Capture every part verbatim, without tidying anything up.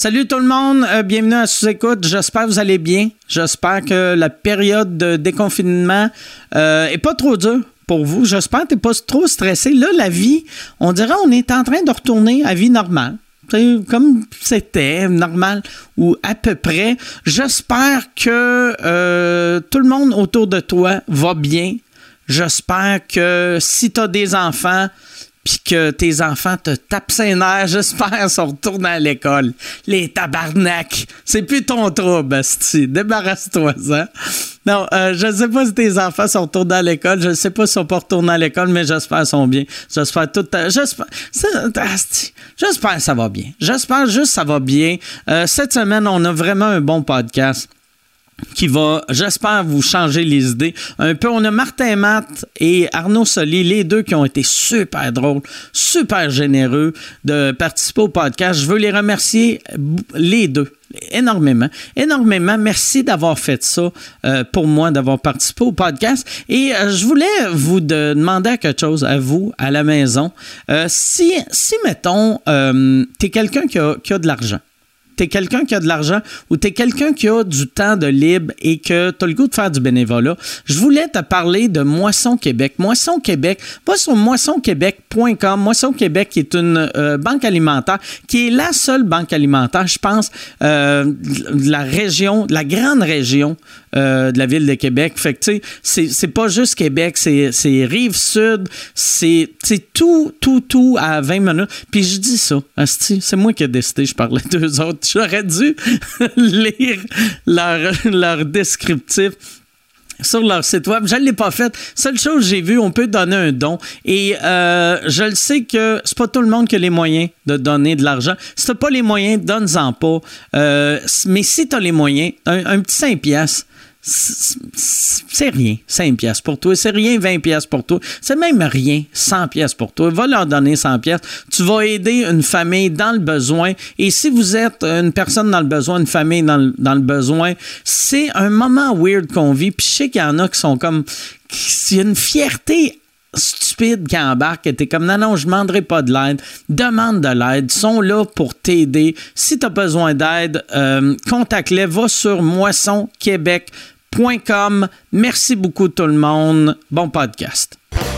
Salut tout le monde, euh, bienvenue à Sous-Écoute. J'espère que vous allez bien. J'espère que la période de déconfinement euh, est pas trop dure pour vous. J'espère que t'es pas trop stressé. Là, la vie, on dirait on est en train de retourner à vie normale. T'sais, comme c'était normal ou à peu près. J'espère que euh, tout le monde autour de toi va bien. J'espère que si t'as des enfants puis que tes enfants te tapent ses nerfs, j'espère qu'ils sont retournés à l'école. Les tabarnak! C'est plus ton trouble, asti. Débarrasse-toi-en. Non, euh, je ne sais pas si tes enfants sont retournés à l'école. Je ne sais pas s'ils sont pas retournés à l'école, mais j'espère qu'ils sont bien. J'espère tout... J'espère... Ça, asti, j'espère que ça va bien. J'espère juste que ça va bien. Euh, cette semaine, on a vraiment un bon podcast qui va, j'espère, vous changer les idées un peu. On a Martin Matt et Arnaud Soli, les deux qui ont été super drôles, super généreux de participer au podcast. Je veux les remercier, les deux, énormément. Énormément. Merci d'avoir fait ça euh, pour moi, d'avoir participé au podcast. Et euh, je voulais vous de, demander quelque chose à vous, à la maison. Euh, si, si, mettons, euh, t'es quelqu'un qui a, qui a de l'argent, t'es quelqu'un qui a de l'argent ou t'es quelqu'un qui a du temps de libre et que t'as le goût de faire du bénévolat, je voulais te parler de Moisson Québec. Moisson Québec, va sur moisson québec point com. Moisson Québec qui est une euh, banque alimentaire, qui est la seule banque alimentaire, je pense, euh, de la région, de la grande région euh, de la ville de Québec. Fait que, tu sais, c'est, c'est pas juste Québec, c'est, c'est Rive-Sud, c'est, c'est tout, tout, tout à vingt minutes. Puis je dis ça, asti, c'est moi qui ai décidé, je parlais d'eux autres. J'aurais dû lire leur, leur descriptif sur leur site web. Je ne l'ai pas fait. Seule chose que j'ai vue, on peut donner un don. Et euh, je le sais que c'est pas tout le monde qui a les moyens de donner de l'argent. Si tu n'as pas les moyens, donne-en pas. Euh, mais si tu as les moyens, un, un petit cinq piastres, c'est rien, cinq piastres pour toi. C'est rien, vingt piastres pour toi. C'est même rien, cent piastres pour toi. Va leur donner cent piastres. Tu vas aider une famille dans le besoin. Et si vous êtes une personne dans le besoin, une famille dans le, dans le besoin, c'est un moment weird qu'on vit. Puis je sais qu'il y en a qui sont comme... Il y a une fierté stupide qui embarque, et t'es comme non, non, je ne demanderai pas de l'aide. Demande de l'aide. Ils sont là pour t'aider. Si tu as besoin d'aide, euh, contacte-les. Va sur moisson québec point com. Merci beaucoup tout le monde. Bon podcast.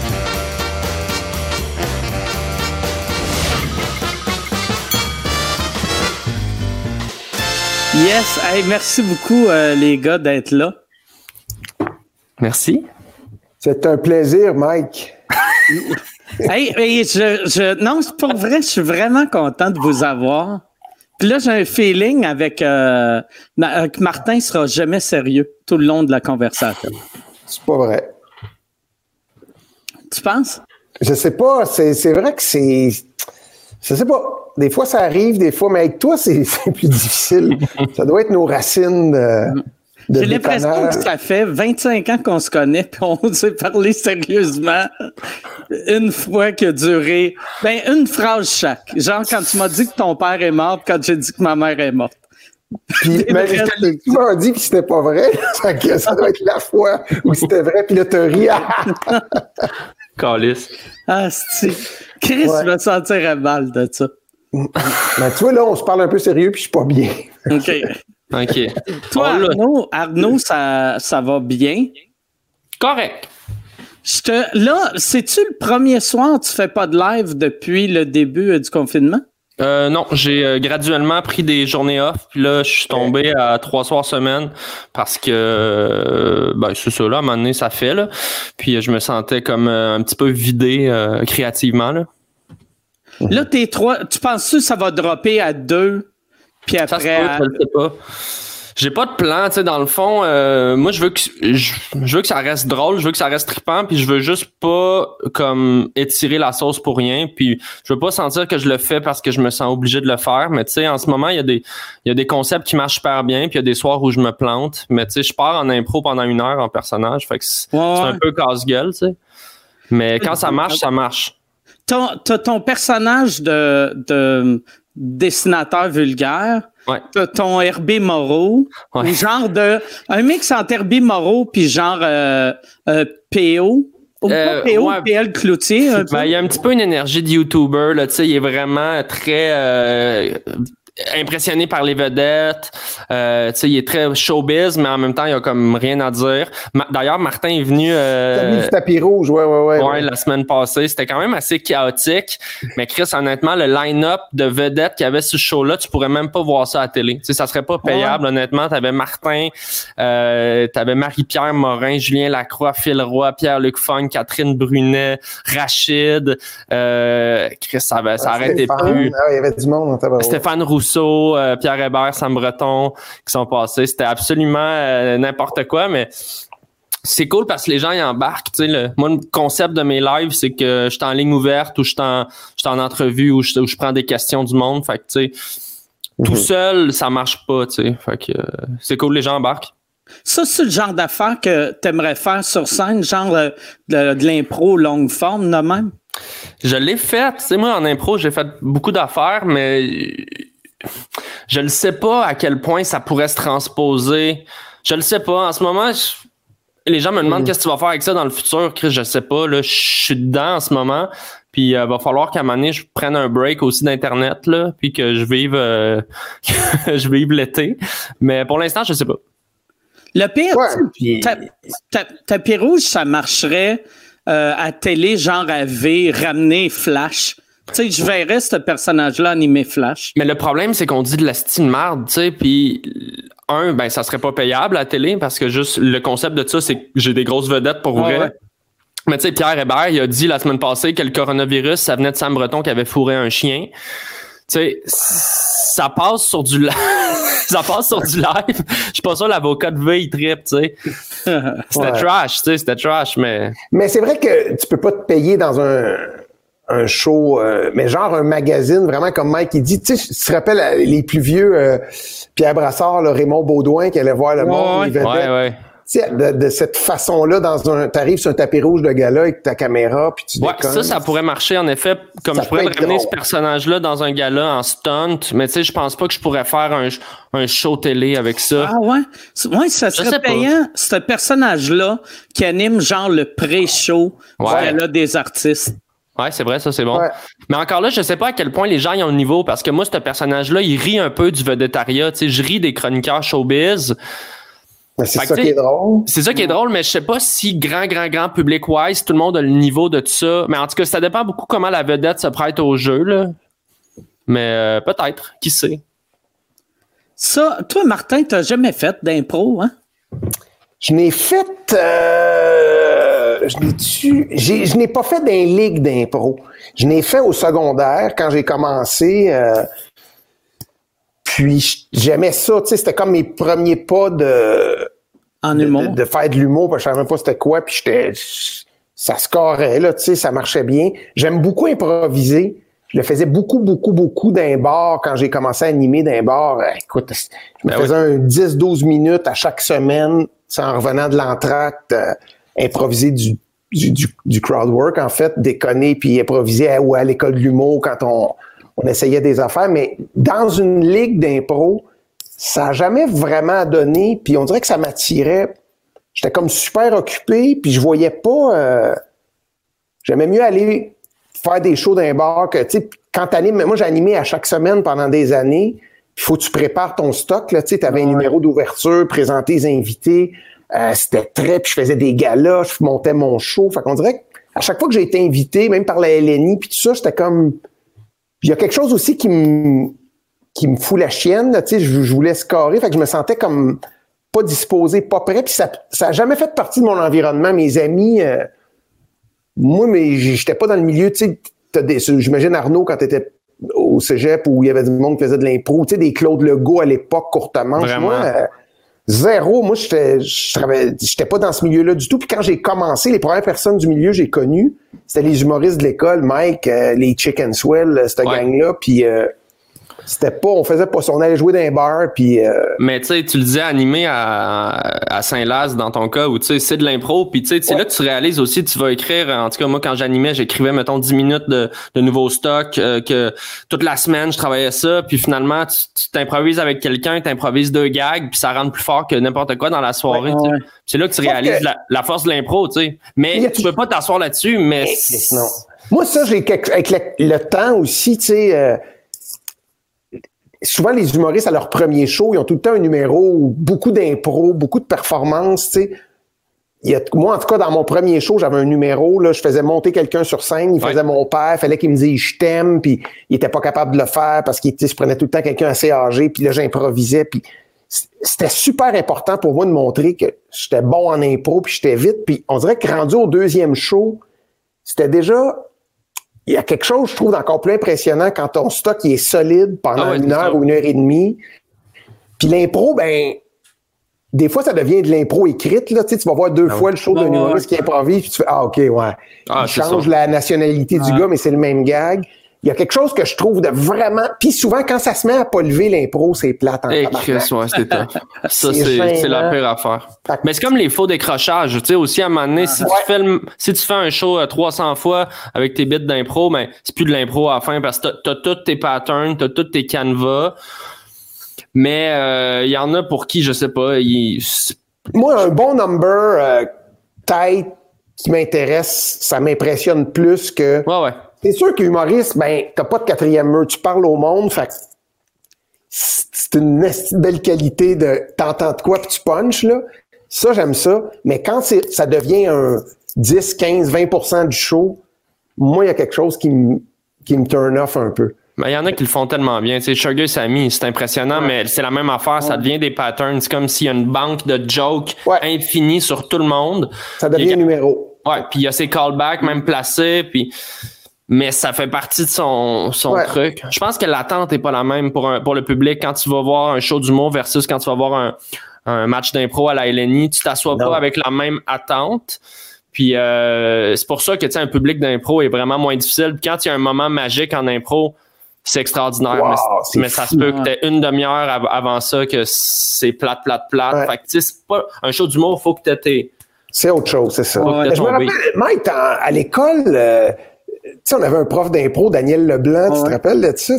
Yes, hey, merci beaucoup euh, les gars d'être là. Merci. C'est un plaisir, Mike. hey, hey, je, je, non, c'est pas vrai, je suis vraiment content de vous avoir. Puis là, j'ai un feeling avec euh, que Martin sera jamais sérieux tout le long de la conversation. C'est pas vrai. Tu penses? Je sais pas. C'est, c'est vrai que c'est... Je sais pas. Des fois, ça arrive, des fois, mais avec toi, c'est, c'est plus difficile. Ça doit être nos racines de... De J'ai l'impression dépanneur. Que ça fait vingt-cinq ans qu'on se connaît puis on s'est parlé sérieusement une fois qui a duré ben une phrase chaque. Genre quand tu m'as dit que ton père est mort puis quand j'ai dit que ma mère est morte. Puis mais tu m'as dit que c'était pas vrai. Que ça doit être la fois où c'était vrai puis là t'as ri. Calice. Ah c'est Chris ouais. Me sentirait mal de ça. Ben tu vois là on se parle un peu sérieux puis je suis pas bien. OK. OK. Toi, Arnaud, Arnaud ça, ça va bien? Correct. Je te, là, c'est-tu le premier soir que tu fais pas de live depuis le début euh, du confinement? Euh, non, j'ai euh, graduellement pris des journées off, puis là, je suis tombé à trois soirs semaine parce que, euh, ben, c'est ça, là, à un moment donné, ça fait, là. Puis je me sentais comme euh, un petit peu vidé euh, créativement, là. Là, t'es trois, tu penses-tu que ça va dropper à deux? Puis après, ça se peut, à... je le sais pas. J'ai pas de plan, tu sais, dans le fond, euh, moi, je veux que je, je veux que ça reste drôle, je veux que ça reste trippant, puis je veux juste pas, comme, étirer la sauce pour rien, puis je veux pas sentir que je le fais parce que je me sens obligé de le faire, mais tu sais, en ce moment, il y a des il y a des concepts qui marchent super bien, puis il y a des soirs où je me plante, mais tu sais, je pars en impro pendant une heure en personnage, fait que c'est, ouais, c'est un peu casse-gueule, tu sais. Mais quand ça marche, ça marche. Ton, t'as ton personnage de, de dessinateur vulgaire, ouais. T'as ton Herbie Moreau, ouais. Genre de un mix entre Herbie Moreau puis genre euh, euh, P O. Ou euh, pas P O, ouais. P L Cloutier. Ben, il y a un petit peu une énergie de YouTuber, là, tu sais, il est vraiment très... Euh, impressionné par les vedettes. Euh, tu sais, il est très showbiz, mais en même temps, il a comme rien à dire. Ma- D'ailleurs, Martin est venu... Euh, T'as mis du tapis rouge, ouais, ouais, ouais. Ouais, ouais. la semaine passée. C'était quand même assez chaotique. Mais Chris, honnêtement, le line-up de vedettes qu'il y avait sur ce show-là, tu pourrais même pas voir ça à la télé. Tu sais, ça serait pas payable, ouais. Honnêtement. T'avais Martin, euh, t'avais Marie-Pierre Morin, Julien Lacroix, Phil Roy, Pierre-Luc Funk, Catherine Brunet, Rachid. Euh, Chris, ça, avait, ça arrêtait plus. Ah, il y avait du monde. Stéphane Rousseau, euh, Pierre Hébert, Sam Breton qui sont passés. C'était absolument euh, n'importe quoi, mais c'est cool parce que les gens y embarquent. Tu sais, le, moi, le concept de mes lives, c'est que je suis en ligne ouverte ou je suis en, je suis en entrevue ou je, où je prends des questions du monde. Fait que, tu sais, mm-hmm. tout seul, ça marche pas, tu sais. Fait que euh, c'est cool, les gens embarquent. Ça, c'est le genre d'affaires que tu aimerais faire sur scène, genre euh, de, de l'impro longue forme, de même? Je l'ai fait. Tu sais, moi, en impro, j'ai fait beaucoup d'affaires, mais je ne sais pas à quel point ça pourrait se transposer. Je le sais pas. En ce moment, je... les gens me demandent mmh. qu'est-ce que tu vas faire avec ça dans le futur. Chris, je sais pas. Là, je suis dedans en ce moment. Puis il euh, va falloir qu'à un moment donné, je prenne un break aussi d'Internet, là, puis que je vive, euh, je vive l'été. Mais pour l'instant, je sais pas. Le pire, ouais, puis... ta, ta, tapis rouge, ça marcherait euh, à télé, genre à V, ramener Flash. Tu sais, je verrais ce personnage-là animer Flash. Mais le problème, c'est qu'on dit de la style marde, tu sais, puis un, ben ça serait pas payable à la télé parce que juste le concept de ça, c'est que j'ai des grosses vedettes pour vrai. Ah ouais. Mais tu sais, Pierre Hébert, il a dit la semaine passée que le coronavirus, ça venait de Sam Breton qui avait fourré un chien. Tu sais, ça passe sur du live. ça passe sur du live. Je suis pas sûr l'avocat de V, il trippe, tu sais. C'était ouais. trash, tu sais, c'était trash, mais... Mais c'est vrai que tu peux pas te payer dans un... un show, euh, mais genre un magazine, vraiment comme Mike, il dit, tu sais, tu te rappelles les plus vieux, euh, Pierre Brassard, là, Raymond Baudouin, qui allait voir le ouais, monde, ouais, les vedettes. Ouais, ouais. Tu sais, de, de cette façon-là, dans un, t'arrives sur un tapis rouge de gala avec ta caméra, puis tu ouais, déconnes. ça, ça pourrait marcher, en effet, comme ça je pourrais ramener ce personnage-là dans un gala en stunt, mais tu sais, je pense pas que je pourrais faire un, un show télé avec ça. Ah ouais? Ouais, ça serait payant, ce personnage-là, qui anime genre le pré-show ouais. du gala des artistes. Ouais, c'est vrai, ça, c'est bon. Ouais. Mais encore là, je sais pas à quel point les gens y ont le niveau, parce que moi, ce personnage-là, il rit un peu du vedettariat. Tu sais, je ris des chroniqueurs showbiz. Mais c'est fait ça qui est drôle. C'est ça qui est drôle, mais je sais pas si grand, grand, grand public-wise, tout le monde a le niveau de tout ça. Mais en tout cas, ça dépend beaucoup comment la vedette se prête au jeu, là. Mais euh, peut-être, qui sait. Ça, toi, Martin, t'as jamais fait d'impro, hein? Je n'ai fait... Euh, je n'ai-tu, j'ai, je n'ai pas fait d'un ligue d'impro. Je n'ai fait au secondaire quand j'ai commencé... Euh, Puis j'aimais ça, tu sais, c'était comme mes premiers pas de, en humour. de, de, de faire de l'humour, parce que je savais même pas c'était quoi, puis j'étais, ça scorait, là, tu sais, ça marchait bien. J'aime beaucoup improviser. Je le faisais beaucoup, beaucoup, beaucoup d'un bar quand j'ai commencé à animer d'un bar. Écoute, je me ben faisais oui. un dix douze minutes à chaque semaine, en revenant de l'entracte, euh, improviser du, du, du, du crowd work, en fait, déconner puis improviser à, ou à l'école de l'humour quand on... on essayait des affaires, mais dans une ligue d'impro, ça n'a jamais vraiment donné, puis on dirait que ça m'attirait. J'étais comme super occupé, puis je voyais pas... Euh, j'aimais mieux aller faire des shows d'un bar que, tu sais, quand t'animes... Moi, j'ai animé à chaque semaine pendant des années, il faut que tu prépares ton stock, là, tu sais, t'avais ouais. un numéro d'ouverture, présenter les invités, euh, c'était très... Puis je faisais des galas, je montais mon show, fait qu'on dirait qu'à chaque fois que j'ai été invité, même par la L N I, puis tout ça, j'étais comme... Il y a quelque chose aussi qui me qui me fout la chienne, tu sais, je, je voulais scorer, fait que je me sentais comme pas disposé, pas prêt, puis ça ça a jamais fait partie de mon environnement. Mes amis, euh, moi, mais j'étais pas dans le milieu, tu sais, j'imagine Arnaud quand t'étais au cégep où il y avait du monde qui faisait de l'impro, tu sais, des Claude Legault à l'époque, courtement. Moi, euh, zéro, moi, j'étais j'étais pas dans ce milieu-là du tout. Puis quand j'ai commencé, les premières personnes du milieu que j'ai connues, c'était les humoristes de l'école, Mike, euh, les Chicken Swell, cette ouais. gang-là, puis euh, c'était pas, on faisait pas ça, on allait jouer dans un bar, puis... Euh... Mais tu sais, tu le disais animé à, à Saint-Laz dans ton cas, où tu sais, c'est de l'impro, puis tu sais, c'est ouais. là que tu réalises aussi, tu vas écrire, en tout cas, moi, quand j'animais, j'écrivais, mettons, dix minutes de, de nouveaux stocks, euh, que toute la semaine, je travaillais ça, puis finalement, tu, tu t'improvises avec quelqu'un, t'improvises deux gags, puis ça rentre plus fort que n'importe quoi dans la soirée, ouais, ouais. C'est là que tu Sauf réalises que... la, la force de l'impro, tu sais. Mais tu peux pas t'asseoir là-dessus, mais... Non. Moi, ça, j'ai avec le, le temps aussi, tu sais... Euh... souvent, les humoristes, à leur premier show, ils ont tout le temps un numéro où beaucoup d'impro, beaucoup de performances, tu sais. Il y a, moi, en tout cas, dans mon premier show, j'avais un numéro, là, je faisais monter quelqu'un sur scène, il faisait ouais. mon père, il fallait qu'il me dise « je t'aime », puis il était pas capable de le faire parce qu'il se prenait tout le temps quelqu'un assez âgé, puis là, j'improvisais, puis c'était super important pour moi de montrer que j'étais bon en impro, puis j'étais vite, puis on dirait que rendu au deuxième show, c'était déjà... Il y a quelque chose, je trouve, d'encore plus impressionnant quand ton stock il est solide pendant ah ouais, une heure ça. ou une heure et demie. Puis l'impro, ben, des fois, ça devient de l'impro écrite. Là. Tu sais, tu vas voir deux ah fois ouais. le show d'un ah humoriste ouais. qui improvise, puis tu fais « Ah, OK, ouais. Ah, il change ça. la nationalité ah. du gars, mais c'est le même gag. » Il y a quelque chose que je trouve de vraiment... Puis souvent, quand ça se met à pas lever l'impro, c'est plate en hey, Chris, ouais, c'est top. Ça, c'est, c'est, c'est la pire affaire. Mais c'est comme les faux décrochages. Tu sais, aussi, à un moment donné, ah, si, ouais. tu fais le, si tu fais un show trois cents fois avec tes bits d'impro, ben, c'est plus de l'impro à la fin parce que t'as, t'as tous tes patterns, t'as tous tes canevas. Mais il euh, y en a pour qui, je sais pas... Il... Moi, un bon number euh, tight qui m'intéresse, ça m'impressionne plus que... Ouais, ouais. C'est sûr qu'humoriste, ben, t'as pas de quatrième mur, tu parles au monde, fait c'est une belle qualité de t'entends de quoi puis tu punches, là. Ça, j'aime ça. Mais quand c'est, ça devient un dix, quinze, vingt pour cent du show, moi, il y a quelque chose qui me, qui me turn off un peu. Ben, il y en a qui le font tellement bien. Tu sais, Sugar Sammy, c'est impressionnant, ouais. mais c'est la même affaire. Ça devient des patterns. C'est comme s'il y a une banque de jokes ouais. infinie sur tout le monde. Ça devient un numéro. Ouais, puis il y a ses callbacks même placés, puis... Mais ça fait partie de son, son ouais. truc. Je pense que l'attente est pas la même pour un, pour le public quand tu vas voir un show d'humour versus quand tu vas voir un, un match d'impro à la L N I. Tu t'assois non. pas avec la même attente. Puis euh, c'est pour ça que tu sais un public d'impro est vraiment moins difficile. Puis quand il y a un moment magique en impro, c'est extraordinaire. Wow, mais c'est mais ça se peut que t'aies une demi-heure av- avant ça que c'est plate, plate, plate. Ouais. Fait que tu sais, c'est pas un show d'humour, il faut que t'aies tes... C'est autre chose, c'est ça. Ouais. Je me rappelle, Mike, à l'école... Euh, tu sais, on avait un prof d'impro, Daniel Leblanc, ouais. tu te rappelles de ça?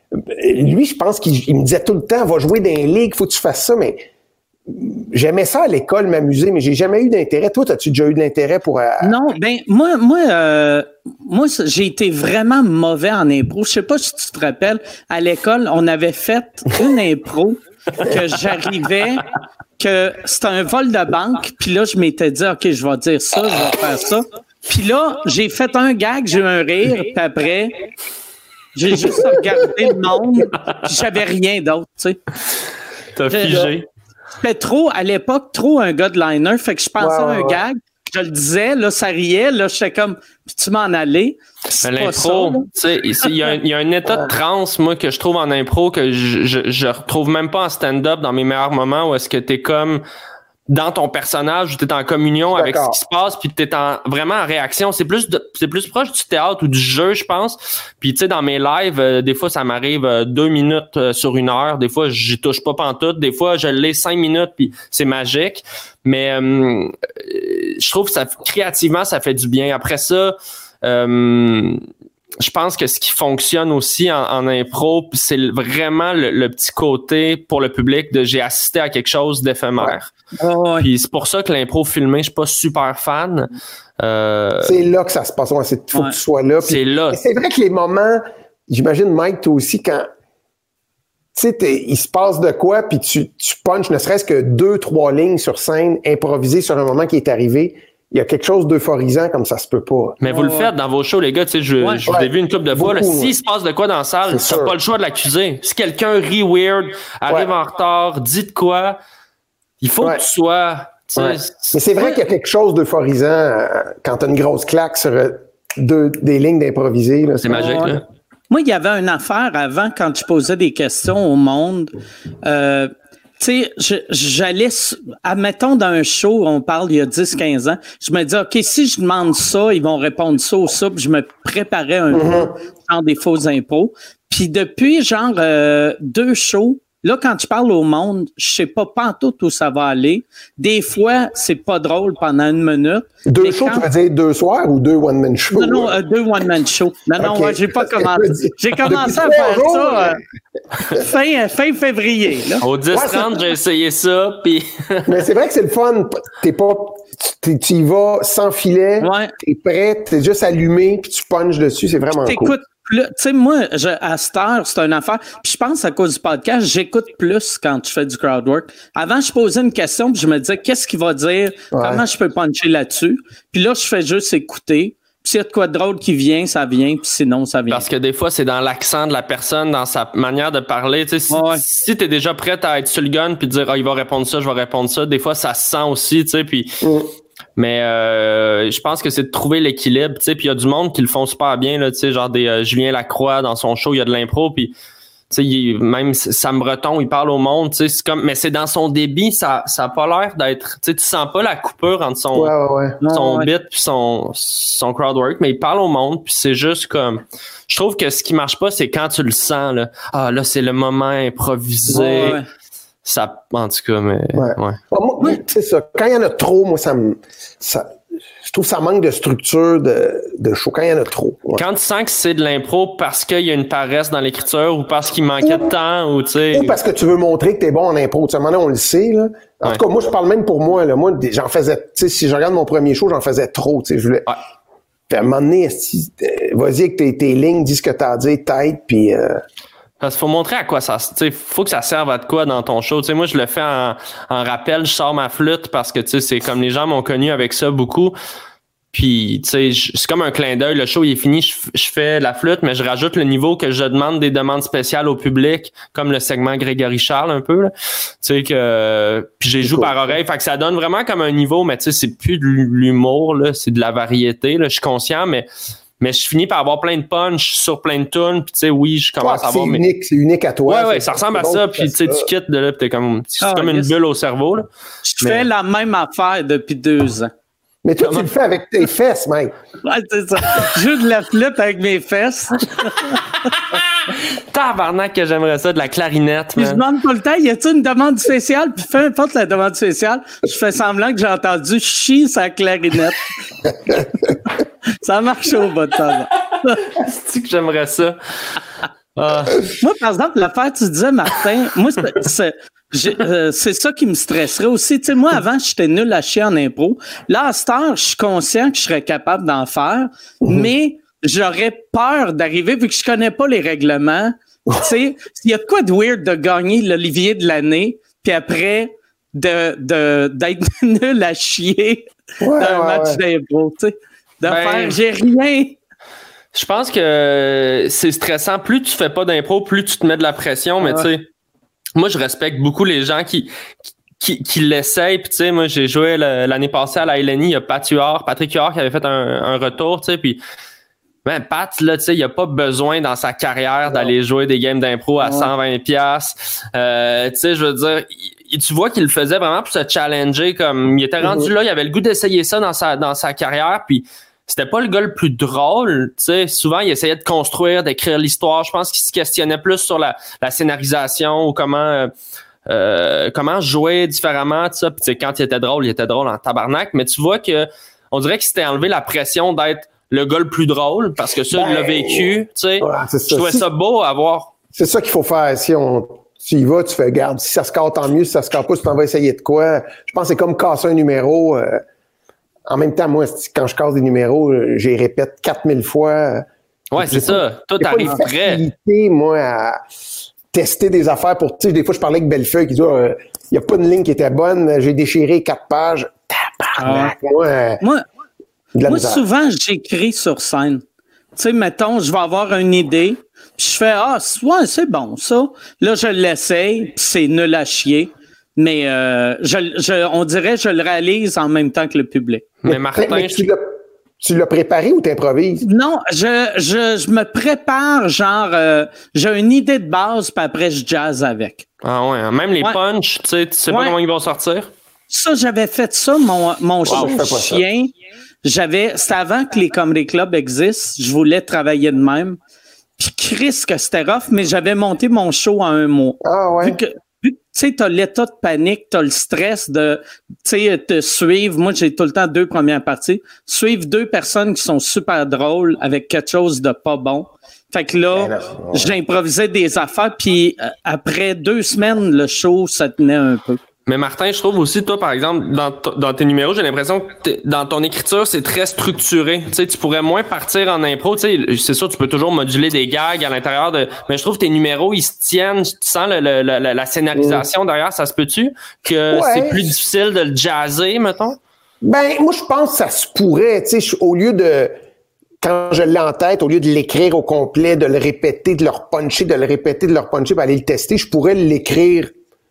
Lui, je pense qu'il il me disait tout le temps, va jouer dans les ligues, faut que tu fasses ça, mais j'aimais ça à l'école, m'amuser, mais j'ai jamais eu d'intérêt. Toi, as-tu déjà eu de l'intérêt pour... Euh... Non, ben moi, moi, euh, moi, j'ai été vraiment mauvais en impro. Je sais pas si tu te rappelles, à l'école, on avait fait une impro que j'arrivais, que c'était un vol de banque, puis là, je m'étais dit, OK, je vais dire ça, je vais faire ça. Puis là, j'ai fait un gag, j'ai eu un rire, puis après, j'ai juste regardé le monde, puis j'avais rien d'autre, tu sais. T'as figé. C'était trop, à l'époque, trop un gars de liner, fait que je pensais wow, à un ouais. gag, je le disais, là, ça riait, là, j'étais comme, puis tu m'en allais. Mais l'impro, tu sais, il y, y a un état de transe, moi, que je trouve en impro, que je, je, je retrouve même pas en stand-up dans mes meilleurs moments, où est-ce que t'es comme... dans ton personnage, où t'es en communion avec ce qui se passe, puis t'es en, vraiment en réaction. C'est plus de, c'est plus proche du théâtre ou du jeu, je pense. Puis tu sais, dans mes lives, euh, des fois, ça m'arrive euh, deux minutes euh, sur une heure. Des fois, j'y touche pas pantoute. Des fois, je l'ai cinq minutes, puis c'est magique. Mais euh, je trouve que ça, créativement, ça fait du bien. Après ça, euh, je pense que ce qui fonctionne aussi en, en impro, c'est vraiment le, le petit côté pour le public de j'ai assisté à quelque chose d'éphémère. Ouais. Oh, ouais. Puis c'est pour ça que l'impro filmé, je suis pas super fan. Euh... C'est là que ça se passe. Il ouais, faut ouais. que tu sois là. Puis, c'est là. C'est vrai que les moments, j'imagine Mike, toi aussi, quand tu sais, il se passe de quoi, puis tu, tu punches ne serait-ce que deux, trois lignes sur scène, improvisées sur un moment qui est arrivé. Il y a quelque chose d'euphorisant comme ça se peut pas. Mais vous le faites dans vos shows, les gars. Tu sais, je, ouais, je vous ai vu une couple de fois. Là, s'il se passe de quoi dans la salle, tu n'as pas le choix de l'accuser. Si quelqu'un rit weird, arrive ouais. en retard, dit de quoi, il faut ouais. que tu sois... Tu sais, ouais. Mais c'est vrai qu'il y a quelque chose d'euphorisant euh, quand tu as une grosse claque sur euh, deux, des lignes d'improviser. Là, c'est magique, ouais. là. Moi, il y avait une affaire avant, quand je posais des questions au monde... Euh, tu sais, j'allais, admettons, dans un show, on parle il y a dix quinze ans, je me disais, OK, si je demande ça, ils vont répondre ça ou ça, puis je me préparais un mm-hmm. peu, genre des faux impôts. Puis depuis, genre, euh, deux shows, là, quand tu parles au monde, je sais pas pantoute où ça va aller. Des fois, c'est pas drôle pendant une minute. Deux shows, quand... tu veux dire deux soirs ou deux one-man shows? Non, non, euh, deux one-man shows. Non, non, okay. ouais, j'ai pas commencé. J'ai commencé à faire jours, ça euh, fin, fin février. Là. Au dix trente, ouais, j'ai essayé ça, puis... Mais c'est vrai que c'est le fun. T'es pas... Tu, tu y vas sans filet, ouais. T'es prêt, t'es juste allumé, puis tu punches dessus, c'est vraiment puis cool. plus, tu sais, moi, je, à cette heure, c'est une affaire. Puis je pense à cause du podcast, j'écoute plus quand je fais du crowd work. Avant, je posais une question, puis je me disais, qu'est-ce qu'il va dire? Ouais. Comment je peux puncher là-dessus? Puis là, je fais juste écouter. Puis s'il y a de quoi de drôle qui vient, ça vient. Puis sinon, ça vient. Parce que des fois, c'est dans l'accent de la personne, dans sa manière de parler. Tu sais, si, ouais. si t'es déjà prêt à être sur le gun puis dire, ah, oh, il va répondre ça, je vais répondre ça. Des fois, ça se sent aussi, tu sais, puis... Mm. Mais euh, je pense que c'est de trouver l'équilibre, tu sais, puis il y a du monde qui le font super bien, là, tu sais, genre des euh, Julien Lacroix dans son show, il y a de l'impro, puis tu sais, il, même Sam Breton, il parle au monde, tu sais, c'est comme, mais c'est dans son débit, ça, ça a pas l'air d'être, tu sais, tu sens pas la coupure entre son, ouais, ouais, ouais. son ouais. beat puis son, son crowd work, mais il parle au monde, puis c'est juste comme, je trouve que ce qui marche pas, c'est quand tu le sens, là, ah là, c'est le moment improvisé. Ouais, ouais. Ça, en tout cas, mais. Ouais. ouais. Moi, moi c'est ça. Quand il y en a trop, moi, ça me. Ça, je trouve que ça manque de structure de, de show. Quand il y en a trop. Ouais. Quand tu sens que c'est de l'impro parce qu'il y a une paresse dans l'écriture ou parce qu'il manquait ou, de temps ou tu sais. Ou parce que tu veux montrer que t'es bon en impro. Tu sais, maintenant, on le sait, là. En ouais. tout cas, moi, je parle même pour moi, là. Moi, j'en faisais. Tu sais, si je regarde mon premier show, j'en faisais trop. Tu sais, je voulais. Ouais. Puis à un moment donné, vas-y avec tes, tes lignes, dis ce que t'as à dire, tête, puis. Euh, Parce qu'il faut montrer à quoi ça... Tu sais, faut que ça serve à de quoi dans ton show. Tu sais, moi, je le fais en, en rappel, je sors ma flûte parce que, tu sais, c'est comme les gens m'ont connu avec ça beaucoup. Puis, tu sais, c'est comme un clin d'œil. Le show, il est fini, je, je fais la flûte, mais je rajoute le niveau que je demande des demandes spéciales au public, comme le segment Grégory Charles, un peu, là. Tu sais, que... Puis j'ai joué par oreille. Fait que ça donne vraiment comme un niveau, mais tu sais, c'est plus de l'humour, là. C'est de la variété, là. Je suis conscient, mais... Mais je finis par avoir plein de punch sur plein de tunes, puis tu sais, oui, je commence ouais, à avoir... C'est unique, c'est unique à toi. Ouais, ouais, ça ressemble à bon, ça, puis tu sais, tu quittes de là, puis t'es comme... C'est ah, comme yes. une bulle au cerveau, là. Je mais... fais la même affaire depuis deux ans. Mais toi, Comment? Tu le fais avec tes fesses, mec. Ouais, c'est ça. Je joue de la flûte avec mes fesses. Tabarnak que j'aimerais ça, de la clarinette, man. Je demande pas le temps, y a-t-il une demande spéciale? Puis peu importe la demande spéciale, je fais semblant que j'ai entendu chier sa clarinette. Ça marche au bout de temps. C'est que j'aimerais ça. Ah. Moi, par exemple, l'affaire, tu disais, Martin, moi, c'est, c'est, euh, c'est ça qui me stresserait aussi. Tu sais, moi, avant, j'étais nul à chier en impro. Là, à cette heure, je suis conscient que je serais capable d'en faire, mmh. mais j'aurais peur d'arriver vu que je connais pas les règlements. Tu sais, il y a de quoi de weird de gagner l'Olivier de l'année, puis après, de, de, d'être nul à chier ouais, dans un ouais, match ouais. d'impro, tu sais. De ben, faire, j'ai rien. Je pense que c'est stressant. Plus tu fais pas d'impro, plus tu te mets de la pression. Mais ouais. tu sais, moi, je respecte beaucoup les gens qui qui, qui l'essayent. Puis tu sais, moi, j'ai joué le, l'année passée à la L N I. Il y a Pat Huard, Patrick Huard qui avait fait un, un retour. Tu sais, puis ben Pat, là, tu sais, il a pas besoin dans sa carrière d'aller jouer des games d'impro à ouais. cent vingt piastres. Euh, tu sais, je veux dire. Il, tu vois qu'il le faisait vraiment pour se challenger. Comme il était rendu mm-hmm. là, il avait le goût d'essayer ça dans sa dans sa carrière. Puis c'était pas le gars le plus drôle, tu sais. Souvent, il essayait de construire, d'écrire l'histoire. Je pense qu'il se questionnait plus sur la, la scénarisation ou comment euh, comment jouer différemment, tout ça. Puis tu sais, quand il était drôle, il était drôle en tabarnak. Mais tu vois que on dirait qu'il s'était enlevé la pression d'être le gars le plus drôle parce que ça, ben, il l'a vécu, tu sais. Ouais, je trouvais ça beau à voir. C'est ça qu'il faut faire. Si on tu y vas, tu fais garde. Si ça score, tant mieux. Si ça score pas, tu t'en vas essayer de quoi. Je pense que c'est comme casser un numéro. Euh, En même temps, moi, quand je casse des numéros, je les répète quatre mille fois. Ouais, c'est ça. Pas, Toi, t'arrives prêt. J'ai pas une facilité, moi, à tester des affaires pour... Tu sais, des fois, je parlais avec Bellefeuille qui dit il euh, n'y a pas une ligne qui était bonne. J'ai déchiré quatre pages. Tabarnak, ah. Moi, euh, moi, moi souvent, j'écris sur scène. Tu sais, mettons, je vais avoir une idée, puis je fais « Ah, ouais, c'est bon, ça. » Là, je l'essaye, puis c'est nul à chier. Mais euh, je, je, on dirait que je le réalise en même temps que le public. Mais Martin, mais tu, l'as, tu l'as préparé ou t'improvises? Non, je, je, je me prépare, genre, euh, j'ai une idée de base, puis après, je jazz avec. Ah ouais, même les ouais. punchs, tu sais, tu sais ouais. pas comment ils vont sortir? Ça, j'avais fait ça, mon, mon wow, show chien. J'avais, c'était avant que les comedy clubs existent, je voulais travailler de même. Puis Chris, que c'était rough, mais j'avais monté mon show en un mois. Ah ouais? Vu que, tu sais, t'as l'état de panique, t'as le stress de, tu sais, te suivre. Moi, j'ai tout le temps deux premières parties. Suivre deux personnes qui sont super drôles avec quelque chose de pas bon. Fait que là, là j'improvisais des affaires, puis euh, après deux semaines, le show, ça tenait un peu. Mais Martin, je trouve aussi, toi, par exemple, dans, t- dans tes numéros, j'ai l'impression que dans ton écriture, c'est très structuré. Tu sais, tu pourrais moins partir en impro. Tu sais, c'est sûr, tu peux toujours moduler des gags à l'intérieur de... Mais je trouve que tes numéros, ils se tiennent. Tu sens le, le, le, la scénarisation mmh. derrière, ça se peut-tu? Que ouais. c'est plus difficile de le jazzer, mettons? Ben, moi, je pense que ça se pourrait. Tu sais, au lieu de... Quand je l'ai en tête, au lieu de l'écrire au complet, de le répéter, de le repuncher, de le répéter, de le repuncher, puis aller le tester, je pourrais l'écrire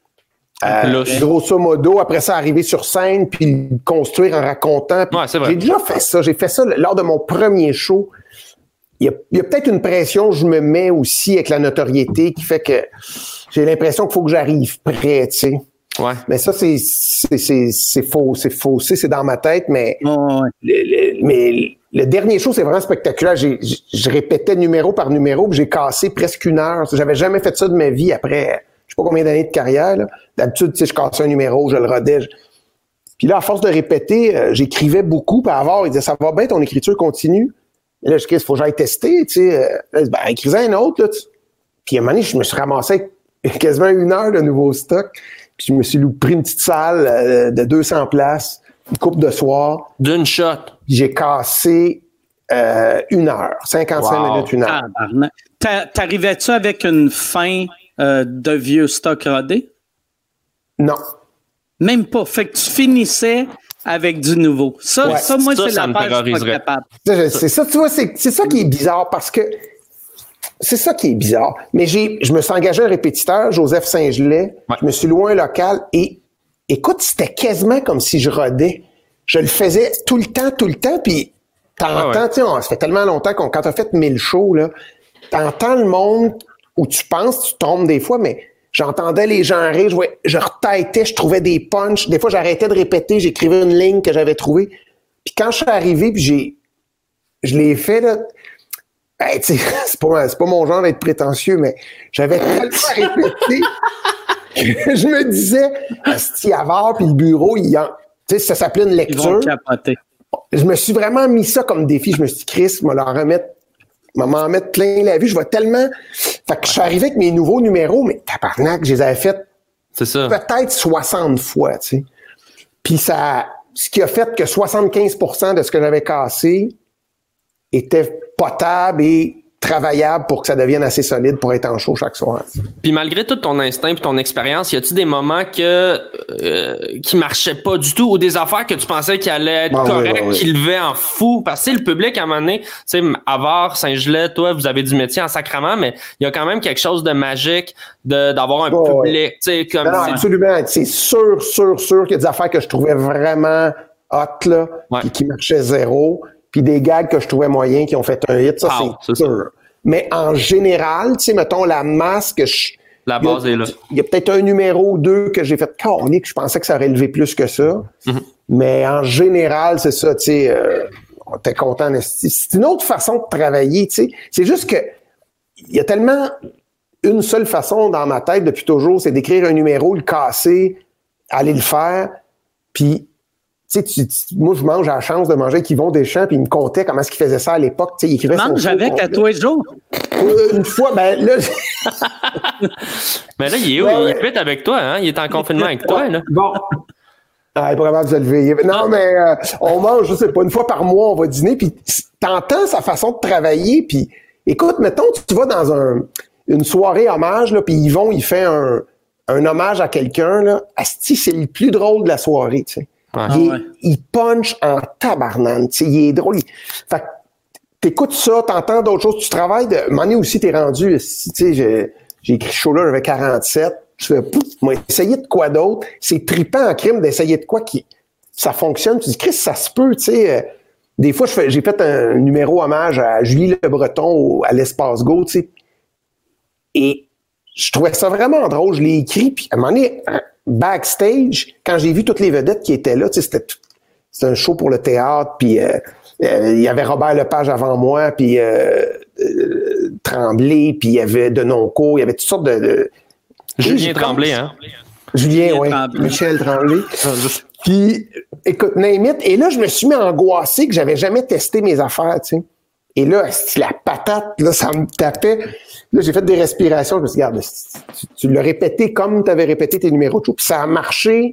Euh, grosso modo, après ça, arriver sur scène puis le construire en racontant. Ouais, c'est vrai. J'ai déjà fait ça. J'ai fait ça lors de mon premier show. Il y a, il y a peut-être une pression que je me mets aussi avec la notoriété qui fait que j'ai l'impression qu'il faut que j'arrive prêt, tu sais. Ouais. Mais ça, c'est, c'est, c'est, c'est faux. C'est faussé, c'est dans ma tête, mais, oh, ouais. le, le, mais le dernier show, c'est vraiment spectaculaire. J'ai, j'ai, je répétais numéro par numéro puis j'ai cassé presque une heure. J'avais jamais fait ça de ma vie après... Je sais pas combien d'années de carrière, là. D'habitude, tu sais, je cassais un numéro, je le rodais. Je... Puis là, à force de répéter, euh, j'écrivais beaucoup. Puis avant, il disait, ça va bien, ton écriture continue. Et là, je dis, il faut que j'aille tester, tu sais. Là, ben, écrivais un autre, là. Puis à un moment donné, je me suis ramassé avec quasiment une heure de nouveau stock. Puis je me suis pris une petite salle euh, de deux cents places, une coupe de soir. D'une shot. Puis j'ai cassé euh, une heure, cinquante-cinq wow. minutes, une heure. Ah, t'arrivais-tu avec une fin... Euh, de vieux stock rodé? Non. Même pas. Fait que tu finissais avec du nouveau. Ça, ouais. ça moi, ça, c'est ça la page que je suis pas capable. C'est, c'est ça, tu vois, c'est, c'est ça qui est bizarre parce que c'est ça qui est bizarre. Mais j'ai, je me suis engagé un répétiteur, Joseph Saint-Gelais. Ouais. Je me suis loué un local et écoute, c'était quasiment comme si je rodais. Je le faisais tout le temps, tout le temps, puis t'entends, ah ouais. tu sais, ça fait tellement longtemps qu'on, quand t'as fait mille shows, là, t'entends le monde où tu penses, tu tombes des fois, mais j'entendais les gens rire, je, voyais, je retêtais, je trouvais des punchs. Des fois, j'arrêtais de répéter, j'écrivais une ligne que j'avais trouvée. Puis quand je suis arrivé, puis j'ai, je l'ai fait, là, hey, tu sais, c'est pas, c'est pas mon genre d'être prétentieux, mais j'avais tellement répété que je me disais, asti avare, puis le bureau, il en, tu sais, ça s'appelait une lecture. Je me suis vraiment mis ça comme défi. Je me suis dit, Chris, je vais leur remettre m'en mettre plein la vue. Je vois tellement... Fait que je suis arrivé avec mes nouveaux numéros, mais tabarnak, je les avais fait c'est ça. Peut-être soixante fois, tu sais. Puis ça... Ce qui a fait que soixante-quinze pour cent de ce que j'avais cassé était potable et travaillable pour que ça devienne assez solide pour être en show chaque soir. Puis malgré tout ton instinct et ton expérience, y a-tu des moments que euh, qui marchaient pas du tout ou des affaires que tu pensais qu'ils allaient être ah, correctes, oui, oui. qui levaient en fou? Parce que le public, à un moment donné, tu sais, Avare, Saint-Gelais, toi, vous avez du métier en sacrament, mais il y a quand même quelque chose de magique de, d'avoir un oh, public, tu sais, comme... Non, absolument. C'est sûr, sûr, sûr qu'il y a des affaires que je trouvais vraiment hot, là, ouais. puis qui marchaient zéro. Puis des gags que je trouvais moyens qui ont fait un hit, ça, wow, c'est, c'est sûr. Ça. Mais en général, tu sais, mettons, la masse que je... La base a, est là. Il y a peut-être un numéro ou deux que j'ai fait cornique, je pensais que ça aurait levé plus que ça. Mm-hmm. Mais en général, c'est ça, tu sais, euh, on était content. C'est une autre façon de travailler, tu sais. C'est juste que il y a tellement une seule façon dans ma tête depuis toujours, c'est d'écrire un numéro, le casser, aller le faire, puis... Tu sais, tu, tu, moi, je mange à la chance de manger avec Yvon Deschamps, puis il me contait comment est-ce qu'il faisait ça à l'époque. Tu sais, il écrivait mange avec à tous les jours. Euh, une fois, ben là... Mais là, il est où? Ouais, il est avec toi, hein? Il est en confinement avec toi, là. Bon. Ah, il est pas capable de se lever. Non, mais euh, on mange, je sais pas, une fois par mois, on va dîner, puis t'entends sa façon de travailler, puis écoute, mettons, tu vas dans un, une soirée hommage, là, puis Yvon, il fait un, un hommage à quelqu'un, là. Asti, c'est le plus drôle de la soirée, tu sais. Ah, il, ouais. il punch en tabarnane, tu sais, il est drôle. Il... Fait que t'écoutes ça, t'entends d'autres choses, tu travailles de... À un moment donné aussi, t'es rendu, tu sais, j'ai, j'ai écrit ce show-là, j'avais quarante-sept, je fais, pouf, moi, essayer de quoi d'autre? C'est trippant en crime d'essayer de quoi qui... Ça fonctionne, tu dis, Chris, ça se peut, tu sais. Euh, des fois, je fais, j'ai fait un numéro hommage à Julie Le Breton au, à l'Espace Go, tu sais. Et je trouvais ça vraiment drôle, je l'ai écrit, puis à un moment donné... Backstage, quand j'ai vu toutes les vedettes qui étaient là, tu sais, c'était, c'était un show pour le théâtre, puis euh, euh, il y avait Robert Lepage avant moi, puis euh, euh, Tremblay, puis il y avait Denoncourt, il y avait toutes sortes de... de... Julien Tremblay, hein? Julien, oui. Michel Tremblay. Puis, écoute, name it. Et là, je me suis mis à angoisser que j'avais jamais testé mes affaires, tu sais. Et là, la patate, là, ça me tapait. Là, j'ai fait des respirations. Je me suis dit, regarde, tu, tu l'as répété comme tu avais répété tes numéros de show, puis ça a marché.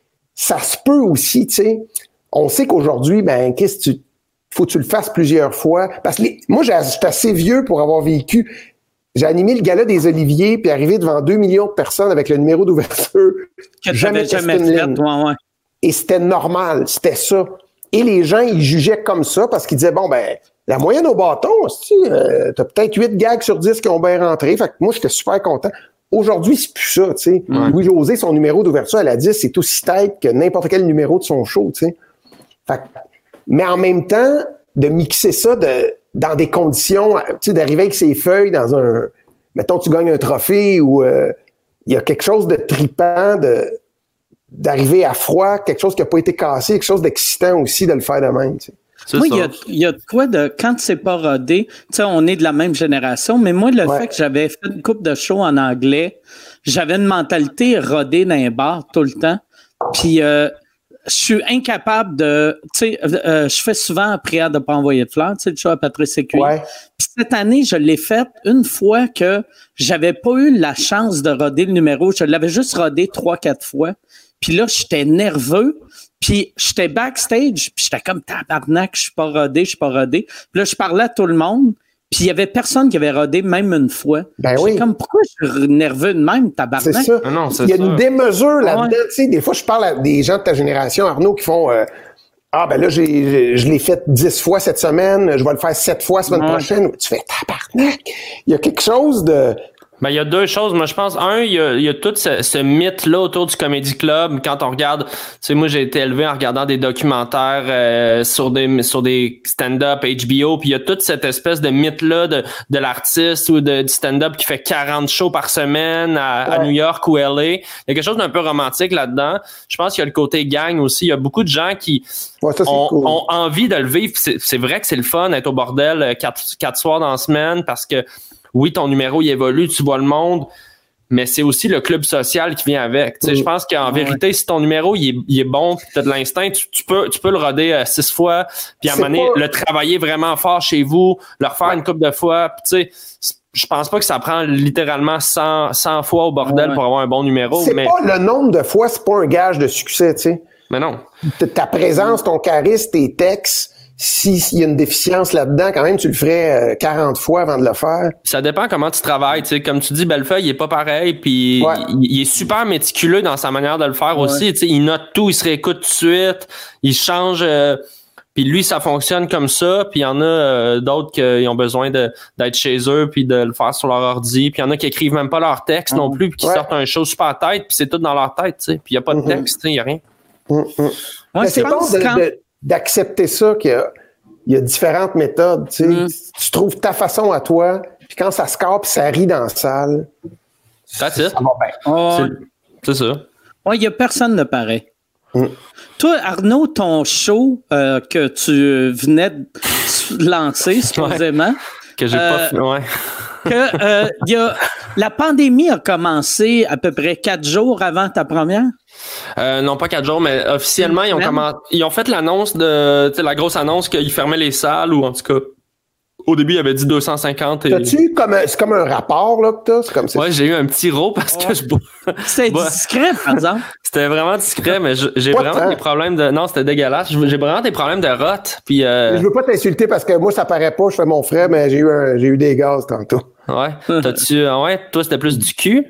Ça se peut aussi, tu sais. On sait qu'aujourd'hui, ben, qu'est-ce que tu, faut que tu le fasses plusieurs fois. Parce que les, moi, j'ai, j'étais assez vieux pour avoir vécu. J'ai animé le gala des Oliviers, puis arrivé devant deux millions de personnes avec le numéro d'ouverture. Que jamais jamais fait, toi, ouais. Et c'était normal, c'était ça. Et les gens, ils jugeaient comme ça parce qu'ils disaient, bon, ben, la moyenne au bâton, euh, t'as peut-être huit gags sur dix qui ont bien rentré. Fait que moi, j'étais super content. Aujourd'hui, c'est plus ça, tu sais. Ouais. Louis-José, son numéro d'ouverture à la dix, c'est aussi tête que n'importe quel numéro de son show, tu sais. Fait que, mais en même temps, de mixer ça de, dans des conditions, tu sais, d'arriver avec ses feuilles dans un... Mettons, tu gagnes un trophée ou il euh, y a quelque chose de tripant, de, d'arriver à froid, quelque chose qui n'a pas été cassé, quelque chose d'excitant aussi de le faire de même, tu sais. C'est moi, il y a, y a de quoi de... Quand c'est pas rodé, tu sais, on est de la même génération, mais moi, le ouais. fait que j'avais fait une couple de shows en anglais, j'avais une mentalité rodée dans les bars tout le temps. Puis, euh, je suis incapable de... Tu sais, euh, je fais souvent la prière de ne pas envoyer de fleurs, tu sais, le show à Patrice Écuyer. Ouais. Puis cette année, je l'ai fait une fois que j'avais pas eu la chance de roder le numéro. Je l'avais juste rodé trois, quatre fois. Puis là, j'étais nerveux. Puis j'étais backstage, puis j'étais comme tabarnak, je suis pas rodé, je suis pas rodé. Puis là, je parlais à tout le monde, puis il y avait personne qui avait rodé même une fois. Ben oui. comme, pourquoi je suis nerveux de même, tabarnak? C'est ça. Ah non, c'est il y a ça. une démesure là-dedans. Ouais. Tu sais, des fois, je parle à des gens de ta génération, Arnaud, qui font euh, ah ben là, j'ai, je l'ai fait dix fois cette semaine, je vais le faire sept fois la semaine ouais. prochaine. Tu fais tabarnak. Il y a quelque chose de... Ben, il y a deux choses. Moi, je pense, un, il y a, il y a tout ce, ce mythe-là autour du Comedy Club. Quand on regarde, tu sais, moi, j'ai été élevé en regardant des documentaires euh, sur des sur des stand-up H B O, puis il y a toute cette espèce de mythe-là de, de l'artiste ou de, du stand-up qui fait quarante shows par semaine à, ouais. à New York ou L A. Il y a quelque chose d'un peu romantique là-dedans. Je pense qu'il y a le côté gang aussi. Il y a beaucoup de gens qui ouais, ça, ont, cool. ont envie de le vivre. C'est, c'est vrai que c'est le fun d'être au bordel quatre, quatre soirs dans la semaine parce que oui, ton numéro, il évolue, tu vois le monde, mais c'est aussi le club social qui vient avec. Tu sais, je pense qu'en ouais. vérité, si ton numéro, il est, il est bon, tu as de l'instinct, tu, tu peux tu peux le roder euh, six fois, puis à un moment donné, pas... le travailler vraiment fort chez vous, le refaire ouais. une couple de fois, puis tu sais, je pense pas que ça prend littéralement cent, cent fois au bordel ouais. pour avoir un bon numéro. C'est mais... pas le nombre de fois, c'est pas un gage de succès, tu sais. Mais non. Ta présence, ton charisme, tes textes, s'il y a une déficience là-dedans, quand même, tu le ferais quarante fois avant de le faire. Ça dépend comment tu travailles. Tu sais, comme tu dis, Bellefeuille, il est pas pareil, puis ouais. il, il est super méticuleux dans sa manière de le faire ouais. aussi. Tu sais, il note tout, il se réécoute tout de suite, il change. Euh, puis lui, ça fonctionne comme ça. Puis il y en a euh, d'autres qui ont besoin de d'être chez eux puis de le faire sur leur ordi. Puis il y en a qui écrivent même pas leur texte mmh. non plus, puis qui ouais. sortent un show super tête, puis c'est tout dans leur tête. Tu sais, puis il y a pas de mmh. texte, tu sais, il y a rien. Mmh. Ouais, c'est bon de, quand... de, d'accepter ça, qu'il y a, il y a différentes méthodes. Tu sais. Mm. Tu trouves ta façon à toi, puis quand ça score puis ça rit dans la salle, That's it. ça va bien. Oh, c'est, c'est ça. Oui, il n'y a personne de pareil. Mm. Toi, Arnaud, ton show euh, que tu venais de lancer, supposément... Ouais. Que j'ai euh, pas fait, ouais. que, euh, y a, la pandémie a commencé à peu près quatre jours avant ta première? Euh, non, pas quatre jours, mais officiellement, ils ont, comment, ils ont fait l'annonce de, tu sais, la grosse annonce qu'ils fermaient les salles, ou en tout cas, au début, il avait dit deux cent cinquante. Et... T'as-tu comme, c'est comme un rapport, là, que t'as? C'est comme ça. Ouais, j'ai eu un petit rot parce que je bois. C'était discret, par exemple. C'était vraiment discret, mais j'ai pas vraiment des problèmes de, non, c'était dégueulasse. J'ai vraiment des problèmes de rot. Puis, euh... Je veux pas t'insulter parce que moi, ça paraît pas, je fais mon frère, mais j'ai eu un, j'ai eu des gaz tantôt. Ouais. T'as-tu, ouais, toi, c'était plus du cul?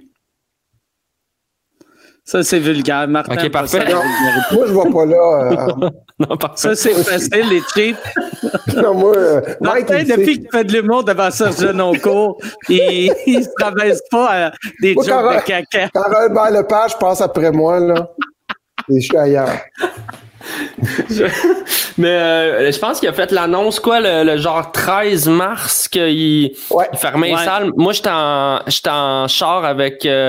Ça, c'est vulgaire. Martin, OK, parfait. Non, moi, je vois pas là. Euh... non, ça, c'est facile, les cheats. non, moi, euh, Mike, Martin, depuis qu'il fait de l'humour devant Serge Genoncourt, il ne se rabaisse pas à des moi, jokes de caca. Quand Robert Lepage passe après moi, là, je suis ailleurs. je... Mais euh, je pense qu'il a fait l'annonce, quoi, le, le genre treize mars, qu'il ouais. il fermait ouais. les salles. Moi, j'étais en, j'étais en char avec... Euh,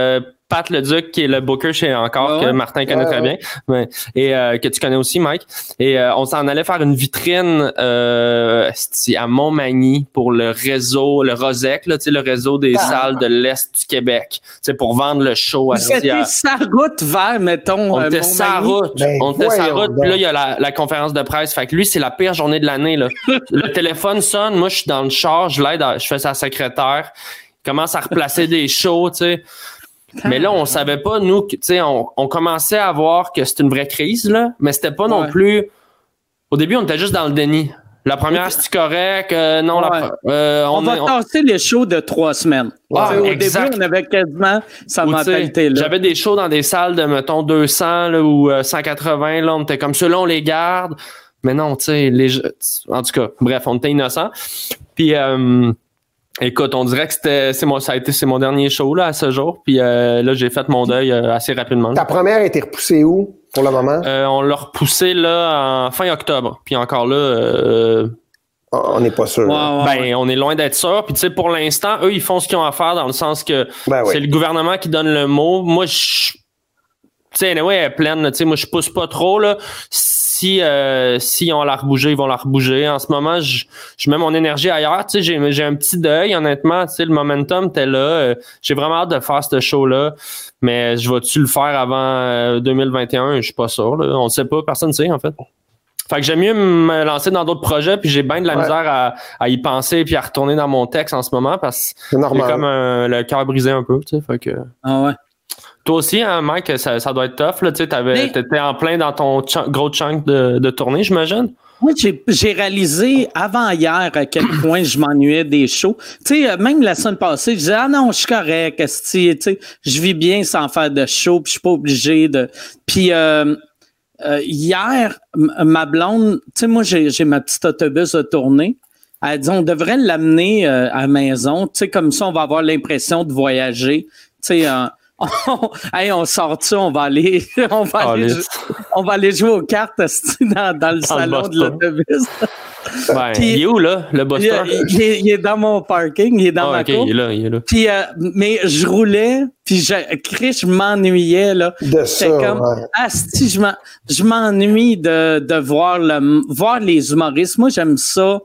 Pat Leduc, qui est le booker chez Encore, ouais. que Martin connaît ouais, très ouais. bien, ouais. et euh, que tu connais aussi, Mike. Et euh, on s'en allait faire une vitrine euh, à Montmagny pour le réseau, le Rosec, là, tu sais, le réseau des Ah. salles de l'Est du Québec, tu sais, pour vendre le show. Vous étiez à... sa route vers, mettons, On euh, était sa Montmagny. route. Ben, on était sa voyons route. donc. Puis là, il y a la, la conférence de presse. Fait que lui, c'est la pire journée de l'année, là. Le téléphone sonne. Moi, je suis dans le char. Je l'aide. à- Je fais sa secrétaire. Il commence à replacer des shows, tu sais. Mais là, on savait pas, nous, que, tu sais, on, on commençait à voir que c'était une vraie crise, là. Mais c'était pas non Ouais. plus... Au début, on était juste dans le déni. La première, c'est correct. Euh, non, Ouais. la, euh, On, on, va est- on- tasser les shows de trois semaines. Ah, Tu sais, au exact. début, on avait quasiment sa Ou, tu sais, mentalité-là. J'avais des shows dans des salles de, mettons, deux cents là, ou euh, cent quatre-vingts. Là, on était comme ceux-là, on les garde. Mais non, tu sais, les... en tout cas, bref, on était innocents. Puis, euh, écoute, on dirait que c'était, c'est mon, ça a été, c'est mon dernier show là, à ce jour. Puis euh, là, j'ai fait mon deuil euh, assez rapidement. Ta première a été repoussée où, pour le moment? Euh, on l'a repoussé là en fin octobre. Puis encore là... Euh, Oh, on n'est pas sûr. Ouais, ouais, ben, ouais. on est loin d'être sûr. Puis, tu sais, pour l'instant, eux, ils font ce qu'ils ont à faire dans le sens que Ben oui. c'est le gouvernement qui donne le mot. Moi, je. Tu sais, anyway, elle est pleine. là. Tu sais, moi, je pousse pas trop, là. Si, euh, s'ils ont à la rebouger, ils vont la rebouger. En ce moment, je, je mets mon énergie ailleurs. Tu sais, j'ai, j'ai un petit deuil, honnêtement. Tu sais, le momentum était là. Euh, j'ai vraiment hâte de faire ce show-là. Mais je vais-tu le faire avant euh, deux mille vingt et un? Je suis pas sûr, là. On ne sait pas. Personne ne sait, en fait. Fait que j'aime mieux me lancer dans d'autres projets, puis j'ai bien de la Ouais. misère à, à y penser puis à retourner dans mon texte en ce moment parce que C'est j'ai normal. comme un- le cœur brisé un peu, tu sais. Fait que Ah ouais. toi aussi, hein, Mike, ça, ça doit être tough, là, tu sais. T'avais, Mais- t'étais en plein dans ton ch- gros chunk de, de tournée, j'imagine. Moi, j'ai, j'ai réalisé avant-hier à quel point je m'ennuyais des shows. Tu sais, euh, même la semaine passée, je disais, ah non, je suis correct, esti, tu sais, je vis bien sans faire de show, puis je suis pas obligé de... Puis euh, euh, hier, m- ma blonde, tu sais, moi, j'ai, j'ai ma petite autobus de tournée. Elle dit, on devrait l'amener euh, à la maison, tu sais, comme ça, on va avoir l'impression de voyager. Tu sais, euh, on, hey, on sort ça, on va aller, on va Oh, aller, lisse. jou- on va aller jouer aux cartes esti, dans, dans le Dans salon le de l'autobus. Ben, Puis- il est où, là, le Il, Buster? il est, il est dans mon parking, il est dans Ah, ma ok, cour. il est là, il est là. Puis, euh, mais je roulais, puis je, Chris, je m'ennuyais, là. De J'étais ça, comme, ouais. ah, si, je m'en- je m'ennuie de, de voir le, voir les humoristes. Moi, j'aime ça.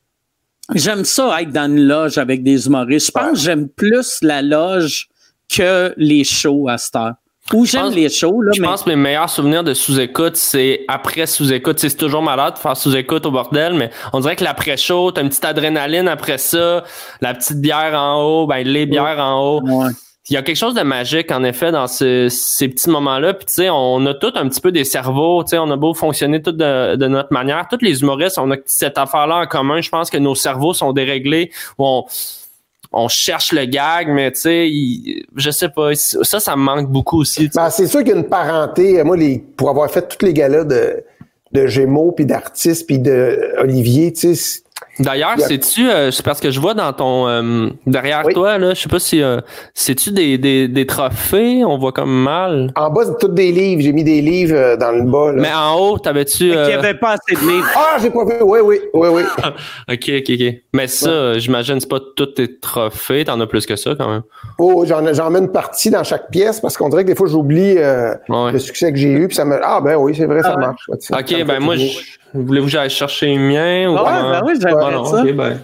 J'aime ça être dans une loge avec des humoristes. Je pense que j'aime plus la loge que les shows à cette heure. Ou j'aime pense- les shows, là, Je mais pense que mes meilleurs souvenirs de sous-écoute, c'est après sous-écoute. Tu sais, c'est toujours malade de faire sous-écoute au bordel, mais on dirait que l'après-show, t'as une petite adrénaline après ça, la petite bière en haut, ben les bières en haut. ouais. Il y a quelque chose de magique, en effet, dans ce- ces petits moments-là. Puis, tu sais, on a tous un petit peu des cerveaux. Tu sais, on a beau fonctionner tous de, de notre manière. Tous les humoristes, on a cette affaire-là en commun. Je pense que nos cerveaux sont déréglés. Où on, on cherche le gag, mais tu sais, il- je sais pas. Ça, ça me manque beaucoup aussi. tu sais. Ben, c'est sûr qu'il y a une parenté. Moi, les, pour avoir fait tous les galas de, de Gémeaux, puis d'artistes, puis de Olivier, tu sais, D'ailleurs, Il y a- sais-tu, euh, c'est parce que je vois dans ton euh, derrière Oui. toi, là, je sais pas si euh, sais-tu des, des, des trophées, on voit comme mal. en bas, c'est tous des livres. J'ai mis des livres euh, dans le bas. Là. Mais en haut, t'avais-tu. Il n'y Euh... avait pas assez de livres. Ah, j'ai pas vu. Oui, oui, oui, oui. ok, ok, ok. Mais ça, euh, j'imagine, c'est pas tous tes trophées, t'en as plus que ça quand même. Oh, j'en, j'en mets une partie dans chaque pièce parce qu'on dirait que des fois, j'oublie euh, Ouais. le succès que j'ai eu. Puis ça me. Ah, ben oui, c'est vrai, ça Ah ouais. marche. Ouais, ça me Ok, fait ben moi, plaisir. je... voulez-vous que j'aille chercher les miens ou Ah ouais, comment? ben oui, j'aimerais Ah non, ça. ok, ben.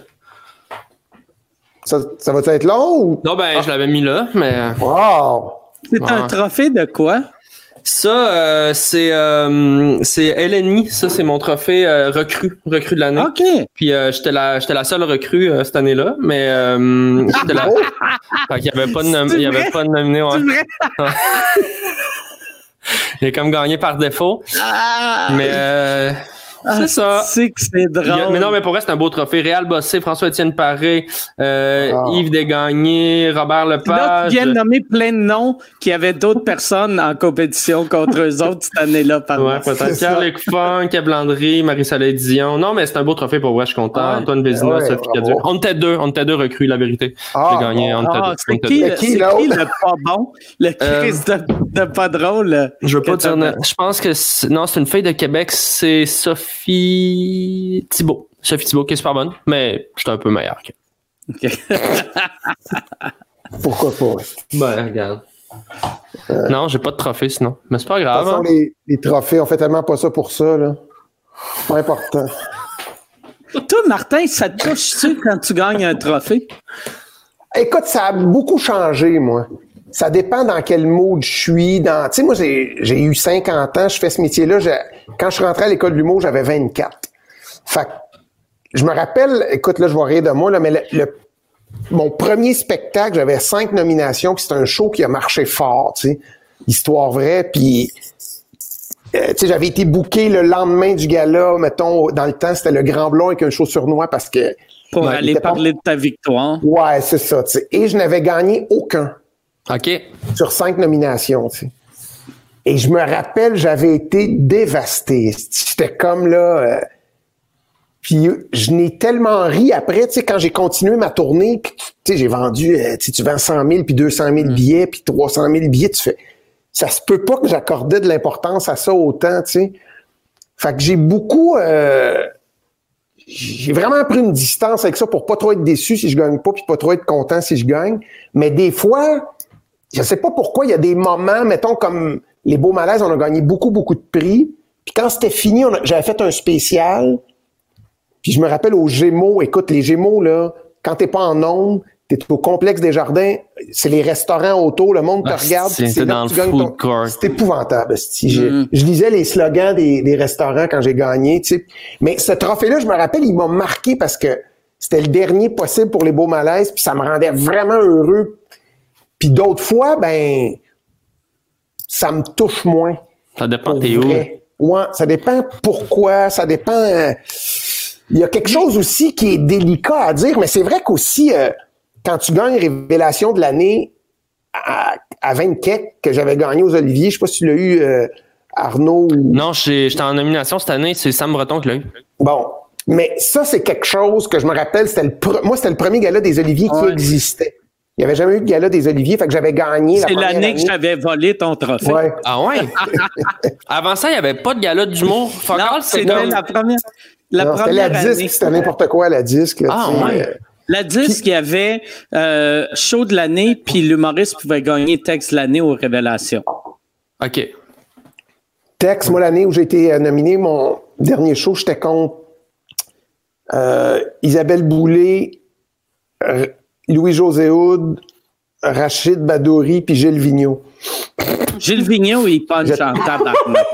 Ça, ça va être long ou. Non, ben, je l'avais mis là, mais. Wow! C'est Ouais. un trophée de quoi? Ça, euh, c'est euh, c'est L N I. Ça, c'est mon trophée euh, recrue, recrue de l'année. OK. Puis euh, j'étais la j'étais la seule recrue euh, cette année-là, mais euh, j'étais la. Oh! Fait qu'il y avait pas de nom- C'est il y avait vrai? pas de nominé. Ouais. C'est vrai? Il est comme gagné par défaut. Ah, Mais euh, c'est ça. C'est que c'est Il y drôle. a- mais non, mais pour vrai, c'est un beau trophée. Réal Bossé, François-Étienne Paré, euh, Ah. Yves Desgagnés, Robert Là, Lepage. tu viens de nommer plein de noms qu'il y avait d'autres personnes en compétition contre eux autres cette année-là, par Ouais, exemple. peut-être. C'est ça. Pierre-Luc Funk, Kev Landry, Marie-Soleil Dion. Non, mais c'est un beau trophée pour vrai, je suis content. Ouais. Antoine Vézina, Ouais, Sophie bravo. Cadieux. On était deux, on était deux recrues, la vérité. Ah, J'ai gagné, bon. on était Ah, deux. on c'est était qui, deux. le- C'est qui, c'est qui l'autre? le pas bon? Le Chris de, de pas drôle? euh, Je veux pas que dire. t'as- Je pense que c'est- non, c'est une fille de Québec, c'est Sophie Thibault. Sophie Thibault qui est super bonne, mais je suis un peu meilleur que. OK. Pourquoi pas? Ben, regarde. Euh, non, j'ai pas de trophée sinon. Mais c'est pas grave. De toute façon, hein? les, les trophées, on fait tellement pas ça pour ça, là. Pas important. Toi, Martin, ça te touche-tu quand tu gagnes un trophée? Écoute, ça a beaucoup changé, moi. Ça dépend dans quel mood je suis. Dans, tu sais, moi, j'ai, j'ai eu cinquante ans, je fais ce métier-là. J'ai, quand je suis rentré à l'école de l'humour, j'avais vingt-quatre. Fait que, je me rappelle, écoute, là, je vais rire de moi, là, mais le, le, mon premier spectacle, j'avais cinq nominations, puis c'était un show qui a marché fort, tu sais. Histoire vraie, puis... Euh, tu sais, j'avais été booké le lendemain du gala, mettons, dans le temps, c'était le Grand Blond avec un show sournois parce que... Pour ouais, aller parler pas... de ta victoire. Ouais, c'est ça, tu sais. Et je n'avais gagné aucun. OK. Sur cinq nominations, tu sais. Et je me rappelle, j'avais été dévasté. J'étais comme là... Euh... Puis je n'ai tellement ri après, tu sais, quand j'ai continué ma tournée, puis tu sais, j'ai vendu, euh, tu sais, tu vends cent mille, puis deux cent mille mm. billets, puis trois cent mille billets, tu fais... Ça se peut pas que j'accordais de l'importance à ça autant, tu sais. Fait que j'ai beaucoup... Euh, j'ai vraiment pris une distance avec ça pour pas trop être déçu si je gagne pas, puis pas trop être content si je gagne. Mais des fois, je sais pas pourquoi, il y a des moments, mettons comme les Beaux Malaises, on a gagné beaucoup, beaucoup de prix. Puis quand c'était fini, on a, j'avais fait un spécial. Puis je me rappelle aux Gémeaux, écoute, les Gémeaux, là, quand t'es pas en ondes, t'es au complexe des Jardins, c'est les restaurants autour, le monde te ah, regarde. C'est, c'est dans le food court. C'est épouvantable. Mm. Je, je lisais les slogans des, des restaurants quand j'ai gagné, tu sais. Mais ce trophée-là, je me rappelle, il m'a marqué parce que c'était le dernier possible pour les Beaux Malaises, puis ça me rendait vraiment heureux. Puis d'autres fois, ben, ça me touche moins. Ça dépend t'es où. Ouais, ça dépend pourquoi, ça dépend... Euh, il y a quelque chose aussi qui est délicat à dire, mais c'est vrai qu'aussi... Euh, quand tu gagnes Révélation de l'année à, à vingt quelques que j'avais gagné aux Oliviers, je sais pas si tu l'as eu, euh, Arnaud. Ou... Non, j'étais en nomination cette année, c'est Sam Breton qui l'a eu. Bon, mais ça, c'est quelque chose que je me rappelle, c'était le pre... moi, c'était le premier gala des Oliviers qui ouais. existait. Il n'y avait jamais eu de gala des Oliviers, fait que j'avais gagné c'est la première l'année année. que j'avais volé ton trophée. Ouais. Ah ouais? Avant ça, il n'y avait pas de gala d'humour. Non, all, c'était comme... la première, la non, première c'était la année. disque, c'était n'importe quoi, la disque. Là, ah ouais? Euh... La disque, il y avait euh, show de l'année, puis l'humoriste pouvait gagner texte de l'année aux Révélations. OK. Texte, moi, l'année où j'ai été nominé, mon dernier show, j'étais contre euh, Isabelle Boulay, euh, Louis-José Hood, Rachid Badouri, puis Gilles Vigneault. Gilles Vigneault, il punch en tabarnak.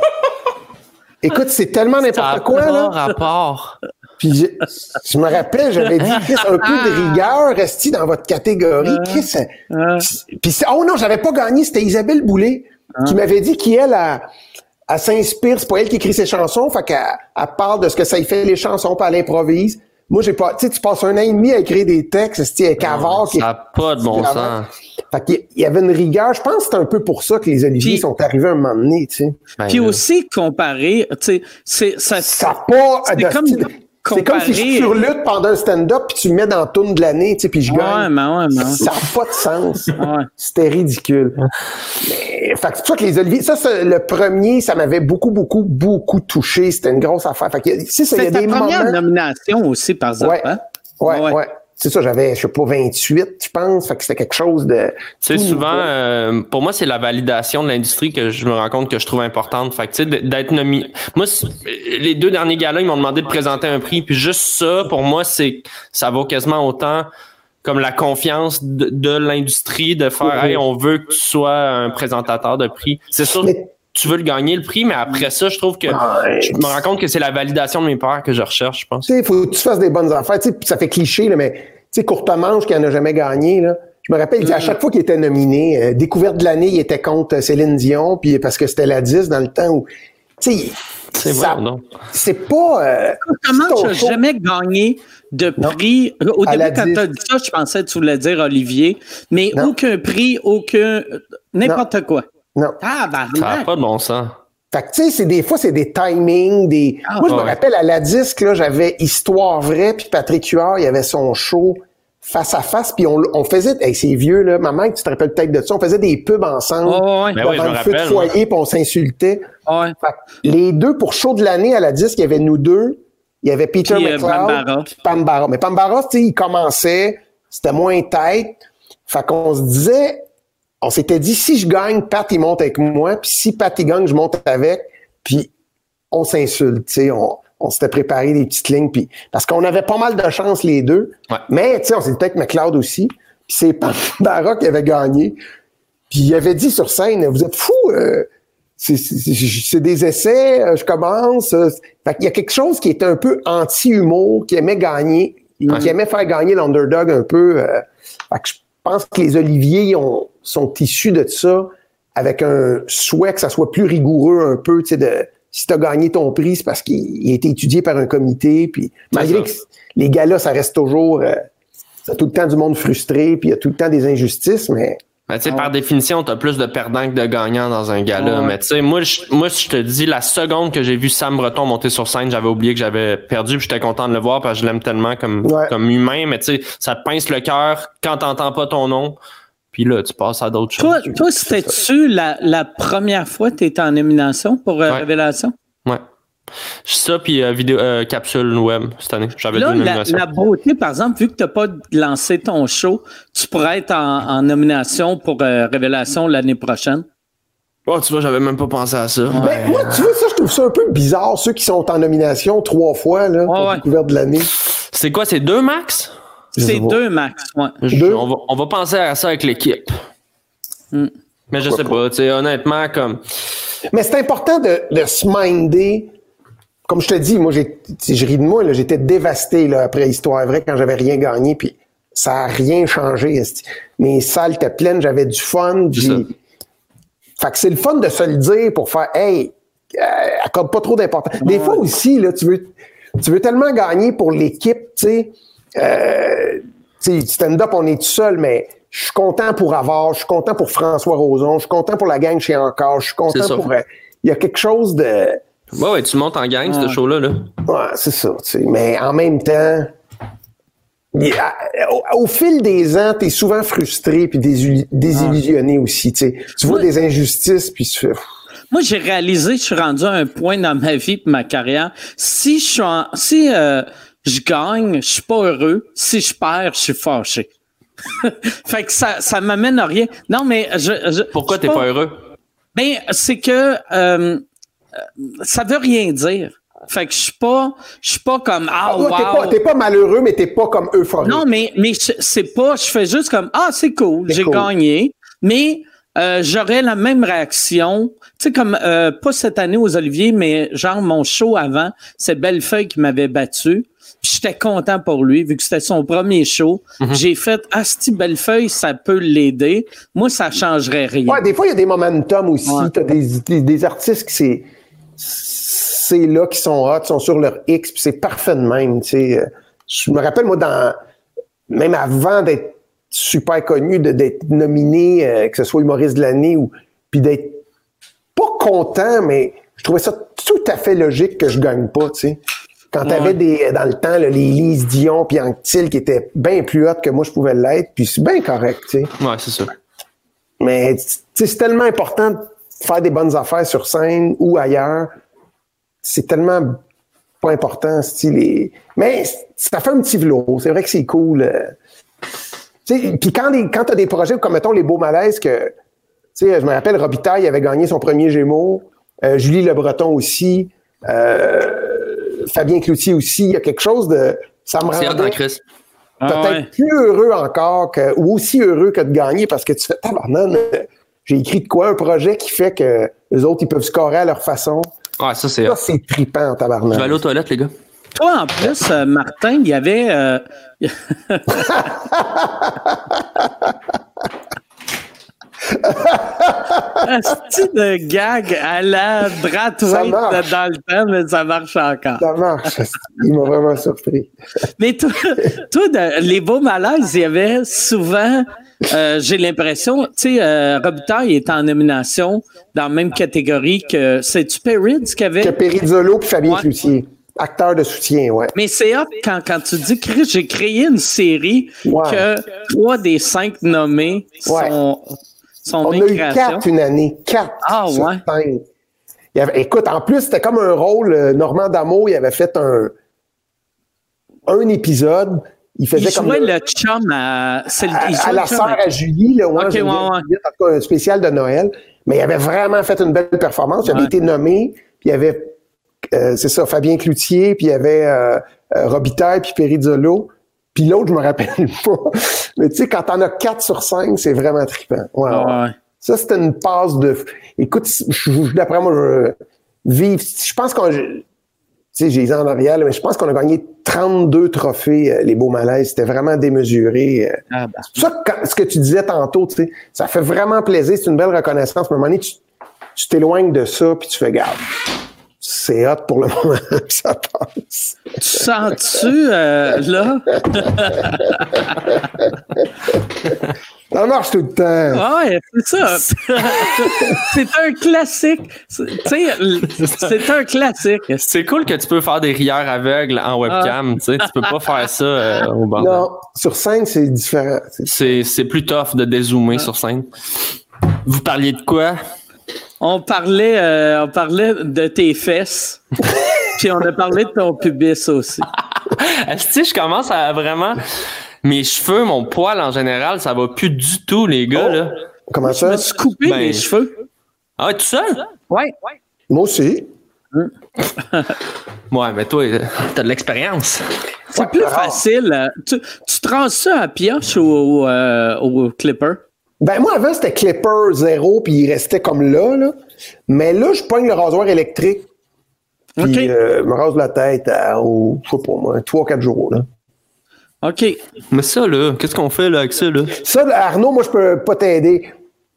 Écoute, c'est tellement n'importe ça quoi, là. rapport. Puis je, je me rappelle, j'avais dit, Chris, un peu de rigueur, restez dans votre catégorie. Chris, ça, puis oh non, j'avais pas gagné, c'était Isabelle Boulay qui m'avait dit qu'elle, elle, elle s'inspire, c'est pas elle qui écrit ses chansons, fait qu'elle elle parle de ce que ça y fait les chansons, puis elle improvise. Moi, j'ai pas, tu sais, tu passes un an et demi à écrire des textes, c'est avec Cavard qui... Ça n'a pas de bon sens. Fait qu'il y avait une rigueur. Je pense que c'est un peu pour ça que les Oliviers puis, sont arrivés à un moment donné, tu sais. Puis aussi, comparé, tu sais, c'est... Ça, ça n'a pas... C'est comme... C'est comme si je surlutte pendant un stand-up puis tu me mets dans le tourne de l'année, tu sais, puis je gagne. Ouais, mais ouais, mais ouais. Ça n'a pas de sens. Ouais. C'était ridicule. Mais, fait que c'est pour ça que les Oliviers, ça, c'est le premier, ça m'avait beaucoup, beaucoup, beaucoup touché. C'était une grosse affaire. Fait que, si, ça, c'est y a ta des première moments... nomination aussi, par exemple. Ouais, hein? ouais, ouais. ouais. C'est ça, j'avais, je sais pas, vingt-huit, je pense. Fait que c'était quelque chose de... Tu sais, souvent, euh, pour moi, c'est la validation de l'industrie que je me rends compte que je trouve importante. Fait que, tu sais, d'être nominé... Moi, les deux derniers gars-là, ils m'ont demandé de présenter un prix. Puis juste ça, pour moi, c'est ça vaut quasiment autant comme la confiance de, de l'industrie de faire mm-hmm. « Hey, on veut que tu sois un présentateur de prix. » C'est sûr... Mais... Tu veux le gagner, le prix, mais après ça, je trouve que ouais. je me rends compte que c'est la validation de mes pairs que je recherche, je pense. Tu sais, il faut que tu fasses des bonnes affaires. Tu sais, ça fait cliché, là, mais tu sais, Courtemanche qui en a jamais gagné, là. Je me rappelle, mmh. à chaque fois qu'il était nominé, euh, découverte de l'année, il était contre Céline Dion, puis parce que c'était la dix dans le temps où, tu sais, c'est ça, bon, non? C'est pas... Euh, Courtemanche n'a jamais gagné de prix. Non. Au à début, quand tu as dit ça, je pensais que tu voulais dire Olivier, mais non. aucun prix, aucun... n'importe non. quoi. Non. Ah, bah, ça n'a pas de bon sens. Fait que, tu sais, c'est des fois, c'est des timings, des... Ah, Moi, je ouais. me rappelle, à la disque, là, j'avais Histoire vraie, puis Patrick Huard, il y avait son show face à face, puis on, on faisait... Hey, c'est vieux, là. Maman, tu te rappelles peut-être de ça. On faisait des pubs ensemble. Oh, ouais. Devant oui, le feu de foyer, puis on s'insultait. Ouais. Fait que les deux, pour show de l'année à la disque, il y avait nous deux. Il y avait Peter puis, McLeod, euh, puis Pambara. Mais Pambara, tu sais, il commençait, c'était moins tête. Fait qu'on se disait... on s'était dit, si je gagne, Pat, il monte avec moi, puis si Pat, il gagne, je monte avec, puis on s'insulte, tu sais, on, on s'était préparé des petites lignes, puis parce qu'on avait pas mal de chance les deux, ouais. mais, tu sais, on s'était avec McLeod aussi, puis c'est Pat Barra qui avait gagné, puis il avait dit sur scène, vous êtes fous, euh, c'est, c'est, c'est des essais, euh, je commence, euh, fait qu'il y a quelque chose qui était un peu anti-humour, qui aimait gagner, ouais. qui aimait faire gagner l'underdog un peu, euh, fait que je Je pense que les Oliviers ont, sont issus de ça avec un souhait que ça soit plus rigoureux un peu, tu sais, de si tu as gagné ton prix, c'est parce qu'il il a été étudié par un comité, puis malgré que les gars-là, ça reste toujours, euh, ça a tout le temps du monde frustré, puis il y a tout le temps des injustices, mais... Ben, tu sais, par définition, t'as plus de perdants que de gagnants dans un gala. Ouais. Mais tu sais, moi, je, moi, je te dis, la seconde que j'ai vu Sam Breton monter sur scène, j'avais oublié que j'avais perdu, puis j'étais content de le voir parce que je l'aime tellement comme, ouais. comme humain. Mais tu sais, ça te pince le cœur quand t'entends pas ton nom. Puis là, tu passes à d'autres toi, choses. Toi, c'était-tu la, la première fois que tu étais en nomination pour euh, ouais. Révélation? Ouais. Ça, puis euh, vidéo, euh, capsule web cette année. J'avais là, deux nominations. La, la beauté, par exemple, vu que tu n'as pas lancé ton show, tu pourrais être en, en nomination pour euh, Révélation l'année prochaine. Oh, tu vois, j'avais même pas pensé à ça. Ouais. Ben, moi, tu vois, ça, je trouve ça un peu bizarre, ceux qui sont en nomination trois fois, là, pour ouais. découverte de l'année. C'est quoi, c'est deux max? C'est deux max, ouais. Je, deux. On, va, on va penser à ça avec l'équipe. Mm. Mais je Pourquoi sais pas, pas, tu sais, honnêtement, comme... Mais c'est important de, de se minder. Comme je te dis, moi, j'ai, je ris de moi, là, j'étais dévasté là, après Histoire Vraie quand j'avais rien gagné, puis ça a rien changé. Mes salles étaient pleines, j'avais du fun. J'ai... Fait que c'est le fun de se le dire pour faire « Hey, euh, accorde pas trop d'importance. » Des fois aussi, là, tu veux, tu veux tellement gagner pour l'équipe, tu sais. Euh, tu sais, stand-up, on est tout seul, mais je suis content pour Avard, je suis content pour François Roson, je suis content pour la gang chez Encore, je suis content pour... Il euh, y a quelque chose de... Ouais, ouais, tu montes en gang, ouais. ce show-là, là. Ouais, c'est ça, tu sais. Mais en même temps, au, au fil des ans, t'es souvent frustré puis désillusionné ah. aussi, tu sais. Tu vois ouais. des injustices, puis tu fais... Moi, j'ai réalisé, je suis rendu à un point dans ma vie et ma carrière. Si je suis en, si euh, je gagne, je suis pas heureux. Si je perds, je suis fâché. Fait que ça, ça m'amène à rien. Non, mais je. je Pourquoi je t'es pas, pas heureux? Ben, c'est que euh, ça veut rien dire. Fait que je suis pas, je suis pas comme ah wow. T'es pas, t'es pas malheureux, mais t'es pas comme euphorique. Non, mais mais c'est pas. Je fais juste comme ah c'est cool, c'est j'ai cool. gagné, mais euh, j'aurais la même réaction. Tu sais comme euh, pas cette année aux Oliviers, mais genre mon show avant, c'est Bellefeuille qui m'avait battu. Puis j'étais content pour lui, vu que c'était son premier show. Mm-hmm. J'ai fait « Asti Bellefeuille, ça peut l'aider. » Moi, ça changerait rien. Ouais, des fois, il y a des momentum aussi. Ouais. T'as des, des, des artistes qui c'est, c'est là, qui sont hot, qui sont sur leur X, puis c'est parfait de même. Tu sais. Je me rappelle, moi, dans même avant d'être super connu, de, d'être nominé, euh, que ce soit humoriste de l'année, ou puis d'être pas content, mais je trouvais ça tout à fait logique que je gagne pas, tu sais. Quand t'avais ouais. des, dans le temps, là, les Lise Dion puis Anctil qui étaient bien plus hautes que moi je pouvais l'être, puis c'est bien correct, tu sais. Ouais, c'est ça. Mais, tu sais, c'est tellement important de faire des bonnes affaires sur scène ou ailleurs. C'est tellement pas important, style. Les... Mais ça fait un petit velours. C'est vrai que c'est cool. Tu sais, puis quand, les, quand t'as des projets comme, mettons, les Beaux Malaises que, tu sais, je me rappelle, Robitaille avait gagné son premier Gémeaux, euh, Julie Le Breton aussi, euh, Fabien Cloutier aussi, il y a quelque chose de... Ça me C'est rendait Chris. peut-être ah ouais. plus heureux encore, que, ou aussi heureux que de gagner, parce que tu fais « Tabarnane, j'ai écrit de quoi? Un projet qui fait que les autres, ils peuvent scorer à leur façon. » Ouais, ça, c'est... Ça, c'est trippant, tabarnane. Je vais aller aux toilettes, les gars. Toi, en plus, euh, Martin, il y avait... Euh... Un style de gag à la Brathwaite dans le temps, mais ça marche encore. Ça marche. Il m'a vraiment surpris. Mais toi, toi de, les Beaux Malaises, il y avait souvent, euh, j'ai l'impression, tu sais, euh, Robitaille est en nomination dans la même catégorie que, c'est-tu Perrids qui avait? Que Perizzolo puis Fabien ouais. Cloutier. Acteur de soutien, ouais. Mais c'est hot quand, quand tu dis que j'ai créé une série ouais. que trois des cinq nommés ouais. sont... Son On a eu quatre une année. Quatre. Ah, ouais. Cinq. Il y avait, écoute, en plus, c'était comme un rôle. Euh, Normand D'Amo, il avait fait un, un épisode. il faisait il comme jouait le, le chum à... C'est le, à, il à la sœur à Julie, là, ouais, okay, ouais, ouais. En tout cas, un spécial de Noël. Mais il avait vraiment fait une belle performance. Il avait ouais. été nommé, puis il y avait, euh, c'est ça, Fabien Cloutier, puis il y avait euh, euh, Robitaille, puis Perizzolo. Puis l'autre, je me rappelle pas. Mais tu sais, quand t'en as quatre sur cinq, c'est vraiment trippant. Ouais, ouais. ouais. Ça, c'était une passe de... Écoute, je, d'après moi, je vive... Je pense qu'on... Tu sais, j'ai les en arrière, mais je pense qu'on a gagné trente-deux trophées, euh, les Beaux Malaises. C'était vraiment démesuré. Euh. Ah ben. C'est pour ça que quand, ce que tu disais tantôt, tu sais, ça fait vraiment plaisir. C'est une belle reconnaissance. À un moment donné, tu, tu t'éloignes de ça, puis tu fais garde. C'est hot pour le moment que ça passe. Tu sens-tu, euh, là? Ça marche tout le temps. Ouais, c'est ça. C'est un classique. Tu sais, c'est un classique. C'est cool que tu peux faire des rieurs aveugles en webcam. Ah. Tu sais, tu peux pas faire ça euh, au bord. Non, sur scène, c'est différent. C'est, c'est plus tough de dézoomer ah. sur scène. Vous parliez de quoi? On parlait, euh, on parlait de tes fesses, puis on a parlé de ton pubis aussi. Est-ce que je commence à vraiment... Mes cheveux, mon poil en général, ça va plus du tout, les gars. Oh, là. Comment ça? Je me suis coupé ben... les cheveux. Ah ouais, tout seul? Oui. Moi aussi. Ouais, mais toi, t'as de l'expérience. C'est ouais, plus rare. Facile. Tu, tu traces ça à pioche ou au, euh, au clipper? Ben moi, avant, c'était clipper zéro, puis il restait comme là, là. Mais là, je pogne le rasoir électrique. Puis okay. euh, me rase la tête à, au, je sais pas moi, trois quatre jours, là. OK. Mais ça, là, qu'est-ce qu'on fait là, avec ça, là? Ça, Arnaud, moi, je peux pas t'aider.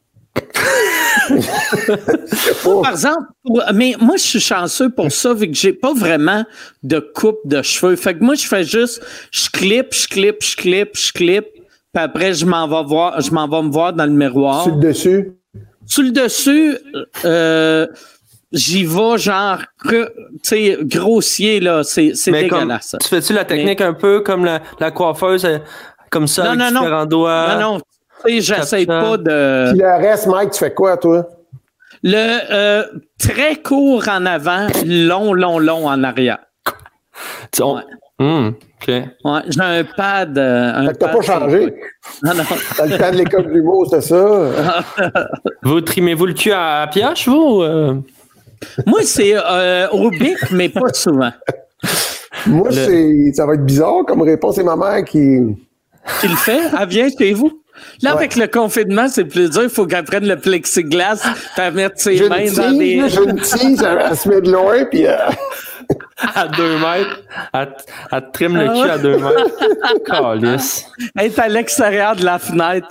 Moi, par exemple, pour, mais moi, je suis chanceux pour ça, vu que j'ai pas vraiment de coupe de cheveux. Fait que moi, je fais juste, je clip, je clip, je clip, je clip. Puis après, je m'en vais voir, je m'en vais me voir dans le miroir. Sur le dessus? Sur le dessus, euh, j'y vais genre, tu sais, grossier, là. C'est, c'est dégueulasse. Comme, tu fais-tu la technique mais... un peu comme la, la coiffeuse, comme ça, non, avec non, différents non. doigts? Non, non. Tu sais, j'essaie pas de... Puis le reste, Mike, tu fais quoi, toi? Le euh, très court en avant, long, long, long en arrière. Tu on... ouais. Mmh, OK. Ouais, j'ai un pad. Euh, un fait que t'as pad pas changé. Non, non. T'as le temps de l'école de l'humour, c'est ça? Vous trimez-vous le cul à, à pioche, vous? Euh... Moi, c'est euh, au bic, mais pas souvent. Moi, le... c'est ça va être bizarre comme réponse. C'est ma mère qui... Qui le fait? Elle vient chez vous? Là, ouais. Avec le confinement, c'est plus dur. Il faut qu'elle prenne le plexiglas et mettre ses je mains tise, dans les... Je une tise, elle se met de loin, puis... Euh... à deux mètres. Elle, elle te trime le cul à deux mètres. Calisse. Elle est à l'extérieur de la fenêtre.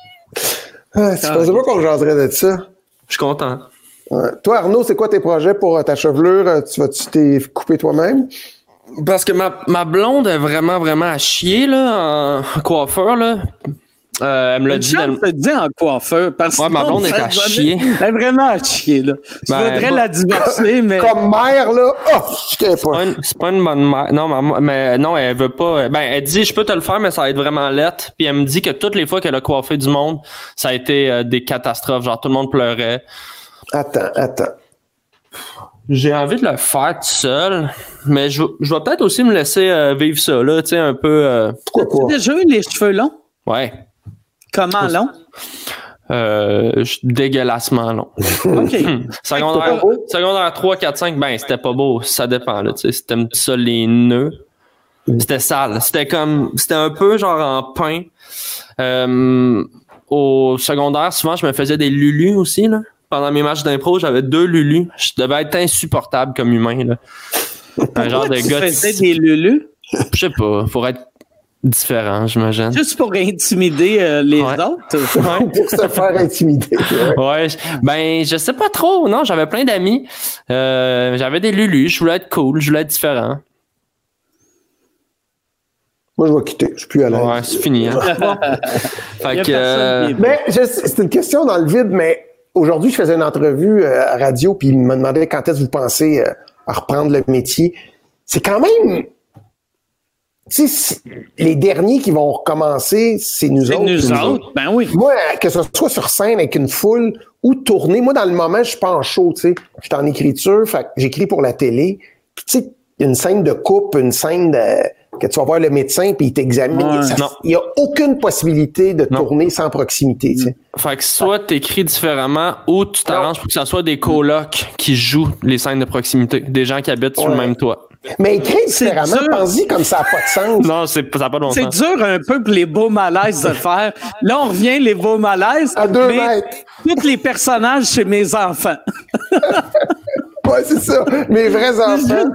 Ah, tu pensais pas qu'on jaserait de ça? Je suis content. Ouais. Toi, Arnaud, c'est quoi tes projets pour ta chevelure? Tu vas-tu t'es coupé toi-même? Parce que ma, ma blonde est vraiment, vraiment à chier, là, en coiffeur, là. Euh, elle me l'a dit. Je te dis en coiffeur. Parce ouais, ma blonde est à chier. Elle est vraiment à chier, là. Tu ben, voudrais bah, la divorcer, mais. Comme mère, là. Oh, je ne pas. Une, c'est pas une bonne mère. Non, ma, mais non, elle veut pas. Ben, elle dit, je peux te le faire, mais ça va être vraiment lettre. Puis elle me dit que toutes les fois qu'elle a coiffé du monde, ça a été euh, des catastrophes. Genre, tout le monde pleurait. Attends, attends. J'ai envie de le faire tout seul, mais je, je vais peut-être aussi me laisser euh, vivre ça, là, tu sais, un peu... Euh... Pourquoi pas? Tu as déjà eu les cheveux longs? Ouais. Comment long? Euh, dégueulassement long. OK. secondaire, secondaire trois, quatre, cinq, ben, c'était pas beau, ça dépend, là, tu sais, c'était ça, les nœuds. C'était sale. C'était comme... C'était un peu genre en pain. Euh, au secondaire, souvent, je me faisais des lulus aussi, là. Pendant mes matchs d'impro, j'avais deux lulus. Je devais être insupportable comme humain, là. Un genre de tu gars... Tu faisais des lulus? Je sais pas, pour être différent, j'imagine. Juste pour intimider euh, les ouais. autres? Ouais. Pour se faire intimider. Ouais. ouais, ben, je sais pas trop. Non, j'avais plein d'amis. Euh, j'avais des lulus. Je voulais être cool. Je voulais être différent. Moi, je vais quitter. Je suis plus à l'aise. Ouais, c'est fini. Hein? Fait que... Euh... Mais, je, c'est une question dans le vide, mais... Aujourd'hui, je faisais une entrevue euh, à radio, puis il me demandait quand est-ce que vous pensez euh, à reprendre le métier. C'est quand même... Tu sais, les derniers qui vont recommencer, c'est nous c'est autres. C'est nous, nous autres, autres. Ben oui. Moi, que ce soit sur scène avec une foule ou tourner, moi, dans le moment, je suis pas en show, tu sais. Je suis en écriture, fait que j'écris pour la télé. Puis, tu sais, il y a une scène de coupe, une scène de... que tu vas voir le médecin puis il t'examine. Ouais. Il n'y a aucune possibilité de Non. tourner sans proximité. Tu sais. Fait que soit t'écris différemment ou tu t'arranges pour que ce soit des colocs qui jouent les scènes de proximité, des gens qui habitent sur Ouais. le même toit. Mais écrire différemment, dur. pense-y comme ça n'a pas de sens. Non, c'est, ça n'a pas de bon C'est sens. dur un peu pour les beaux malaises de faire. Là, on revient les beaux malaises. À deux mais mètres. tous les personnages chez mes enfants. Ouais, c'est ça. Mes vrais enfants.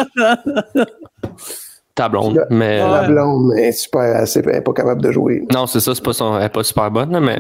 Ta blonde, mais... La blonde, elle est super, elle n'est pas capable de jouer. Non, c'est ça, c'est pas son, elle est pas super bonne, là, mais...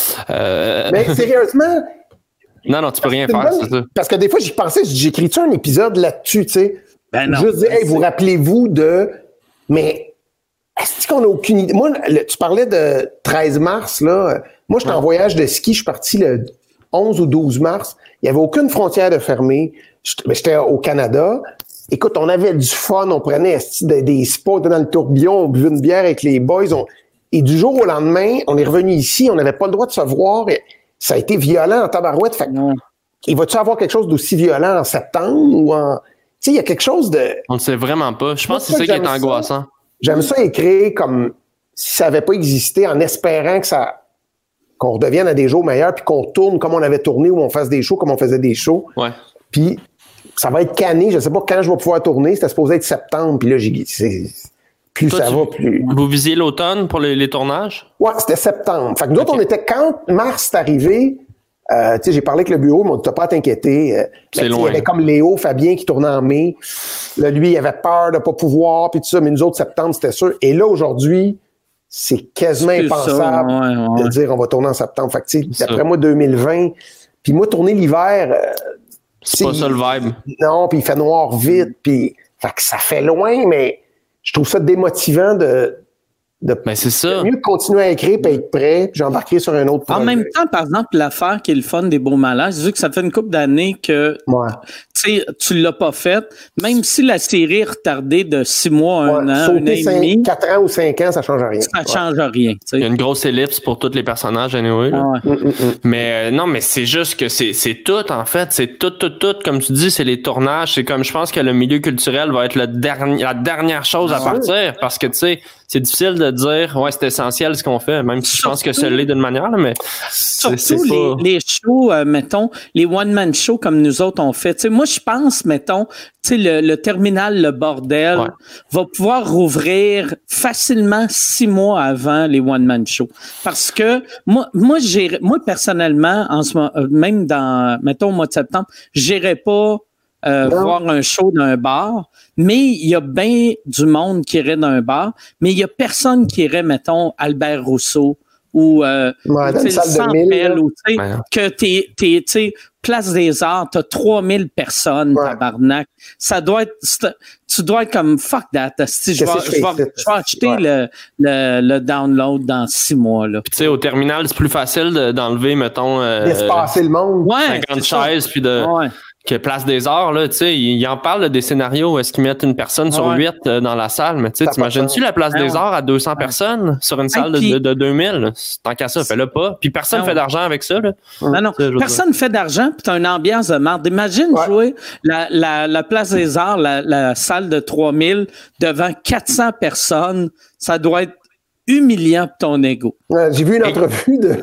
Euh... Mais sérieusement... Non, non, tu peux rien c'est faire, bonne- c'est ça. Parce que des fois, j'y pensais, j'écris-tu un épisode là-dessus, tu sais? Ben non. Juste dire, hey, vous rappelez-vous de... Mais est-ce qu'on n'a aucune idée? Moi, le- tu parlais de treize mars, là. Moi, j'étais en voyage de ski, je suis parti le onze ou douze mars. Il n'y avait aucune frontière de fermée. J'étais ben, j'étais au Canada. Écoute, on avait du fun, on prenait esti, des, des spas, on était dans le tourbillon, on buvait une bière avec les boys. On... Et du jour au lendemain, on est revenu ici, on n'avait pas le droit de se voir. Et ça a été violent en tabarouette. Fait que, Non. il va-tu avoir quelque chose d'aussi violent en septembre ou en... Tu sais, il y a quelque chose de... On ne sait vraiment pas. Je pense que Moi, c'est ça qui j'aime est ça. angoissant. J'aime ça écrire comme si ça n'avait pas existé, en espérant que ça qu'on redevienne à des jours meilleurs, puis qu'on tourne comme on avait tourné, ou on fasse des shows comme on faisait des shows. Ouais. Puis ça va être canné. Je sais pas quand je vais pouvoir tourner. C'était supposé être septembre. Puis là, j'ai c'est- plus Toi, ça tu- va, plus... Vous visiez l'automne pour les, les tournages? Ouais, c'était septembre. Fait que nous autres, Ok. on était... Quand mars est arrivé, euh, tu sais, j'ai parlé avec le bureau, mais on dit, t'as pas à t'inquiéter. Euh, C'est mais, tu sais, loin. Il y avait comme Léo, Fabien qui tournait en mai. Là, lui, il avait peur de pas pouvoir, puis tout ça. Mais nous autres, septembre, c'était sûr. Et là, aujourd'hui, c'est quasiment C'est ça, impensable ouais, ouais. de dire on va tourner en septembre. Fait que, tu sais, C'est d'après ça. moi, deux mille vingt... Puis moi, tourner l'hiver... euh, C'est pas c'est- ça le vibe. Non, puis il fait noir vite, puis fait que ça fait loin, mais je trouve ça démotivant de, de Ben, c'est ça. mieux de continuer à écrire puis être prêt, puis j'embarquerai sur un autre En projet. même temps, par exemple, l'affaire qui est le fun des beaux malaises, vu que ça fait une couple d'années que Ouais. tu sais, tu l'as pas faite, même si la série est retardée de six mois, un Ouais. an, un an Sauter et cinq- demi, quatre ans ou cinq ans, ça change rien. ça Ouais. change rien. tu sais. Il y a une grosse ellipse pour tous les personnages, anyway. là. Ah ouais. Mm, mm, mm. Mais euh, non, mais c'est juste que c'est c'est tout, en fait. C'est tout, tout, tout. Comme tu dis, c'est les tournages. C'est comme, je pense que le milieu culturel va être le dernier, la dernière chose à Ah, partir. Parce que, tu sais, c'est difficile de dire, ouais, c'est essentiel ce qu'on fait, même si je pense que ça Surtout- l'est d'une manière, là, mais c'est c'est Surtout pas... les, les shows, euh, mettons, les one-man shows comme nous autres on fait. Tu sais, moi, je pense, mettons, tu sais, le, le terminal, le bordel, Ouais. va pouvoir rouvrir facilement six mois avant les one-man shows. Parce que moi, moi, j'ai, moi personnellement, en ce moment, euh, même dans, mettons, au mois de septembre, j'irai pas euh, Non. voir un show dans un bar, mais il y a bien du monde qui irait dans un bar, mais il y a personne qui irait, mettons, Albert Rousseau ou euh, Ouais, dans tu une sais, salle de Centre mille, Bell, là. ou tu sais, Ouais. que t'es, t'es, tu sais, Place des Arts, t'as trois mille personnes, Ouais. tabarnak. Ça doit être, c'est- tu dois être comme fuck that. Si je vais, Qu'est-ce que je je fais vais, ici? je vais acheter Ouais. le, le, le download dans six mois, là. Tu sais, au terminal, c'est plus facile de- d'enlever, mettons, euh, Laisse passer le monde. Ouais. cinquante c'est ça. chaises, puis de... Ouais. que Place des Arts, là, tu sais, il, il en parle là, des scénarios où est-ce qu'ils mettent une personne sur Ouais. huit euh, dans la salle, mais tu sais, Ça a pas de t'imagines-tu sens. la Place Ah des ouais. Arts à deux cents personnes sur une salle de, puis- de, de deux mille? Tant qu'à ça, fais-le pas. Puis personne Ah fait ouais. d'argent avec ça, là. Non, non. Tu sais, je veux Personne ne fait d'argent, puis t'as une ambiance de merde. Imagine Ouais. jouer la, la, la Place des Arts, la, la salle de trois mille, devant quatre cents personnes. Ça doit être humiliant pour ton ego. Ouais, J'ai vu une entrevue de,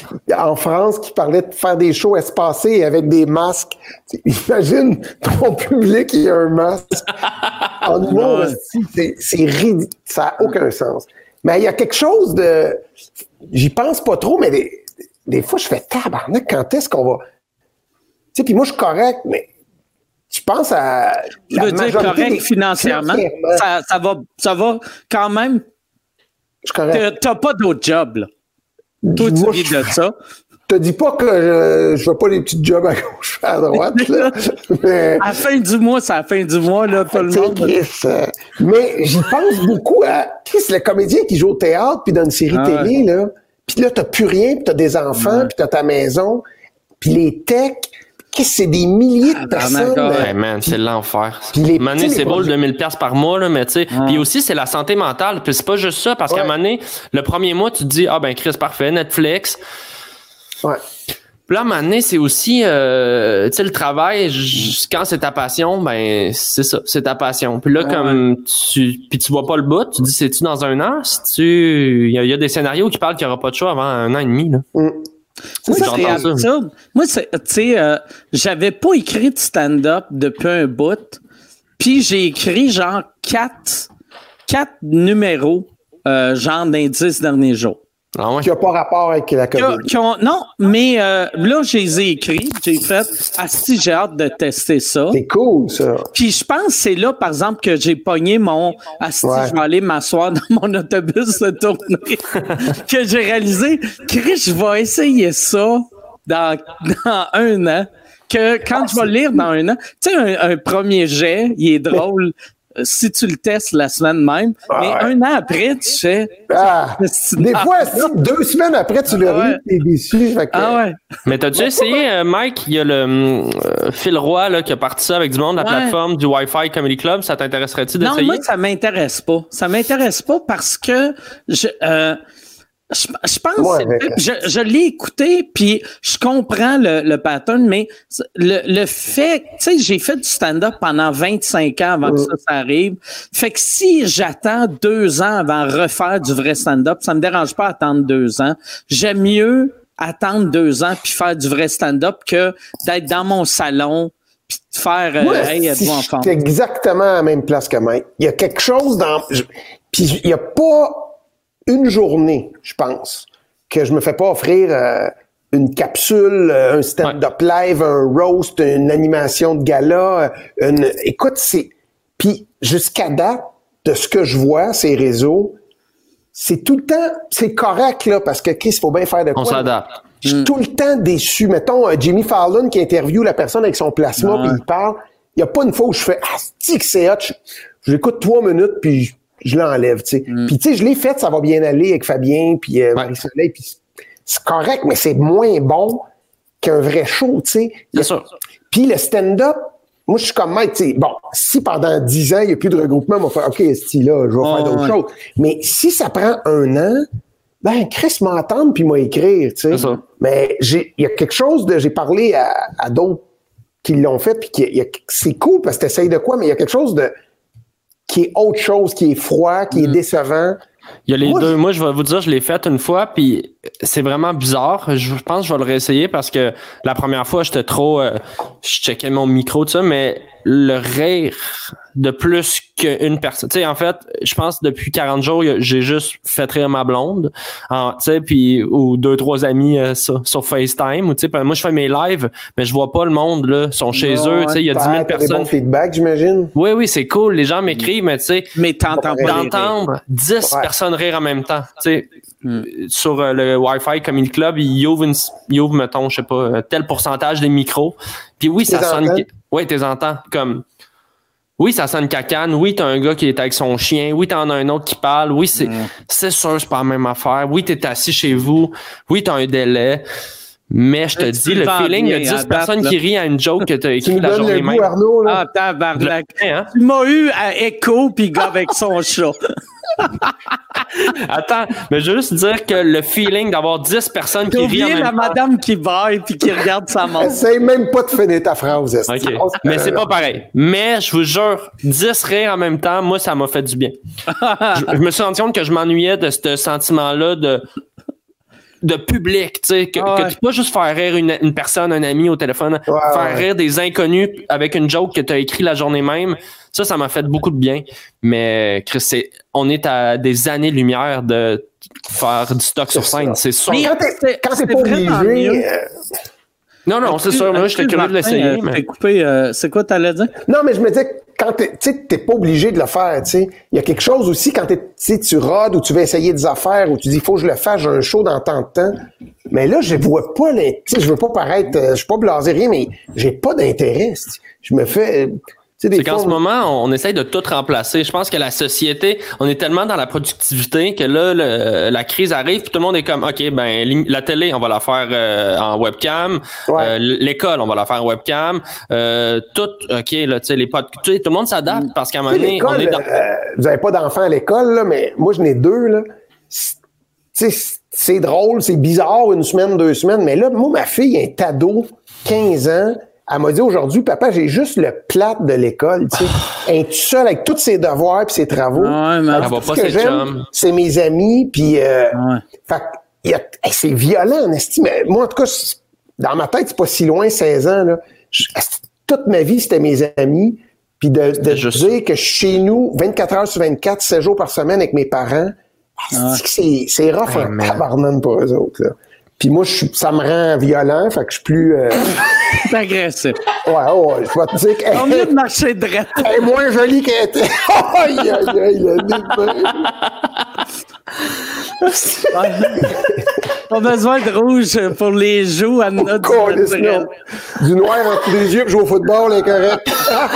en France qui parlait de faire des shows espacés avec des masques. T'sais, imagine ton public qui a un masque. En humour, Ouais. c'est c'est ridicule. Ça n'a aucun sens. Mais il y a quelque chose de... J'y pense pas trop, mais des, des fois, je fais tabarnak, quand est-ce qu'on va... Tu sais, puis moi, je suis correct, mais tu penses à... Tu la veux dire majorité correct des- financièrement? Financièrement, Ça, ça, va, ça va quand même. Je suis correct. T'as t'as pas d'autre job, là. Toi, tu Moi, vis je- de ça. Je te dis pas que je, je veux pas les petits jobs à gauche à droite, là. mais, À la fin du mois, c'est à la fin du mois, là, tout le tu sais, monde. Chris, euh, mais j'y pense beaucoup à Chris, le comédien qui joue au théâtre puis dans une série Ah télé, là. Puis là, t'as plus rien, puis t'as des enfants, puis t'as ta maison, puis les techs. Chris, c'est des milliers de Ah, personnes. d'accord, là. Ouais, man, c'est l'enfer. Puis les- Mané, tu sais, c'est les beau le produits- deux mille piastres par mois, là, mais tu sais. Puis aussi, c'est la santé mentale. Puis c'est pas juste ça, parce qu'à un Ouais. moment donné, le premier mois, tu te dis, ah ben, Chris, parfait, Netflix. Ouais. Puis là, à un moment donné, c'est aussi, euh, tu sais, le travail, j- quand c'est ta passion, ben, c'est ça, c'est ta passion. Puis là, Ouais, comme tu, puis tu vois pas le bout, tu dis, c'est-tu dans un an? Si tu, il y, a- y a des scénarios qui parlent qu'il y aura pas de choix avant un an et demi, là. Mm. C'est Oui, ça, j'entends c'est ça. absurde. Moi, tu sais, euh, j'avais pas écrit de stand-up depuis un bout, puis j'ai écrit genre quatre, quatre numéros, euh, genre dans les dix derniers jours. Ah ouais. Qui n'a pas rapport avec la Qui ont- COVID. qui ont- non, mais euh, là, je les ai écrits, j'ai fait, ah si, j'ai hâte de tester ça. C'est cool, ça. Puis je pense que c'est là, par exemple, que j'ai pogné mon ah si, Ouais. je vais aller m'asseoir dans mon autobus de tournée, que j'ai réalisé, Chris, je vais essayer ça dans, dans un an, que quand je vais le lire dans un an, tu sais, un, un premier jet, il est drôle euh, si tu le testes la semaine même, mais Ouais. un an après, tu fais... Ah, C'est- des ah, fois, si deux semaines après, tu le Ah ouais. ris, t'es déçu. Fait que, Ah ouais. Mais t'as-tu essayé, euh, Mike? Il y a le euh, Phil Roy là, qui a parti ça avec du monde, la Ouais. plateforme du Wi-Fi Comedy Club. Ça t'intéresserait-tu Non, d'essayer? moi, ça m'intéresse pas. Ça m'intéresse pas parce que je, euh, je, je pense Ouais, que mais- je, je l'ai écouté, puis je comprends le, le pattern, mais le, le fait, tu sais, j'ai fait du stand-up pendant vingt-cinq ans avant que ça, ça arrive. Fait que si j'attends deux ans avant de refaire du vrai stand-up, ça me dérange pas d'attendre deux ans. J'aime mieux attendre deux ans puis faire du vrai stand-up que d'être dans mon salon puis de faire euh, Moi, hey, si êtes-vous en je forme? suis exactement à la même place que Mike. Il y a quelque chose dans... je- Puis il n'y a pas une journée, je pense, que je me fais pas offrir euh, une capsule, euh, un stand-up live, un roast, une animation de gala. euh, Une... Écoute, c'est... Puis jusqu'à date, de ce que je vois, ces réseaux, c'est tout le temps... C'est correct, là, parce que Chris, il faut bien faire de quoi. On s'adapte. Je suis tout le temps déçu. Mettons, euh, Jimmy Fallon qui interviewe la personne avec son plasma, Ouais. puis il parle. Il n'y a pas une fois où je fais « Ah, c'est que c'est hot! » Je, je l'écoute trois minutes, puis je, je l'enlève, tu sais. Puis tu sais, je l'ai fait, ça va bien aller avec Fabien, puis euh, Marie-Soleil, puis c'est- c'est correct, mais c'est moins bon qu'un vrai show, tu sais. C'est sûr. Puis le stand-up, moi, je suis comme Mike, tu sais, bon, si pendant dix ans, il n'y a plus de regroupement, on va faire « OK, ce là je vais Oh, faire d'autres ouais. choses. » Mais si ça prend un an, ben, Chris m'entendre puis m'a écrire, tu sais. C'est ça. Mais j'ai, il y a quelque chose de, j'ai parlé à, à d'autres qui l'ont fait puis qui, il y a- c'est cool parce que t'essayes de quoi, mais il y a quelque chose de, qui est autre chose, qui est froid, qui est décevant. Il y a les Moi, deux. je- Moi, je vais vous dire, je l'ai fait une fois, puis c'est vraiment bizarre. Je pense que je vais le réessayer parce que la première fois, j'étais trop... euh, je checkais mon micro, tout ça, mais le rire de plus qu'une personne... Tu sais, en fait, je pense depuis quarante jours, j'ai juste fait rire ma blonde, en- tu sais, puis ou deux, trois amis euh, sur, sur FaceTime. Ou, tu sais, moi, je fais mes lives, mais je vois pas le monde, là. Ils sont chez Ouais, eux, tu sais, il y a dix mille T'as des personnes. bons feedbacks, j'imagine. Oui, oui, c'est cool. Les gens m'écrivent, mais tu sais... Mais t'entends pas les rires. d'entendre dix Ouais. personnes rire en même temps. Tu sais, sur euh, le Wi-Fi Comedy Club, il ouvre, une, il ouvre, mettons, je sais pas, un tel pourcentage des micros. Puis oui, ça T'es sonne... entends? Oui, t'es entends. Comme... Oui, ça sonne cacane. Oui, t'as un gars qui est avec son chien. Oui, t'en as un autre qui parle. Oui, c'est c'est sûr, c'est pas la même affaire. Oui, t'es assis chez vous. Oui, t'as un délai. Mais je te Tu dis, le le vends feeling, il y a bien, à dix date, personnes là. qui rient à une joke que t'as Tu écrit nous la donnes journée le goût, même. Arnaud, là. Ah, tabarnak. Hein? Tu m'as eu à Echo puis gars avec son chat. Attends, mais je veux juste dire que le feeling d'avoir dix personnes T'as qui rient en oublié même la temps. madame qui baille puis qui regarde sa montre. Essaye même pas de finir ta phrase, esti. OK. Mais c'est pas pareil. Mais je vous jure, dix rires en même temps, moi, ça m'a fait du bien. je, je me suis rendu compte que je m'ennuyais de ce sentiment-là de, de public, tu sais, que, Ah ouais. que tu peux pas juste faire rire une, une personne, un ami au téléphone, Ouais, faire ouais. rire des inconnus avec une joke que tu as écrit la journée même. Ça, ça m'a fait beaucoup de bien. Mais Chris, c'est, on est à des années-lumière de faire du stock sur scène, c'est sûr. Mais Quand t'es, c'est- quand t'es c'est pas vraiment obligé, mieux. euh, Non, non, c'est sûr. Moi, j'étais Excuse, curieux de Martin, l'essayer. euh, mais... t'es coupé, euh, c'est quoi t'allais dire? non, mais je me disais, quand t'es, tu sais, t'es pas obligé de le faire, tu sais. Il y a quelque chose aussi quand t'es, tu sais, tu rodes ou tu veux essayer des affaires ou tu dis, il faut que je le fasse, j'ai un show dans tant de temps. Mais là, je vois pas les, tu sais, je veux pas paraître, euh, je suis pas blasé rien, mais j'ai pas d'intérêt. c'est- Je me fais, euh, tu sais, des C'est qu'en fois, ce moment, on essaye de tout remplacer. Je pense que la société, on est tellement dans la productivité que là, le- la crise arrive, puis tout le monde est comme, OK, ben l'im- la télé, on va la faire euh, en webcam. Ouais. Euh, l'école, on va la faire en webcam. Euh, tout, OK, là, tu sais, les potes, tu sais, tout le monde s'adapte parce qu'à un moment tu sais, donné, on l'école, est dans... euh, vous avez pas d'enfants à l'école, là, mais moi, j'en ai deux, là. C'est- Tu sais, c'est drôle, c'est bizarre, une semaine, deux semaines, mais là, moi, ma fille, un ado, quinze ans, elle m'a dit aujourd'hui, papa, j'ai juste le plat de l'école, tu sais. Elle est toute seule avec tous ses devoirs puis ses travaux. Ouais, mais elle va pas ses chums. C'est mes amis, puis euh, ouais. fait y a, hey, c'est violent, en estime. Mais moi, en tout cas, dans ma tête, c'est pas si loin, seize ans, là. Je, toute ma vie, c'était mes amis. Puis de, de Juste... dire que chez nous, vingt-quatre heures sur vingt-quatre, sept jours par semaine avec mes parents, ouais. c'est, c'est rough ouais, un tabarnane pour eux autres, là. Puis moi, je, ça me rend violent, fait que je suis plus... Euh... C'est agressif. Ouais, ouais, je vais te dire qu'elle... On vient de marcher droit. Elle est moins jolie qu'elle était. Aïe, aïe, aïe, le nez On a besoin de rouge pour les joues à notre... Oh, du noir entre les yeux, puis jouer au football, est correct.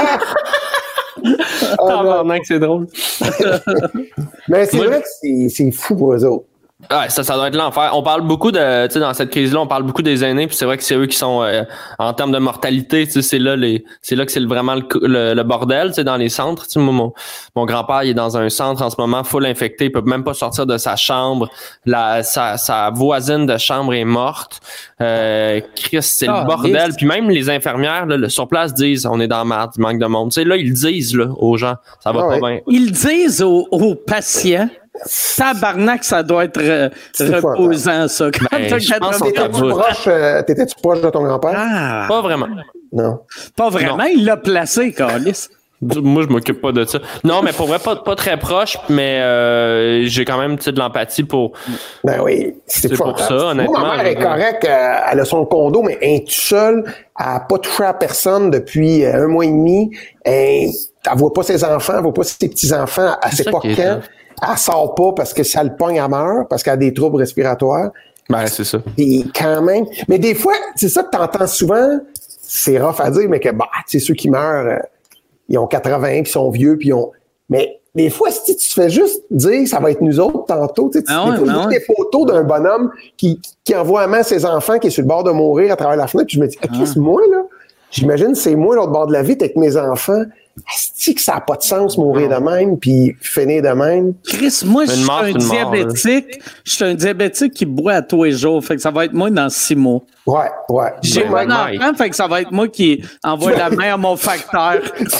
Ah, non, que c'est drôle. Mais c'est Moi, vrai que c'est, c'est fou pour eux autres. Ouais, ça, ça doit être l'enfer. On parle beaucoup de, tu sais, dans cette crise-là, on parle beaucoup des aînés, puis c'est vrai que c'est eux qui sont, euh, en termes de mortalité, tu sais, c'est là les, c'est là que c'est vraiment le, le, le bordel, tu sais, dans les centres. Tu sais, moi, mon, mon grand-père, il est dans un centre en ce moment, full infecté, il peut même pas sortir de sa chambre. La, sa, sa voisine de chambre est morte. Euh, Chris, c'est oh, le bordel. Yes. Puis même les infirmières, là, sur place disent, on est dans la merde, il manque de monde. Tu sais, là, ils le disent, là, aux gens. Ça va oh, pas ouais. bien. Ils disent aux, aux patients. Tabarnak, ça doit être euh, reposant, ça. Quand ben, t'as quatre-vingts proche, euh, t'étais-tu proche de ton grand-père? Ah. Pas vraiment. Non. Pas vraiment, non. Il l'a placé, Carlis. Moi, je m'occupe pas de ça. Non, mais pour vrai, pas, pas très proche, mais euh, j'ai quand même de l'empathie pour. Ben oui, c'est, c'est pour ça, honnêtement. Moi, ma mère est correcte, euh, elle a son condo, mais elle est toute seule, elle n'a pas touché à personne depuis euh, un mois et demi. Elle, elle voit pas ses enfants, elle voit pas ses petits-enfants, elle sait pas quand. Elle sort pas parce que si elle le pogne, elle meurt, parce qu'elle a des troubles respiratoires. Ben, c'est ça. Et quand même. Mais des fois, c'est ça que t'entends souvent, c'est rough à dire, mais que, bah, tu sais, ceux qui meurent, euh, ils ont quatre-vingts, puis ils sont vieux, puis ils ont... Mais des fois, si tu te fais juste dire, ça va être nous autres tantôt, tu sais, ah ouais, des fois, ah ouais. des photos d'un bonhomme qui, qui envoie à main ses enfants, qui est sur le bord de mourir à travers la fenêtre, puis je me dis, ah, qu'est-ce que moi, là? J'imagine, c'est moi, l'autre bord de la vie, avec mes enfants. Est-ce que ça n'a pas de sens mourir de même puis finir de même? Chris, moi, je suis un diabétique. Je suis un diabétique qui boit à tous les jours. Fait que ça va être moi dans six mois. Ouais, ouais. J'ai ouais, un ouais. enfant, fait que ça va être moi qui envoie la main à mon facteur.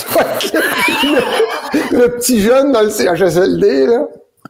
le, le petit jeune dans le C H S L D, là.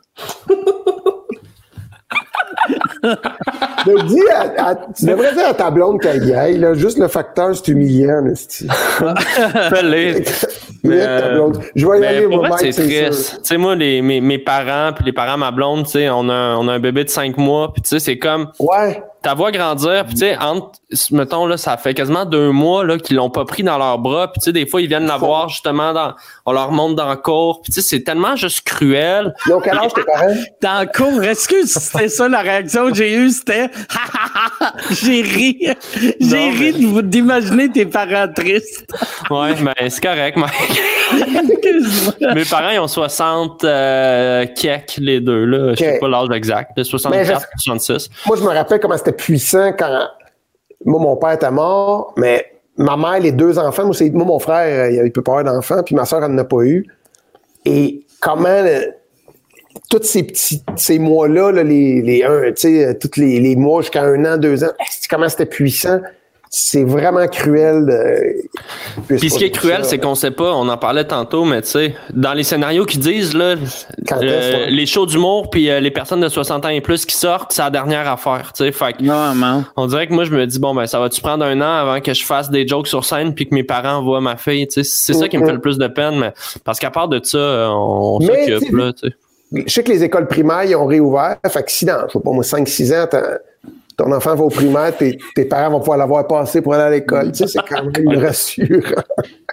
De dis à, à, tu devrais dire à ta blonde qu'elle y aille, là, juste le facteur, c'est humiliant. Fais-le. Mais, euh, je vais y aller, moi, Mike, c'est, c'est triste. Tu sais, moi, les, mes, mes parents, puis les parents de ma blonde, tu sais, on a, on a un bébé de cinq mois, puis tu sais, c'est comme... Ouais. Ta voix grandir, puis tu sais, entre, mettons, là, ça fait quasiment deux mois, là, qu'ils l'ont pas pris dans leurs bras, puis tu sais, des fois, ils viennent la voir, justement, dans, on leur monte dans le cours, puis tu sais, c'est tellement juste cruel. Ils ont quel âge, tes parents? Dans le cours, excuse, c'était ça la réaction que j'ai eue, c'était, j'ai ri, j'ai non, ri mais... d'imaginer tes parents tristes. Ouais, ben, c'est correct, Mike. Mes parents, ils ont soixante, euh, kek, les deux, là, okay. Je sais pas l'âge exact, soixante-quatre, je... soixante-six. Moi, je me rappelle comment c'était puissant quand moi, mon père était mort, mais ma mère, les deux enfants, moi, c'est, moi mon frère, il, il peut pas avoir d'enfants, puis ma soeur, elle n'en a pas eu. Et comment le, tous ces petits ces mois-là, là, les, les un, tu sais, tous les, les mois jusqu'à un an, deux ans, comment c'était puissant. C'est vraiment cruel. De... Puis ce qui est cruel, ça, c'est qu'on sait pas, on en parlait tantôt, mais tu sais, dans les scénarios qu'ils disent, là, euh, les shows d'humour puis euh, les personnes de soixante ans et plus qui sortent, c'est la dernière affaire, tu sais. Fait que, non, non. On dirait que moi, je me dis, bon, ben, ça va-tu prendre un an avant que je fasse des jokes sur scène puis que mes parents voient ma fille, tu sais. C'est mm-hmm. ça qui me fait le plus de peine, mais parce qu'à part de ça, on, on s'occupe, là, tu sais. Je sais que les écoles primaires, ils ont réouvert. Fait que si dans, je sais pas moi, cinq six ans, ton enfant va au primaire, tes, tes parents vont pouvoir l'avoir passé pour aller à l'école. Tu sais, c'est quand même rassurant.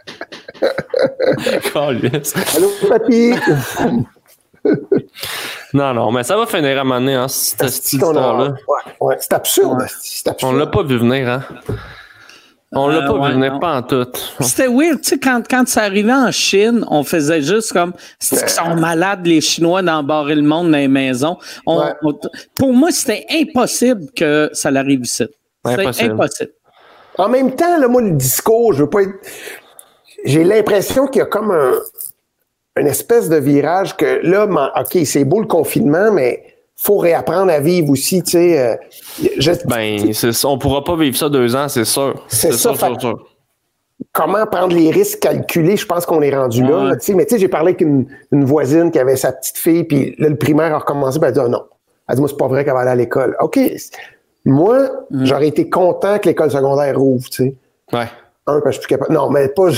Allô, papy? Non, non, mais ça va finir à un moment donné, hein, cette, cette histoire-là. Ouais, ouais, c'est absurde. Ouais. C'est absurde. On l'a pas vu venir, hein? On l'a euh, pas ouais, vu venir, non. Pas en tout. C'était weird, tu sais, quand, quand ça arrivait en Chine, on faisait juste comme, c'est qu'ils sont malades, les Chinois, d'embarrer le monde dans les maisons. On, ouais. on, pour moi, c'était impossible que ça l'arrive ici. C'était impossible. impossible. En même temps, là, moi, le discours, je veux pas être... J'ai l'impression qu'il y a comme un, une espèce de virage que, là, OK, c'est beau le confinement, mais faut réapprendre à vivre aussi, tu sais. Euh, je, ben, c'est, on pourra pas vivre ça deux ans, c'est sûr. C'est, c'est ça, sûr, fait, sûr, sûr. Comment prendre les risques calculés, je pense qu'on est rendu ouais. là, là tu sais. Mais tu sais, j'ai parlé avec une, une voisine qui avait sa petite fille, puis là, le primaire a recommencé, puis elle a dit, oh, non. Elle dit, moi, c'est pas vrai qu'elle va aller à l'école. OK. Moi, mm. j'aurais été content que l'école secondaire rouvre, tu sais. Ouais. Un, parce que je suis plus capable. Non, mais pas...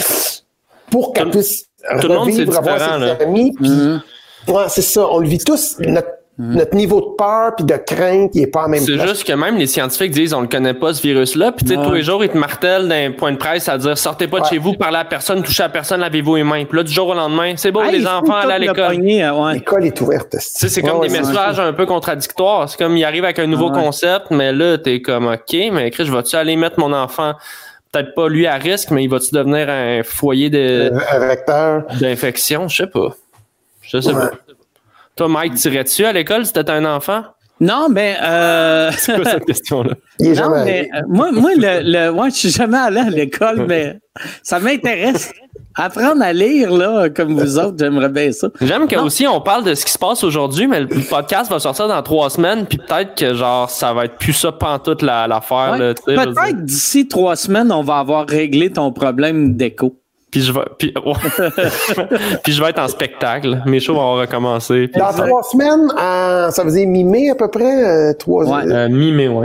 pour qu'elle tout, puisse tout revivre, avoir ses là. amis, puis... Mm. Ouais, c'est ça. On le vit tous. Notre, mm. notre niveau de peur puis de crainte, il est pas en même temps. C'est place. Juste que même les scientifiques disent on le connaît pas, ce virus-là. Puis tu sais, ouais. tous les jours, ils te martèlent d'un point de presse à dire sortez pas de ouais. chez vous, parlez à personne, touchez à personne, lavez-vous les mains. Puis là, du jour au lendemain, c'est beau, hey, les enfants allent à l'école. Pogné, ouais. L'école est ouverte. Tu sais, c'est comme ouais, des ouais, messages un peu contradictoires. C'est comme ils arrivent avec un nouveau ouais. concept, mais là, t'es comme OK, mais Chris, je vais-tu aller mettre mon enfant peut-être pas lui à risque, mais il va-tu devenir un foyer de un vecteur d'infection? Je sais pas. Je sais ouais. pas. Toi, Mike, tirais-tu à l'école si t'étais un enfant? Non, mais... Euh... C'est quoi cette question-là? Il est non, jamais mais euh, moi, moi le, le, ouais, je suis jamais allé à l'école, mais ça m'intéresse. Apprendre à lire, là, comme vous autres, j'aimerais bien ça. J'aime qu'aussi, on parle de ce qui se passe aujourd'hui, mais le podcast va sortir dans trois semaines, puis peut-être que, genre, ça va être plus ça pantoute la, l'affaire. Ouais. Là, peut-être d'ici trois semaines, on va avoir réglé ton problème d'écho. Puis je vais, puis, ouais. puis je vais être en spectacle. Mes shows vont recommencer. Dans ça... trois semaines, euh, ça faisait mi-mai à peu près? Euh, trois ouais. euh, mi-mai, oui.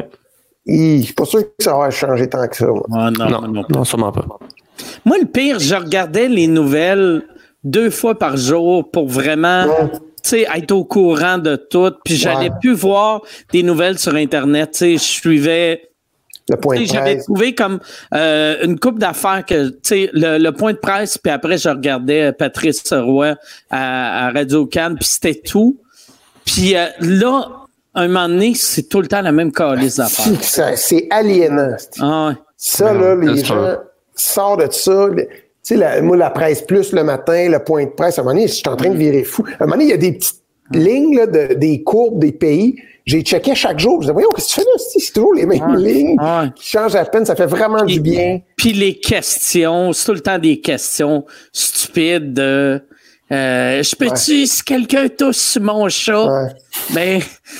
Je suis pas sûr que ça va changer tant que ça. Ouais, non, non, non, non, sûrement pas. Moi, le pire, je regardais les nouvelles deux fois par jour pour vraiment ouais. tu sais, être au courant de tout. Puis j'allais ouais. plus voir des nouvelles sur Internet. Tu sais, je suivais... Le point de presse. J'avais trouvé comme euh, une couple d'affaires que, tu sais, le, le point de presse, puis après, je regardais Patrice Roy à, à Radio-Can, puis c'était tout. Puis euh, là, un moment donné, c'est tout le temps la même calice d'affaires. C'est, c'est aliénant. Ah ouais. Ça, là, les gens sortent de ça. Tu sais, la, moi, la presse plus le matin, le point de presse, à un moment donné, je suis en train de virer fou. À un moment donné, il y a des petites lignes là, de, des courbes des pays. J'ai checké chaque jour. Je disais, voyons, qu'est-ce que tu fais là? C'est toujours les mêmes ouais, lignes ouais. qui changent à peine. Ça fait vraiment puis, du bien. Puis les questions, c'est tout le temps des questions stupides de euh, je peux-tu, ouais. si quelqu'un tousse sur mon chat? Ouais. Ben,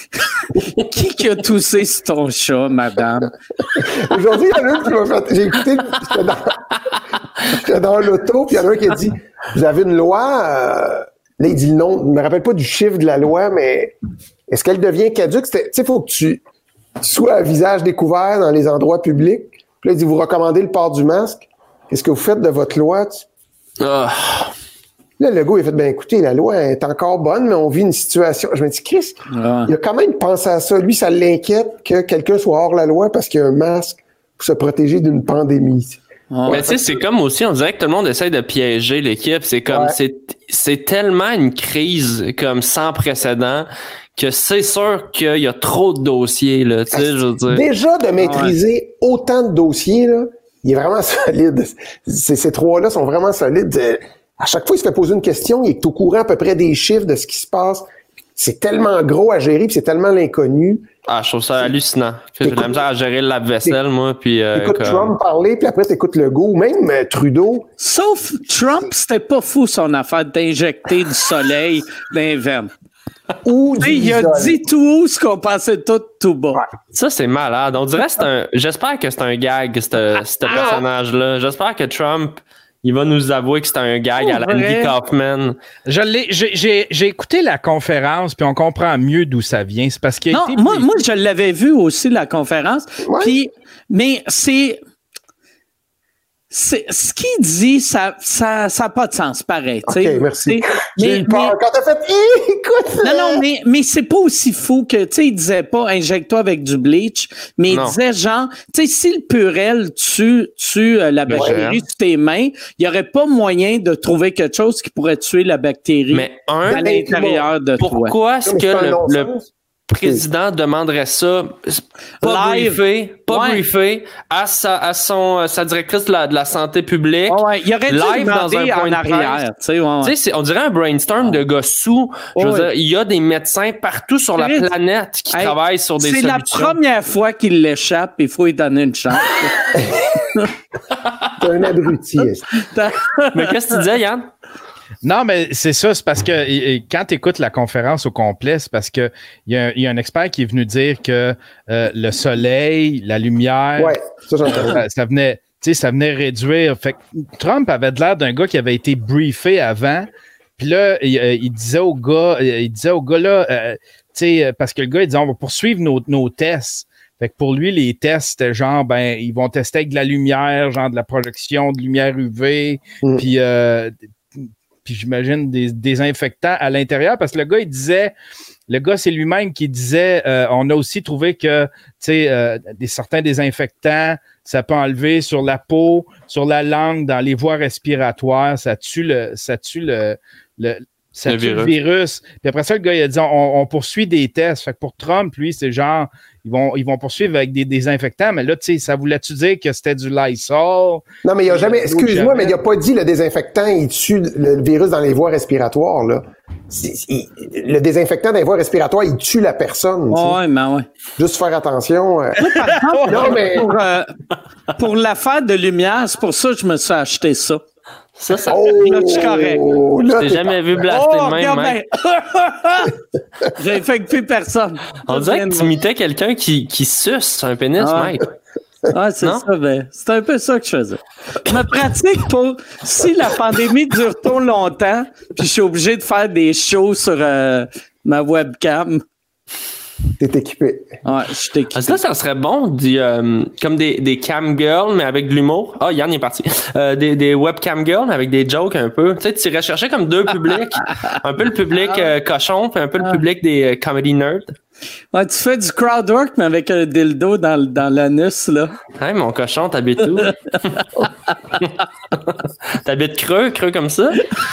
qui qui a toussé sur ton chat, madame? Aujourd'hui, il y en a un qui m'a fait... J'ai écouté... J'étais dans, j'étais dans l'auto, puis il y en a un qui a dit, vous avez une loi... Euh, là, il dit le nom. Je me rappelle pas du chiffre de la loi, mais... Est-ce qu'elle devient caduque? Tu sais, il faut que tu sois à visage découvert dans les endroits publics. Puis là, il dit, vous recommandez le port du masque. Qu'est-ce que vous faites de votre loi? Oh. Là, le gars, il a fait, ben écoutez, la loi est encore bonne, mais on vit une situation. Je me dis, Chris, ouais. il a quand même pensé à ça. Lui, ça l'inquiète que quelqu'un soit hors la loi parce qu'il y a un masque pour se protéger d'une pandémie. Ouais. Mais tu sais, c'est comme aussi, on dirait que tout le monde essaie de piéger l'équipe. C'est comme, ouais. c'est, c'est tellement une crise comme sans précédent que c'est sûr qu'il y a trop de dossiers, là, tu sais, je veux dire. Déjà, de maîtriser ouais. autant de dossiers, là, il est vraiment solide. Ces, ces trois-là sont vraiment solides. À chaque fois, il se fait poser une question, il est au courant à peu près des chiffres de ce qui se passe. C'est tellement gros à gérer, puis c'est tellement l'inconnu. Ah, je trouve ça hallucinant. J'ai de la misère à gérer le lave-vaisselle, moi, puis... Euh, Écoute comme... Trump parler, puis après, t'écoutes Legault, ou même euh, Trudeau. Sauf Trump, c'était pas fou, son affaire d'injecter du soleil dans les veines. Ou il a dit tout haut ce qu'on pensait tout tout bas. Ouais. Ça, c'est malade. On dirait que c'est un... J'espère que c'est un gag, ce personnage-là. J'espère que Trump... Il va nous avouer que c'est un gag oh, à l'Andy Kaufman. Je l'ai, j'ai, j'ai, j'ai écouté la conférence, puis on comprend mieux d'où ça vient. C'est parce qu'il a non, été... moi, moi, je l'avais vu aussi, la conférence. Ouais. Puis, mais c'est... C'est, ce qu'il dit, ça ça, ça pas de sens, pareil. OK, merci. J'ai eu peur quand t'as fait « écoute! » Non, non, mais, mais c'est pas aussi fou que, tu sais, il disait pas « injecte-toi avec du bleach », mais non. Il disait genre, tu sais, si le Purell tue, tue euh, la bactérie sur tes mains, il y aurait pas moyen de trouver quelque chose qui pourrait tuer la bactérie mais un, à l'intérieur de pourquoi toi. Pourquoi est-ce que le... le... président demanderait ça pas live, briefé, pas ouais. briefé à sa à son à sa directrice de la, de la santé publique. Ouais, il aurait dû live dans un point en arrière, tu sais, ouais, ouais. On dirait un brainstorm ouais. de gars sous. Je veux ouais. dire, il y a des médecins partout sur la planète qui hey, travaillent sur des c'est solutions. C'est la première fois qu'il l'échappe, il faut lui donner une chance. T'es un abruti. Mais qu'est-ce que tu disais, Yann? Non, mais c'est ça, c'est parce que et, et quand tu écoutes la conférence au complet, c'est parce que il y, y a un expert qui est venu dire que euh, le soleil, la lumière, ouais, ça, ça, ça venait, tu sais, ça venait réduire. Fait que Trump avait l'air d'un gars qui avait été briefé avant. Puis là, il, il disait au gars, il disait au gars là, euh, tu sais, parce que le gars, il disait, on va poursuivre nos, nos tests. Fait que pour lui, les tests, c'était genre, ben, ils vont tester avec de la lumière, genre de la projection de lumière U V, mm. puis, euh, puis j'imagine des désinfectants à l'intérieur, parce que le gars, il disait, le gars, c'est lui-même qui disait, euh, on a aussi trouvé que, tu sais, euh, des, certains désinfectants, ça peut enlever sur la peau, sur la langue, dans les voies respiratoires, ça tue le, ça tue le, le ça le tue virus. le virus. Puis après ça, le gars, il a dit, on, on poursuit des tests. Fait que pour Trump, lui, c'est genre, ils vont, ils vont poursuivre avec des désinfectants, mais là, tu sais, ça voulait-tu dire que c'était du Lysol? Non, mais il n'y a jamais, excuse-moi, mais il n'a pas dit le désinfectant, il tue le virus dans les voies respiratoires, là. Il, le désinfectant dans les voies respiratoires, il tue la personne. Oh, ouais, mais ouais. Juste faire attention. Euh... Oui, par exemple, non, mais... pour, euh, pour l'affaire de lumière, c'est pour ça que je me suis acheté ça. Ça, ça. Oh, là, je suis correct. Je t'ai jamais vu blaster oh, de même, mec. J'ai infecté personne. On dirait que tu imitais quelqu'un qui, qui suce un pénis, ah. mec. Ah, c'est non? ça, ben, c'est un peu ça que je faisais. Ma pratique pour, si la pandémie dure trop longtemps, puis je suis obligé de faire des shows sur euh, ma webcam. T'es équipé. Ouais, je suis équipé. Ça, ça serait bon, du, euh, comme des, des cam girls, mais avec de l'humour. Ah, oh, Yann est parti. Euh, des, des webcam girls, mais avec des jokes un peu. Tu sais, tu irais chercher comme deux publics. Un peu le public euh, cochon, puis un peu le public des euh, comedy nerds. Ouais, tu fais du crowd work, mais avec un dildo dans, dans l'anus, là. Hey, mon cochon, t'habites où? T'habites creux, creux comme ça?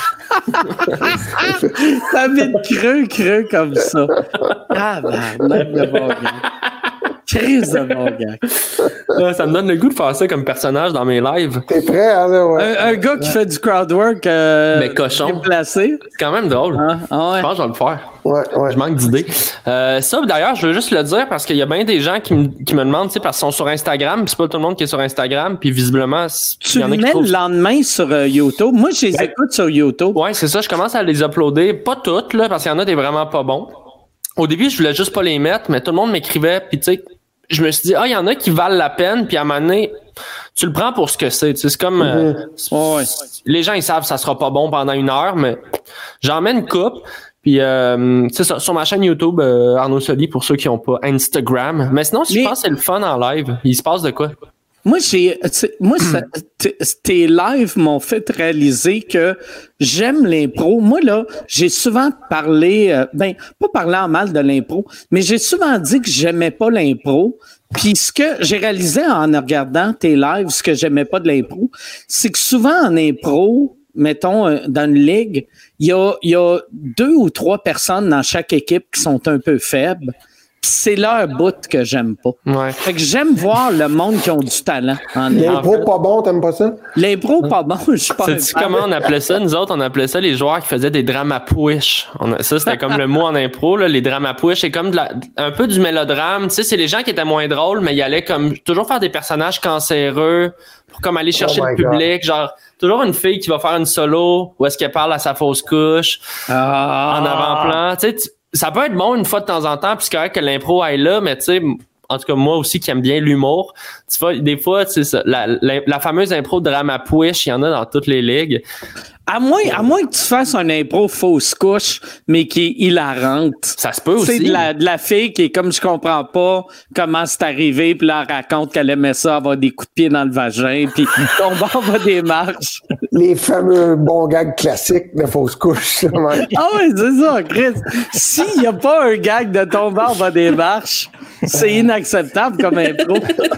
T'habites creux, creux comme ça. Ah, ben, même de bon gars. Crise de bon gars. Ouais, ça me donne le goût de faire ça comme personnage dans mes lives. T'es prêt, hein, là, ouais. Un, un gars qui fait du crowd work euh, mais cochon. Déplacé. C'est quand même drôle. Ah, ah ouais. Je pense que je vais le faire. Ouais, ouais. Je manque d'idées. Euh, ça, d'ailleurs, je veux juste le dire parce qu'il y a bien des gens qui me, qui me demandent, tu sais, parce qu'ils sont sur Instagram, puis c'est pas tout le monde qui est sur Instagram, puis visiblement, tu y en a le qui mets trouvent... le lendemain sur euh, YouTube. Moi, je les ouais. écoute sur YouTube. Ouais, c'est ça. Je commence à les uploader. Pas toutes, là, parce qu'il y en a des vraiment pas bons. Au début, je voulais juste pas les mettre, mais tout le monde m'écrivait, puis tu sais, je me suis dit, ah, il y en a qui valent la peine, puis à un moment donné, tu le prends pour ce que c'est. Tu sais, c'est comme... Euh, c'est, oh, ouais. Les gens, ils savent que ça sera pas bon pendant une heure, mais j'en mets une coupe. Puis, euh, c'est ça, sur ma chaîne YouTube, euh, Arnaud Soli, pour ceux qui n'ont pas Instagram. Mais sinon, si mais... je pense que c'est le fun en live. Il se passe de quoi? Moi, j'ai, moi, ça, t- tes lives m'ont fait réaliser que j'aime l'impro. Moi, là, j'ai souvent parlé, euh, ben, pas parlé en mal de l'impro, mais j'ai souvent dit que j'aimais pas l'impro. Puis ce que j'ai réalisé en regardant tes lives, ce que j'aimais pas de l'impro, c'est que souvent en impro, mettons, euh, dans une ligue, il y a, y a deux ou trois personnes dans chaque équipe qui sont un peu faibles. C'est leur bout que j'aime pas. Ouais. Fait que j'aime voir le monde qui ont du talent. En L'impro pas bon, t'aimes pas ça? L'impro pas bon, je suis pas un Sais-tu comment on appelait ça? Nous autres, on appelait ça les joueurs qui faisaient des drama-push. On a, ça, c'était comme le mot en impro, là, les drama-push. C'est comme de la, un peu du mélodrame. Tu sais, c'est les gens qui étaient moins drôles, mais ils allaient comme toujours faire des personnages cancéreux pour comme aller chercher oh le public. God. Genre, toujours une fille qui va faire une solo où est-ce qu'elle parle à sa fausse couche ah. en avant-plan. Tu sais, tu, ça peut être bon une fois de temps en temps, puis c'est correct que l'impro aille là, mais tu sais, en tout cas, moi aussi qui aime bien l'humour, tu vois, des fois, tu sais, la, la, la fameuse impro de drama push, il y en a dans toutes les ligues. À moins, à moins que tu fasses un impro fausse couche, mais qui est hilarante. Ça se peut aussi. C'est de la, de la fille qui est comme je comprends pas comment c'est arrivé, puis là, elle raconte qu'elle aimait ça, avoir des coups de pied dans le vagin, puis tomber en bas des marches. Les fameux bons gags classiques de fausse couche. Ah oui, c'est ça, Chris. S'il y a pas un gag de tomber en bas des marches, c'est inacceptable comme impro.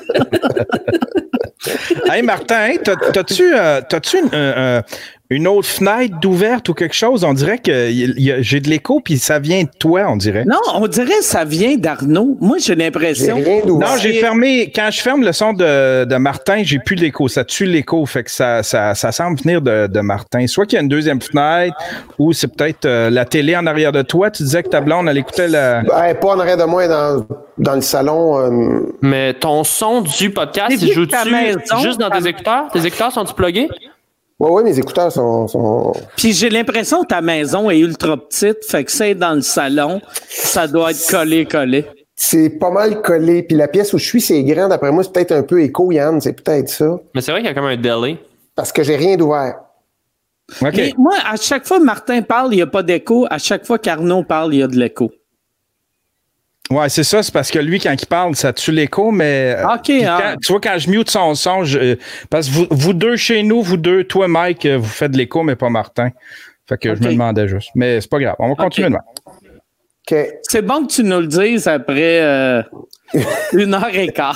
Hey Martin, t'as, t'as-tu, euh, t'as-tu une, euh, une autre fenêtre d'ouverte ou quelque chose? On dirait que y, y a, j'ai de l'écho puis ça vient de toi, on dirait. Non, on dirait que ça vient d'Arnaud. Moi, j'ai l'impression. J'ai rien d'ouvert. Non, j'ai fermé. Quand je ferme le son de, de Martin, j'ai plus l'écho. Ça tue l'écho. Fait que ça, ça, ça semble venir de, de Martin. Soit qu'il y a une deuxième fenêtre ou c'est peut-être euh, la télé en arrière de toi. Tu disais que ta blonde, elle écoutait la. Ben, pas en arrière de moi, dans, dans le salon. Euh... Mais ton son du podcast, il joue-tu juste dans tes écouteurs? Tes écouteurs sont-ils pluggés? Ouais, ouais, mes écouteurs sont... sont... Puis j'ai l'impression que ta maison est ultra petite, fait que c'est dans le salon, ça doit être collé-collé. C'est pas mal collé. Puis la pièce où je suis, c'est grand. D'après moi, c'est peut-être un peu écho, Yann. C'est peut-être ça. Mais c'est vrai qu'il y a comme un délai. Parce que j'ai rien d'ouvert. OK. Mais moi, à chaque fois que Martin parle, il n'y a pas d'écho. À chaque fois qu'Arnaud parle, il y a de l'écho. Ouais, c'est ça, c'est parce que lui, quand il parle, ça tue l'écho, mais. euh, OK, puis ah. quand- tu vois, quand je mute son son, je- parce que vous, vous deux chez nous, vous deux, toi, Mike, euh, vous faites de l'écho, mais pas Martin. Fait que OK. je me demandais juste. Mais c'est pas grave. On va continuer OK. demain. OK. C'est bon que tu nous le dises après euh, une heure et quart.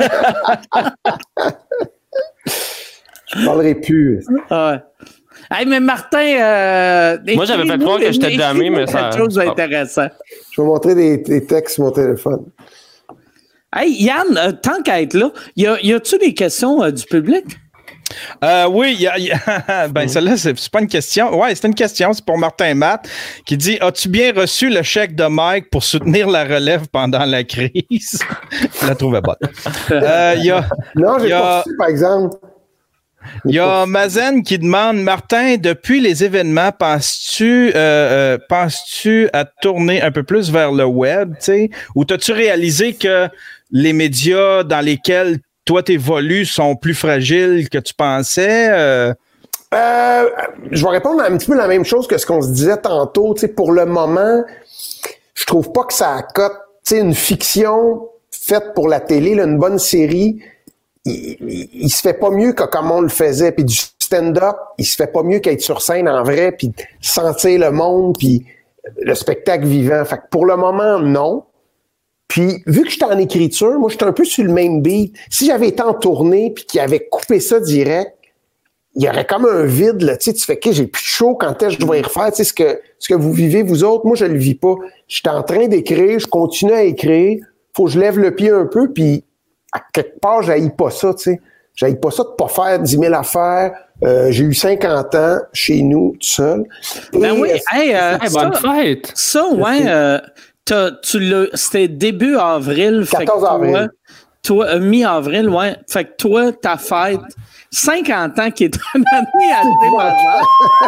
Je parlerai plus. Ouais. Hey, mais Martin, euh, Moi, j'avais fait croire que j'étais damé, mais ça- quelque chose d'intéressant. Je vais montrer des, des textes sur mon téléphone. Hey, Yann, euh, tant qu'à être là, y, a, y a-tu des questions euh, du public? Euh, oui, il y a, il y a- ben celle-là, c'est, c'est pas une question. Ouais, c'est une question, c'est pour Martin Matt, qui dit: As-tu bien reçu le chèque de Mike pour soutenir la relève pendant la crise? Je la trouvais bonne. Euh, Il y a. Non, j'ai il y a- pas reçu, par exemple. Il y a Mazen qui demande: Martin, depuis les événements, penses-tu, euh, euh, penses-tu à tourner un peu plus vers le web, tu sais, ou t'as-tu réalisé que les médias dans lesquels toi t'évolues sont plus fragiles que tu pensais? Euh... Euh, je vais répondre un petit peu la même chose que ce qu'on se disait tantôt. Tu sais, pour le moment, je trouve pas que ça accote. Tu sais, une fiction faite pour la télé, là, une bonne série, il, il, il se fait pas mieux que comme on le faisait. Puis du stand-up, il se fait pas mieux qu'être sur scène en vrai, puis sentir le monde, puis le spectacle vivant. Fait que pour le moment, non. Puis, vu que j'étais en écriture, moi, j'étais un peu sur le même beat. Si j'avais été en tournée puis qu'il avait coupé ça direct, il y aurait comme un vide, là. Tu sais, tu fais, OK, j'ai plus chaud, quand est-ce que je vais y refaire? Tu sais, ce que, ce que vous vivez, vous autres, moi, je le vis pas. J'étais en train d'écrire, je continue à écrire. Faut que je lève le pied un peu, puis à quelque part, j'haïs pas ça, tu sais. J'haïs pas ça de pas faire dix mille affaires. Euh, j'ai eu cinquante ans chez nous, tout seul. Ben Et, oui, euh, hey, euh, Hey, ça, bonne fête! ça, ouais, euh, t'as- tu l'as, c'était début avril. fait que quatorze toi- avril. Toi, euh, mi-avril, ouais. Fait que toi, ta fête, cinquante ans qui est une année assez majeure.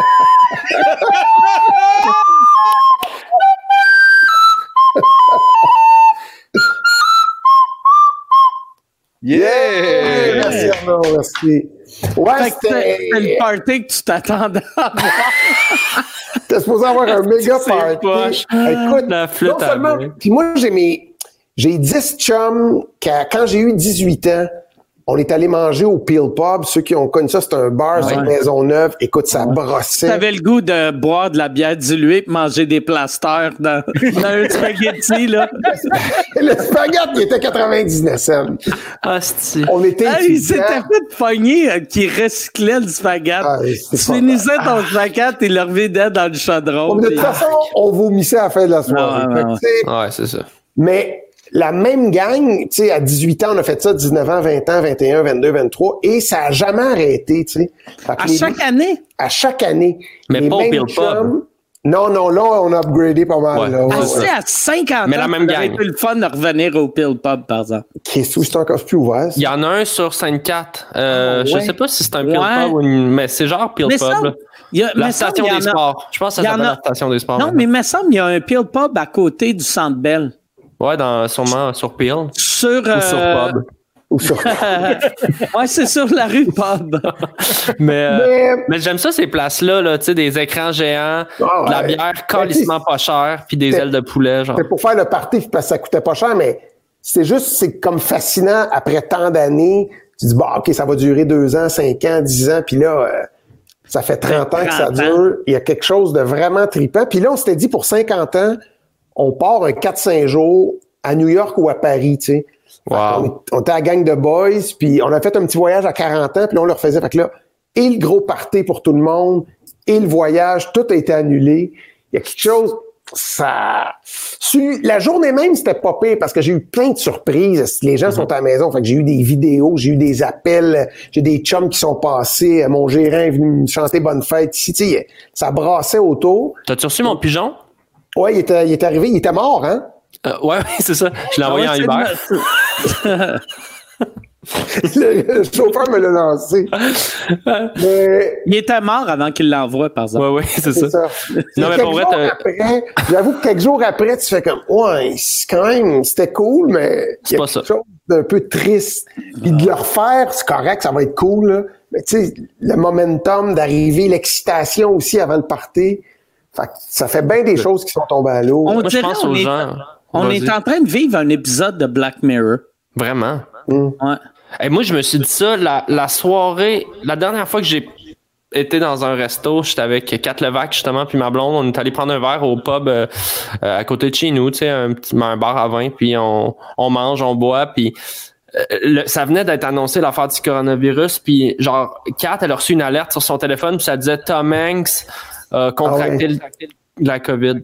Yeah! Merci, Arnaud, merci. Ouais, Fait que c'était... c'est le party que tu t'attendais à avoir. T'es supposé avoir un méga C'est party. poche. Écoute, La flûte non à seulement... main. Puis moi, j'ai mes... J'ai dix chums qu'à- quand j'ai eu dix-huit ans, on est allé manger au Peel Pub. Ceux qui ont connu ça, c'est un bar sur Maisonneuve. Écoute, ça brossait. T'avais le goût de boire de la bière diluée et manger des plasters dans, dans un spaghetti, là. Le spaghetti, il était quatre-vingt-dix-neuf cents. Hostie. On était Ah, il étudiants. s'était fait pogner euh, qui recyclait le spaghetti. Ah, c'est tu pas- finissais ton spaghetti et le revidais dans le chaudron. De toute puis- façon, on vomissait à la fin de la soirée. Ah, ouais, Fait que, ouais, tu sais, Ouais, c'est ça. Mais la même gang, tu sais, à dix-huit ans, on a fait ça, dix-neuf ans, vingt ans, vingt et un, vingt-deux, vingt-trois, et ça a jamais arrêté, tu sais. Fait que À les- chaque année? À chaque année. Mais les pas au mêmes Peel Pub. chums- Non, non, là, on a upgradé pas mal. Ouais. Là. Ah, Ouais, c'est ouais. à cinquante Mais ans. la même ça aurait gang. été le fun de revenir au Peel Pub, par exemple. Qu'est-ce que c'est encore plus ouvert? ça? Il y en a un sur Sainte-Cat. Euh, Ah, Je ouais. sais pas si c'est un Peel Ouais. Pub ou une... Mais c'est genre Peel Mais Pub. ça, là. il y a- La mais ça, station il y des en a- sports. Je pense que il y ça en s'appelle a- la station des sports. Non, maintenant. mais il me semble qu'il y a un Peel Pub à côté du Centre Bell. Ouais, dans, sûrement sur Peel. Sur... Ou sur euh, Pub. Ou sur... ouais, c'est sur la rue Pub. Mais, euh, Mais- mais j'aime ça, ces places-là, là, tu sais, des écrans géants, Ah, de la ouais. bière calissement pas chère, puis des c'est- ailes de poulet, genre. C'était pour faire le party, parce que ça coûtait pas cher, mais c'est juste, c'est comme fascinant après tant d'années. Tu dis, bah, OK, ça va durer deux ans, cinq ans, dix ans, puis là, euh, ça fait trente ans que ça trente ans. dure. Il y a quelque chose de vraiment trippant. Puis là, on s'était dit, pour cinquante ans, on part un quatre cinq jours à New York ou à Paris, tu sais. Wow. On, est- on était à la gang de boys, puis on a fait un petit voyage à quarante ans, puis là, on le refaisait. Fait que là, et le gros party pour tout le monde, et le voyage, tout a été annulé. Il y a quelque chose, ça... Sur- la journée même, c'était pas pire, parce que j'ai eu plein de surprises. Les gens sont à la maison, fait que j'ai eu des vidéos, j'ai eu des appels, j'ai des chums qui sont passés, mon gérant est venu me chanter bonne fête ici, tu sais, ça brassait autour. T'as-tu reçu mon pigeon? Ouais, il était, il est arrivé, il était mort, hein? Euh, ouais, oui, c'est ça. Je l'ai envoyé Ah en ouais, Uber. c'est- le, le chauffeur me l'a lancé. Mais... Il était mort avant qu'il l'envoie, par exemple. Oui, oui, c'est, c'est ça. ça. Non, mais pour vrai, après, j'avoue que quelques jours après, tu fais comme, ouais, c'est quand même, c'était cool, mais c'est il y a pas quelque ça. chose d'un peu triste. Puis de le refaire, c'est correct, ça va être cool, là. Mais tu sais, le momentum d'arriver, l'excitation aussi avant le party, fait que ça fait bien des choses qui sont tombées à l'eau. On Moi, dirait, je pense on aux est, gens. On Vas-y. est en train de vivre un épisode de Black Mirror. Vraiment? Mm. Ouais. Et moi, je me suis dit ça, la, la soirée, la dernière fois que j'ai été dans un resto, j'étais avec Kat Levac, justement, puis ma blonde, on est allé prendre un verre au pub euh, euh, à côté de chez nous, tu sais, un petit un bar à vin, puis on, on mange, on boit, puis euh, le, ça venait d'être annoncé l'affaire du coronavirus, puis genre, Kat, elle a reçu une alerte sur son téléphone, puis ça disait Tom Hanks a contracté Ah ouais. le, la COVID.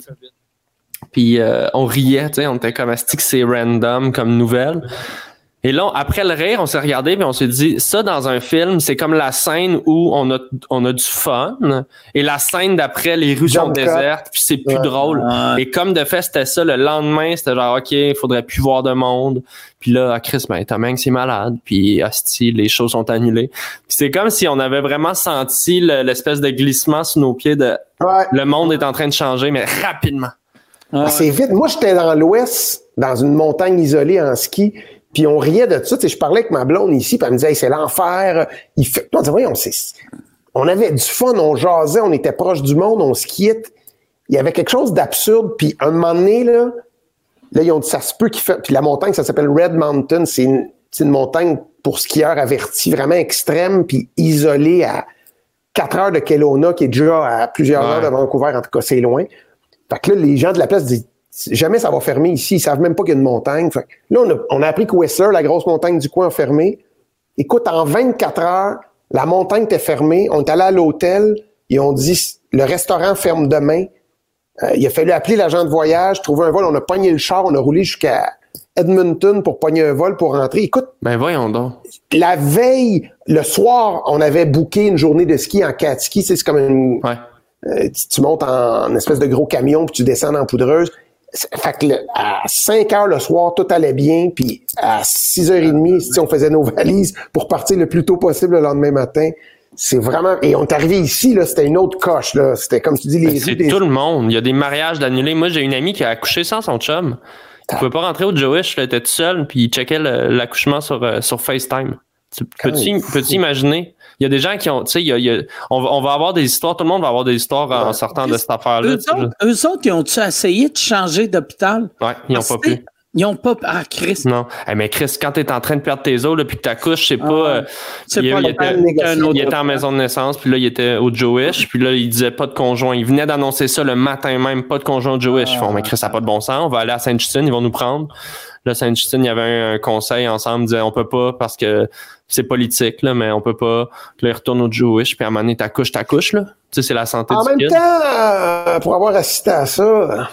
Puis euh, on riait, tu sais, on était comme asti que c'est random comme nouvelle. Et là, après le rire, on s'est regardé et on s'est dit, ça dans un film, c'est comme la scène où on a on a du fun, et la scène d'après, les rues sont désertes, puis c'est plus ouais. drôle. Ouais. Et comme de fait, c'était ça, le lendemain, c'était genre, OK, il faudrait plus voir de monde. Puis là, ah, Chris, ben, Tom Hanks est malade, puis asti, les choses sont annulées. Puis c'est comme si on avait vraiment senti le, l'espèce de glissement sous nos pieds de Ouais. le monde est en train de changer, mais rapidement. Ouais. Assez vite. Moi, j'étais dans l'Ouest, dans une montagne isolée en ski, puis on riait de ça. Tu sais, je parlais avec ma blonde ici, puis elle me disait, hey, c'est l'enfer. Il fait... On disait, voyons, c'est... On avait du fun, on jasait, on était proche du monde, on skiait. Il y avait quelque chose d'absurde, puis un moment donné, là, là, ils ont dit, ça se peut qu'il fait... Puis la montagne, ça s'appelle Red Mountain. C'est une, c'est une montagne pour skieurs avertis, vraiment extrême, puis isolée à quatre heures de Kelowna, qui est déjà à plusieurs Ouais. heures de Vancouver. En tout cas, c'est loin. Fait que là, les gens de la place disent, jamais ça va fermer ici. Ils savent même pas qu'il y a une montagne. Fait que là, on a, on a appris que Whistler, la grosse montagne du coin, a fermé. Écoute, en vingt-quatre heures, la montagne était fermée. On est allé à l'hôtel. Ils ont dit, le restaurant ferme demain. Euh, il a fallu appeler l'agent de voyage, trouver un vol. On a pogné le char. On a roulé jusqu'à Edmonton pour pogner un vol pour rentrer. Écoute, Ben voyons donc. la veille, le soir, on avait booké une journée de ski en cat ski. C'est comme une... Ouais. Euh, tu, tu montes en, en espèce de gros camion puis tu descends en poudreuse. Fait que le, à cinq heures le soir, tout allait bien, puis à six heures trente, si on faisait nos valises pour partir le plus tôt possible le lendemain matin. C'est vraiment... Et on est arrivé ici, là, c'était une autre coche, là. C'était comme tu dis, les Ben, rues c'est des... tout le monde. Il y a des mariages d'annulés. Moi, j'ai une amie qui a accouché sans son chum. Elle pouvait pas rentrer au Jewish, elle était toute seule, puis il checkait le- l'accouchement sur, euh, sur FaceTime. Tu, peux-tu, même peux-tu imaginer? Il y a des gens qui ont, tu sais, il y a, il y a- on, va, on va avoir des histoires, tout le monde va avoir des histoires en, en sortant de cette affaire-là. Eux tu sais. autres, eux autres, ils ont-tu essayé de changer d'hôpital? Ouais, ils n'ont Parce pas que, pu. Ils ont pas... Ah, Christ. Non. Eh, mais Chris, quand t'es en train de perdre tes os, là, puis que t'accouches, c'est pas, euh, C'est il, pas il le était, temps de négocier un autre il était en maison de naissance, puis là, il était au Jewish, puis là, il disait pas de conjoint. Il venait d'annoncer ça le matin même, pas de conjoint au Jewish. Ils font, mais Chris, ça n'a pas de bon sens. On va aller à Sainte-Justine, ils vont nous prendre. Là, Sainte-Justine, il y avait un, un conseil ensemble, ils disaient, on peut pas parce que c'est politique, là, mais on peut pas. Puis là, il retourne au Jewish, puis à un moment donné, t'accouches, t'accouches, là. Tu sais, c'est la santé En du même kid. temps, euh, pour avoir assisté à ça...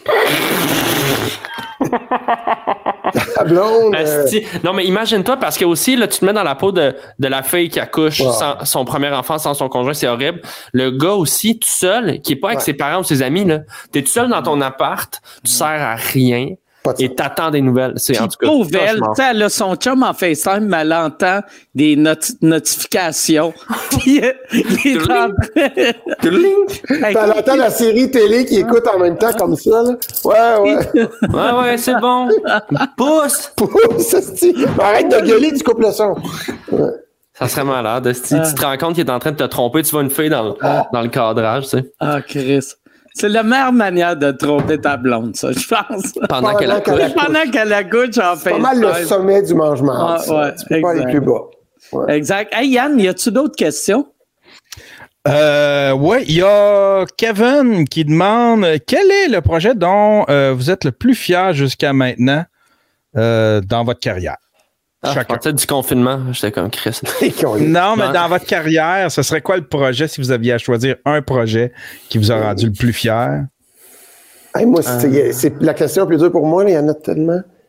la blonde... euh, Asti. Non, mais imagine-toi, parce que aussi, là, tu te mets dans la peau de, de la fille qui accouche Wow. sans son premier enfant, sans son conjoint, c'est horrible. Le gars aussi, tout seul, qui est pas avec Ouais. ses parents ou ses amis, là. T'es tout seul dans ton appart, tu sers à rien. Pas de Et sens. t'attends des nouvelles. C'est en tout cas. Pauvre elle, cauchemar. tu sais, elle a son chum en FaceTime, mais elle entend des noti- notifications. Puis, euh, il est en train- Hey, Elle entend la série télé qui écoute en même temps comme ça, là. Ouais, ouais. Ouais, ouais, c'est bon. Pousse! Pousse, esti. Arrête de gueuler, tu coupes le son. Ça serait malade. Si tu te rends compte qu'il est en train de te tromper, tu vois une fille dans le, dans le cadrage, tu sais, Ah, Chris. C'est la meilleure manière de tromper ta blonde, ça, je pense. pendant qu'elle Pendant qu'elle accouche. accouche. Pendant qu'elle accouche en C'est pas mal le FaceTime. sommet du mange-marde. Ah, ça. ouais, Tu peux pas aller exact. plus bas. Ouais. Exact. Hey, Yann, y a-tu d'autres questions? Euh, oui, il y a Kevin qui demande quel est le projet dont euh, vous êtes le plus fier jusqu'à maintenant euh, dans votre carrière? Ah, je Chacun. pensais du confinement. J'étais comme Chris. Qui ont- Non, mais Non. dans votre carrière, ce serait quoi le projet si vous aviez à choisir un projet qui vous a rendu le plus fier? Hey, moi, c'est, c'est la question la plus dure pour moi, là, il y en a tellement.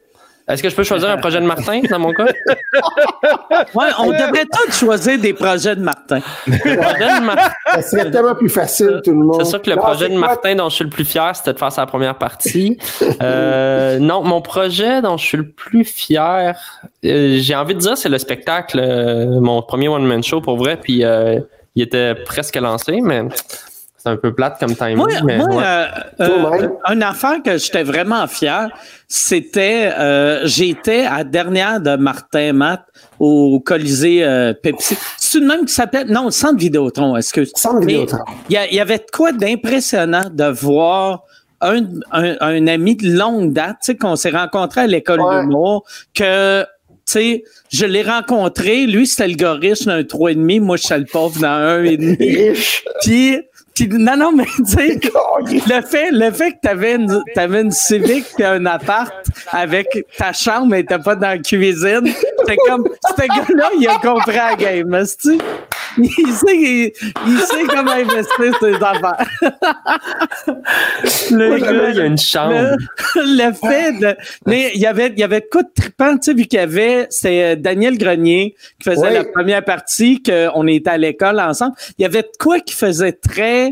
Est-ce que je peux choisir un projet de Martin, dans mon cas? Ouais, on devrait tous choisir des projets de Martin. Le projet de Martin. Ça serait tellement plus facile, tout le monde. C'est sûr que le Non, projet c'est de quoi? Martin dont je suis le plus fier, c'était de faire sa première partie. Euh, non, mon projet dont je suis le plus fier, euh, j'ai envie de dire, c'est le spectacle, euh, mon premier one-man show pour vrai, puis euh, il était presque lancé, mais c'est un peu plate comme timing. Moi, mais moi ouais. euh, euh, une affaire que j'étais vraiment fier, c'était, euh, j'étais à la dernière de Martin Matt au Colisée euh, Pepsi. C'est le même qui s'appelle, non, le Centre Vidéotron, excuse. Centre Vidéotron. Il y, y avait de quoi d'impressionnant de voir un, un, un ami de longue date, tu sais, qu'on s'est rencontré à l'école Ouais. d'humour, que, tu sais, je l'ai rencontré, lui, c'était le gars riche d'un trois et demi, moi, je suis le pauvre dans un et demi. Riche. Puis, puis, non, non, mais tu sais, le fait, le fait que t'avais une, t'avais une Civic pis un appart avec ta chambre et t'es pas dans la cuisine, c'est comme, ce gars-là, il a compris la game, tu il sait, il, il sait comment investir ses affaires. Le Moi, gars, il y a une chambre. Le, le fait de, mais il y avait, il y avait de quoi de trippant, tu sais, vu qu'il y avait, c'est Daniel Grenier qui faisait Oui. la première partie, qu'on était à l'école ensemble. Il y avait de quoi qui faisait très,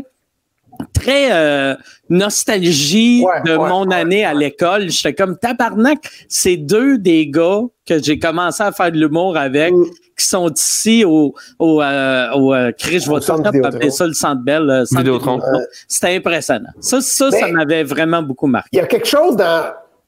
très euh, nostalgie Ouais, de ouais, mon ouais, année à l'école. J'étais comme tabarnak. C'est deux des gars que j'ai commencé à faire de l'humour avec, Mm. qui sont ici au, au, euh, au euh, Chris, je Au vais tout Centre le temps Vidéotron. appeler ça le Centre Bell. euh, Centre Vidéotron. Vidéotron. C'était impressionnant. Ça, ça, ça Ben, m'avait vraiment beaucoup marqué. Il y a quelque chose dans,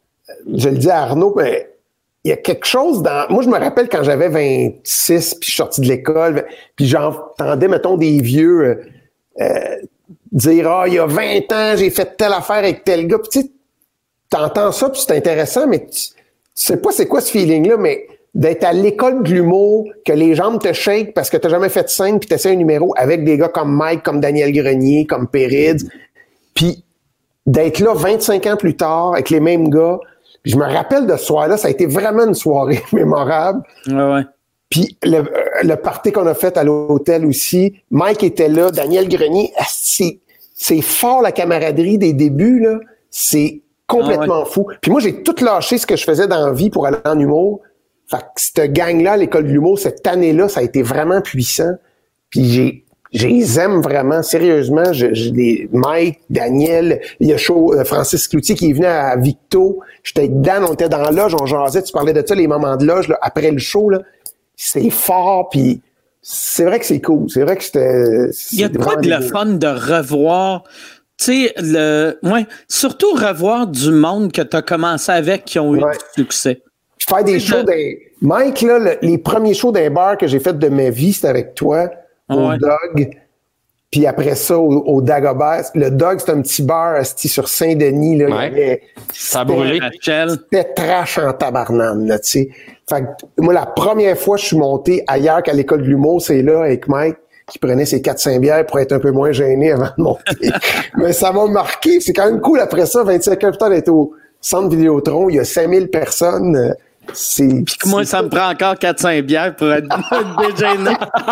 je le dis à Arnaud, mais il y a quelque chose dans, moi je me rappelle quand j'avais vingt-six puis je suis sorti de l'école, puis j'entendais, mettons, des vieux euh, euh, dire, ah, il y a vingt ans, j'ai fait telle affaire avec tel gars, puis tu sais, t'entends ça, puis c'est intéressant, mais tu, tu sais pas c'est quoi ce feeling-là, mais d'être à l'école de l'humour, que les jambes te shake parce que t'as jamais fait de scène, puis t'essaies un numéro avec des gars comme Mike, comme Daniel Grenier, comme Périds, puis d'être là vingt-cinq ans plus tard avec les mêmes gars. Puis je me rappelle de ce soir-là, ça a été vraiment une soirée mémorable. Ouais, ouais. Puis le, le party qu'on a fait à l'hôtel aussi, Mike était là, Daniel Grenier, c'est, c'est fort la camaraderie des débuts, là. C'est complètement Ah ouais. fou. Puis moi, j'ai tout lâché ce que je faisais dans la vie pour aller en humour. Fait que cette gang-là, à l'école de l'humour, cette année-là, ça a été vraiment puissant. Puis j'ai, je les aime vraiment, sérieusement. Je, je les, Mike, Daniel, il y a show, euh, Francis Cloutier qui est venu à Victo. J'étais avec Dan, on était dans la loge, on jasait, tu parlais de ça, les moments de loge, là, après le show, là. C'est fort, puis c'est vrai que c'est cool. C'est vrai que c'était... Il y a de quoi de le fun de revoir, tu sais, le, ouais, surtout revoir du monde que tu as commencé avec qui ont eu Ouais. du succès. Faire des shows d'un... Mike, là, le- les premiers shows d'un bar que j'ai fait de ma vie, c'était avec toi, au Ouais. Dog. Puis après ça, au, au Dagobert. Le Dog, c'est un petit bar asti, sur Saint-Denis. Là, Ouais. il y avait- Ça a brûlé. Rachel. C'était trash en tabarnane, là, tu sais. Fait que, moi, la première fois que je suis monté ailleurs qu'à l'école de l'humour, c'est là, avec Mike, qui prenait ses quatre cinq bières pour être un peu moins gêné avant de monter. Mais ça m'a marqué. C'est quand même cool, après ça, vingt-cinq ans plus tard, d'être au Centre Vidéotron. Il y a cinq mille personnes. euh, C'est... Puis que moi, ça me prend encore quatre cinq bières pour être dégêné.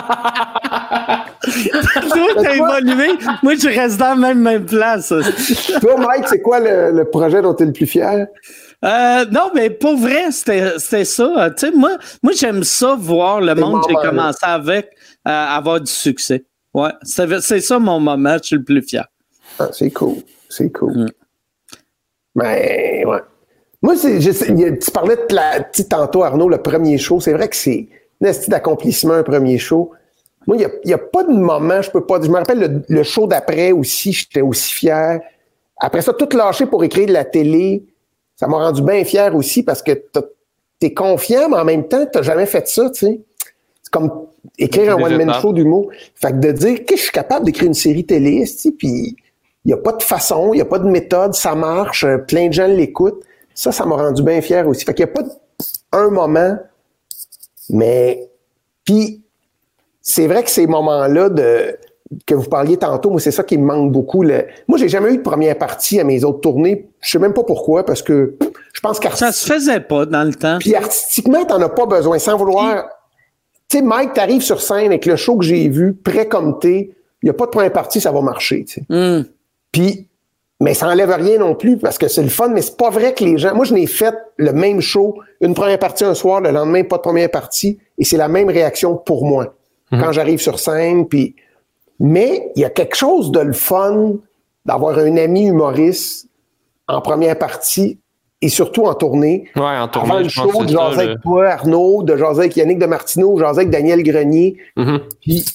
Toi, t'as évolué. Moi, je reste dans la même, même place. Toi, Mike, c'est quoi le, le projet dont tu es le plus fier? Euh, non, mais pour vrai, c'était, c'était ça. Tu sais, moi, moi, j'aime ça, voir le monde que j'ai moment, commencé avec euh, avoir du succès. Ouais, c'est, c'est ça mon moment, je suis le plus fier. Ah, c'est cool. C'est cool. Mm. Mais, ouais. Moi, c'est, je sais, il y a- tu parlais de la, tu sais, tantôt, Arnaud, le premier show. C'est vrai que c'est un esti d'accomplissement, un premier show. Moi, il n'y a, il y a pas de moment, je peux pas dire. Je me rappelle le, le show d'après aussi, j'étais aussi fier. Après ça, tout lâché pour écrire de la télé, ça m'a rendu bien fier aussi parce que t'as- t'es confiant, mais en même temps, t'as jamais fait ça, tu sais. C'est comme écrire un Des one-man étapes. show d'humour. Fait que de dire que je suis capable d'écrire une série télé, esti, puis il n'y a pas de façon, il n'y a pas de méthode, ça marche, euh, plein de gens l'écoutent. Ça, ça m'a rendu bien fier aussi. Fait qu'il n'y a pas de- un moment, mais puis c'est vrai que ces moments-là de que vous parliez tantôt, moi, c'est ça qui me manque beaucoup. Le... Moi, j'ai jamais eu de première partie à mes autres tournées. Je sais même pas pourquoi, parce que je pense Ça qu'artistiquement, se faisait pas dans le temps. puis artistiquement, t'en as pas besoin, sans vouloir. Tu sais, Mike, t'arrives sur scène avec le show que j'ai vu, prêt comme t'es, il n'y a pas de première partie, ça va marcher, tu sais. Hum. Puis, Mais ça enlève rien non plus parce que c'est le fun, mais c'est pas vrai que les gens... Moi, je n'ai fait le même show, une première partie un soir, le lendemain, pas de première partie, et c'est la même réaction pour moi. Mm-hmm. Quand j'arrive sur scène, puis... Mais il y a quelque chose de le fun d'avoir un ami humoriste en première partie et surtout en tournée. Ouais, en tournée, avant le je pense show, que de c'est jaser ça, avec le... toi, Arnaud, de jaser avec Yannick de Martineau, de jaser avec Daniel Grenier. Mm-hmm. Puis,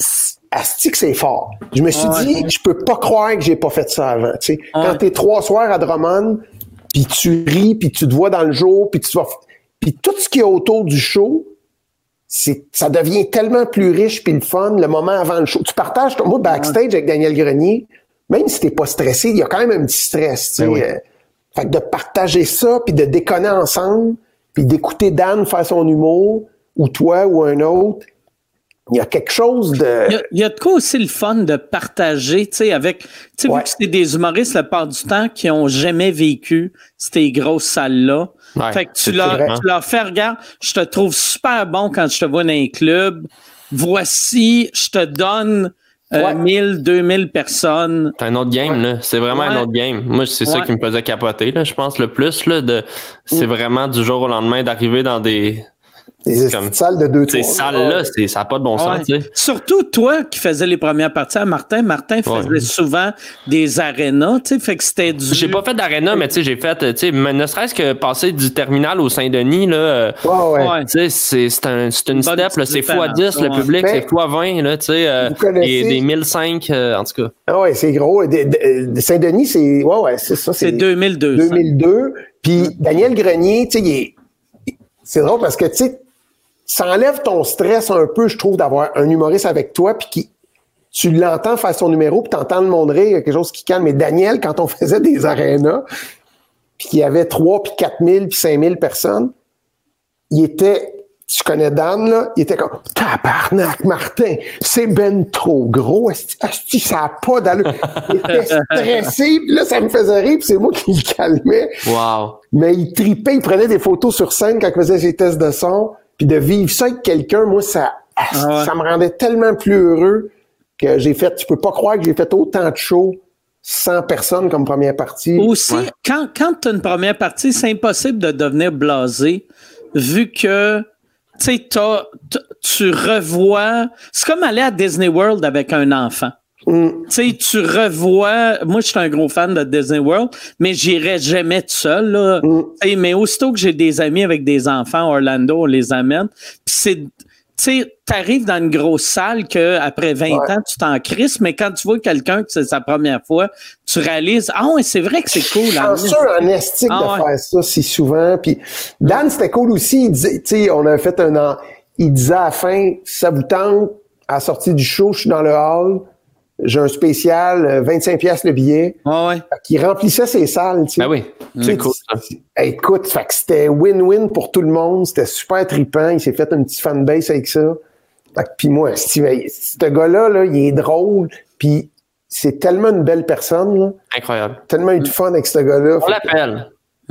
asti que c'est fort. Je me suis ouais. dit, je peux pas croire que j'ai pas fait ça avant. Tu sais, ouais. Quand t'es trois soirs à Drummond, puis tu ris, puis tu te vois dans le jour, puis tu vas... Puis tout ce qu'il y a autour du show, c'est, ça devient tellement plus riche puis le fun le moment avant le show. Tu partages, ton, moi, backstage avec Daniel Grenier, même si t'es pas stressé, il y a quand même un petit stress, tu sais. Ben oui. euh, fait que de partager ça, puis de déconner ensemble, puis d'écouter Dan faire son humour, ou toi, ou un autre, il y a quelque chose de... Il y a, il y a de quoi aussi le fun de partager, tu sais, avec... Tu sais, Ouais. vu que c'est des humoristes, la part du temps, qui ont jamais vécu ces grosses salles-là. Ouais, fait que tu c'est leur, vrai. tu leur fais, regarde, je te trouve super bon quand je te vois dans un club. Voici, je te donne euh, Ouais. mille, deux mille personnes. C'est un autre game, là. C'est vraiment Ouais. un autre game. Moi, c'est ça Ouais. qui me faisait capoter, là. Je pense le plus, là, de, c'est vraiment du jour au lendemain d'arriver dans des, Des comme- salles de deux, ces trois. salles-là, c'est, ça n'a pas de bon sens, Ouais. tu sais. Surtout toi qui faisais les premières parties à Martin. Martin faisait Ouais. souvent des arénas, tu sais, fait que c'était du... J'ai pas fait d'aréna, mais tu sais, j'ai fait, tu sais, mais ne serait-ce que passer du terminal au Saint-Denis, là, euh, Ouais, ouais. Ouais. tu sais, c'est, c'est, un, c'est une Bonne step, là, petite c'est fois différence, dix, le ouais. public, Mais- c'est fois vingt, là, tu sais, euh, Vous connaissez- et des mille cinq, euh, en tout cas. Ah ouais, c'est gros. De- de- de Saint-Denis, c'est... Ouais, ouais, c'est ça. C'est deux mille deux. deux mille deux. Puis Daniel Grenier, tu sais, il est... C'est drôle parce que, tu sais, ça enlève ton stress un peu, je trouve, d'avoir un humoriste avec toi, puis qui... Tu l'entends faire son numéro, puis t'entends le monde rire, il y a quelque chose qui calme. Mais Daniel, quand on faisait des arénas, puis qu'il y avait trois, puis quatre mille, puis cinq mille personnes, il était... Tu connais Dan, là? Il était comme « Tabarnak, Martin, c'est ben trop gros. Asti, asti, ça n'a pas d'allure. » Il était stressé, puis là, ça me faisait rire, puis c'est moi qui le calmais. Wow. Mais il tripait, il prenait des photos sur scène quand il faisait ses tests de son. Puis de vivre ça avec quelqu'un, moi, ça, Ah ouais. ça me rendait tellement plus heureux que j'ai fait... Tu peux pas croire que j'ai fait autant de shows sans personne comme première partie. Aussi, Ouais. quand, quand tu as une première partie, c'est impossible de devenir blasé vu que tu sais, t'as- t- tu revois. C'est comme aller à Disney World avec un enfant. Mm. Tu sais, tu revois. Moi, je suis un gros fan de Disney World, mais j'irai jamais tout seul. Là. Mm. Tu sais, mais aussitôt que j'ai des amis avec des enfants, Orlando, on les amène. Puis c'est. Tu sais, t'arrives dans une grosse salle qu'après vingt Ouais. ans, tu t'en crisses, mais quand tu vois quelqu'un que c'est sa première fois, tu réalises, ah ouais, c'est vrai que c'est cool. hein. Chanceux en estique Ah de ouais. faire ça si souvent. Puis Dan, c'était cool aussi. Il disait, tu sais, on a fait un an. Il disait à la fin, si ça vous tente, à la sortie du show, je suis dans le hall, j'ai un spécial, euh, vingt-cinq piastres le billet. Ah ouais. Qui remplissait ses salles, tu sais. Ben oui, Tu sais, c'est cool, ça. tu- Écoute, fait que c'était win-win pour tout le monde. C'était super trippant. Il s'est fait une petite fanbase avec ça. Fait que, puis moi, Steve, ce gars-là, là, il est drôle. Puis c'est tellement une belle personne, là. Incroyable. Tellement eu de fun avec ce gars-là. On Fait que- l'appelle.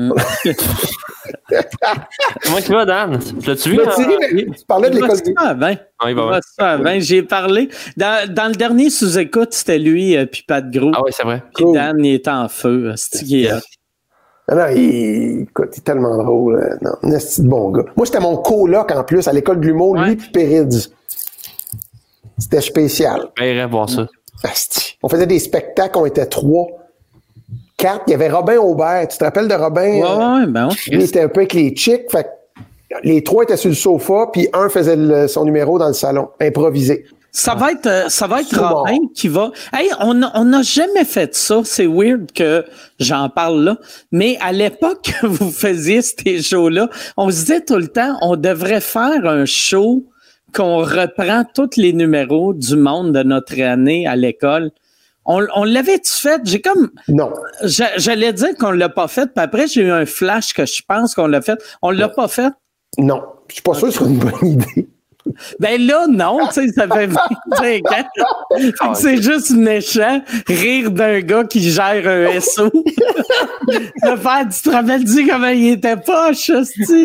Comment tu vas, Dan? L'as-tu vu? Mais hein? Thierry, mais tu parlais de Il va l'école se du... faire avant. Ah, il va Il bien. va se faire avant. J'ai parlé. Dans, dans le dernier sous-écoute, c'était lui, euh, puis Pat Gros. Ah oui, c'est vrai. Puis Cool. Dan, il était en feu. C'est qui est hot. Ah non, il... Écoute, il est tellement drôle. là. Non, un esti de bon gars. Moi, c'était mon coloc en plus à l'école de l'humour, Ouais. lui puis Périds. C'était spécial. J'irais voir ça. Asti. On faisait des spectacles, on était trois. Quatre, il y avait Robin Aubert. Tu te rappelles de Robin? Ouais, Euh, ouais, ben ouais. Lui, il était un peu avec les chicks. Fait que les trois étaient sur le sofa, puis un faisait le- son numéro dans le salon, improvisé. Ça va être, euh, ça va être Souvent. Robin qui va. Hey, on n'a on n'a jamais fait ça. C'est weird que j'en parle là. Mais à l'époque que vous faisiez ces shows-là, on se disait tout le temps, on devrait faire un show qu'on reprend tous les numéros du monde de notre année à l'école. On, on l'avait-tu fait? J'ai comme. Non. j'a- J'allais dire qu'on l'a pas fait, puis après, j'ai eu un flash que je pense qu'on l'a fait. On l'a pas fait. Non. Je suis pas sûr que c'est une bonne idée. Ben là, non, tu sais, ça fait vingt-cinq ans. Fait que c'est juste méchant, rire d'un gars qui gère un S O. Le faire, tu te rappelles-tu comment il était poche, hostie?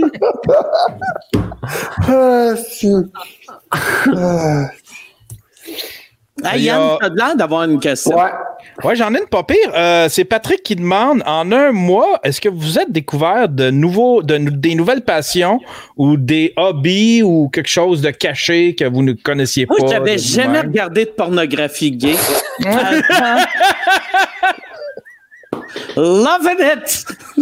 Ah, si. Ah. Hey, Yann, t'as l'air d'avoir une question. Ouais. Ouais, j'en ai une pas pire. Euh, c'est Patrick qui demande, en un mois, est-ce que vous êtes découvert de nouveaux, de, des nouvelles passions ou des hobbies ou quelque chose de caché que vous ne connaissiez pas? Moi, je n'avais jamais regardé de pornographie gay. Loving it!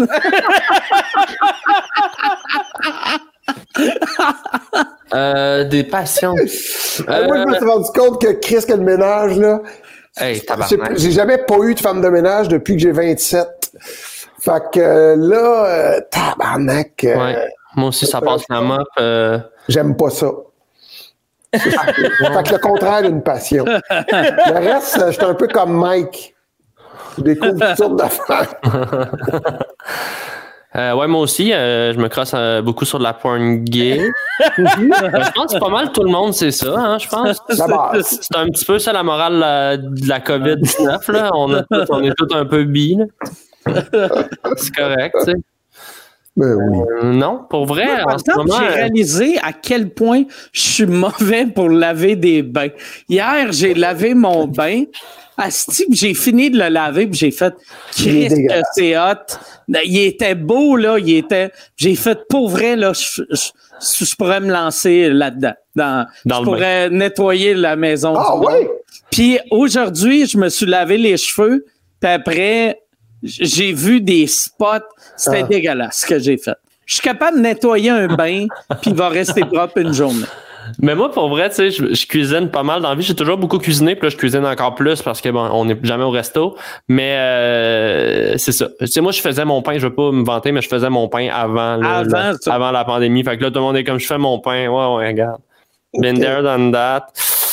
euh, des passions. Euh, moi, je me suis rendu compte que Chris, que le ménage, là, hey, j'ai, j'ai jamais pas eu de femme de ménage depuis que j'ai vingt-sept. Fait que euh, là, euh, tabarnak. Euh, ouais. Moi aussi, ça passe la mop. Euh... J'aime pas ça. Fait que le contraire d'une passion. Le reste, je suis un peu comme Mike. Je découvre toutes sortes d'affaires. Euh, ouais, moi aussi, euh, je me crosse euh, beaucoup sur de la porn gay. euh, je pense que pas mal tout le monde, c'est ça, hein, je pense. C'est, c'est un petit peu ça la morale la, de la covid dix-neuf, là. On, a tout, on est tous un peu bi, là. C'est correct, tu sais. Ben oui. Euh, non, pour vrai, Moi, par en exemple, ce moment... j'ai réalisé à quel point je suis mauvais pour laver des bains. Hier, j'ai lavé mon bain. Asti, j'ai fini de le laver, puis j'ai fait Christ que c'est hot. Il était beau, là, il était. J'ai fait pour vrai, là, je, je, je pourrais me lancer là-dedans. Dans, dans je pourrais bain. nettoyer la maison. Ah oui? Puis aujourd'hui, je me suis lavé les cheveux, puis après, j'ai vu des spots. C'était ah. dégueulasse ce que j'ai fait. Je suis capable de nettoyer un bain, puis il va rester propre une journée. Mais moi, pour vrai, tu sais, je, je cuisine pas mal dans la vie. J'ai toujours beaucoup cuisiné, puis là, je cuisine encore plus parce que bon, on n'est jamais au resto. Mais euh, c'est ça. Tu sais, moi, je faisais mon pain, je veux pas me vanter, mais je faisais mon pain avant, là, avant, là, avant la pandémie. Fait que là, tout le monde est comme je fais mon pain. Ouais, ouais, regarde. Okay. Been there, done that.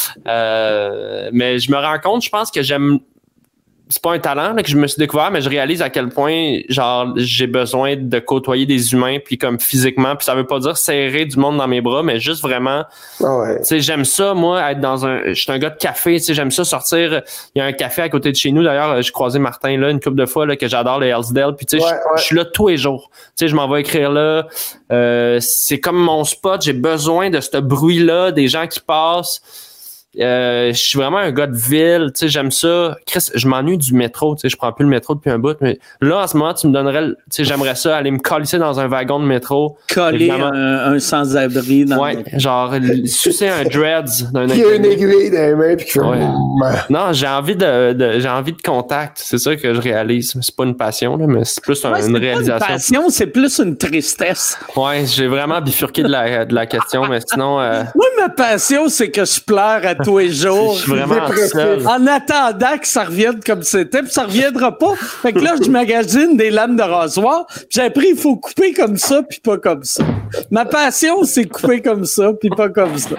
Euh, mais je me rends compte, je pense que j'aime. C'est pas un talent là, que je me suis découvert, mais je réalise à quel point genre j'ai besoin de côtoyer des humains puis comme physiquement, puis ça veut pas dire serrer du monde dans mes bras, mais juste vraiment oh ouais. Tu sais, j'aime ça moi être dans un je suis un gars de café, tu sais, j'aime ça sortir, il y a un café à côté de chez nous d'ailleurs, j'ai croisé Martin là une couple de fois là que j'adore le Hellsdale, puis tu sais ouais, je ouais. suis là tous les jours. Tu sais, je m'en vais écrire là, euh, c'est comme mon spot, j'ai besoin de ce bruit là, des gens qui passent. Euh, je suis vraiment un gars de ville, tu sais, j'aime ça. Chris, je m'ennuie du métro, tu sais, je prends plus le métro depuis un bout, mais là, en ce moment, tu me donnerais, tu sais, j'aimerais ça, aller me coller dans un wagon de métro. Coller un, un sans-abri dans ouais, le... genre, sucer un dreads d'un qui a une aiguille dans les mains puis qui fait... Ouais. Non, j'ai envie de, de, j'ai envie de contact, c'est ça que je réalise. C'est pas une passion, là, mais c'est plus un, ouais, c'est une pas réalisation. Une passion, c'est plus une tristesse. Ouais, j'ai vraiment bifurqué de la, de la question, mais sinon... Euh... Oui, ma passion, c'est que je pleure à tous les jours. Je suis vraiment seul. En attendant que ça revienne comme c'était, puis ça reviendra pas. Fait que là, je magasine des lames de rasoir, puis j'ai appris il faut couper comme ça, puis pas comme ça. Ma passion, c'est couper comme ça, puis pas comme ça.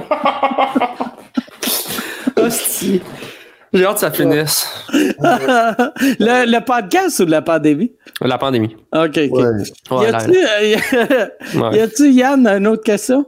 Hostie. J'ai hâte que ça finisse. le, le podcast ou la pandémie? La pandémie. OK, OK. Ouais. Y a-tu, euh, y a-tu, Yann, une autre question?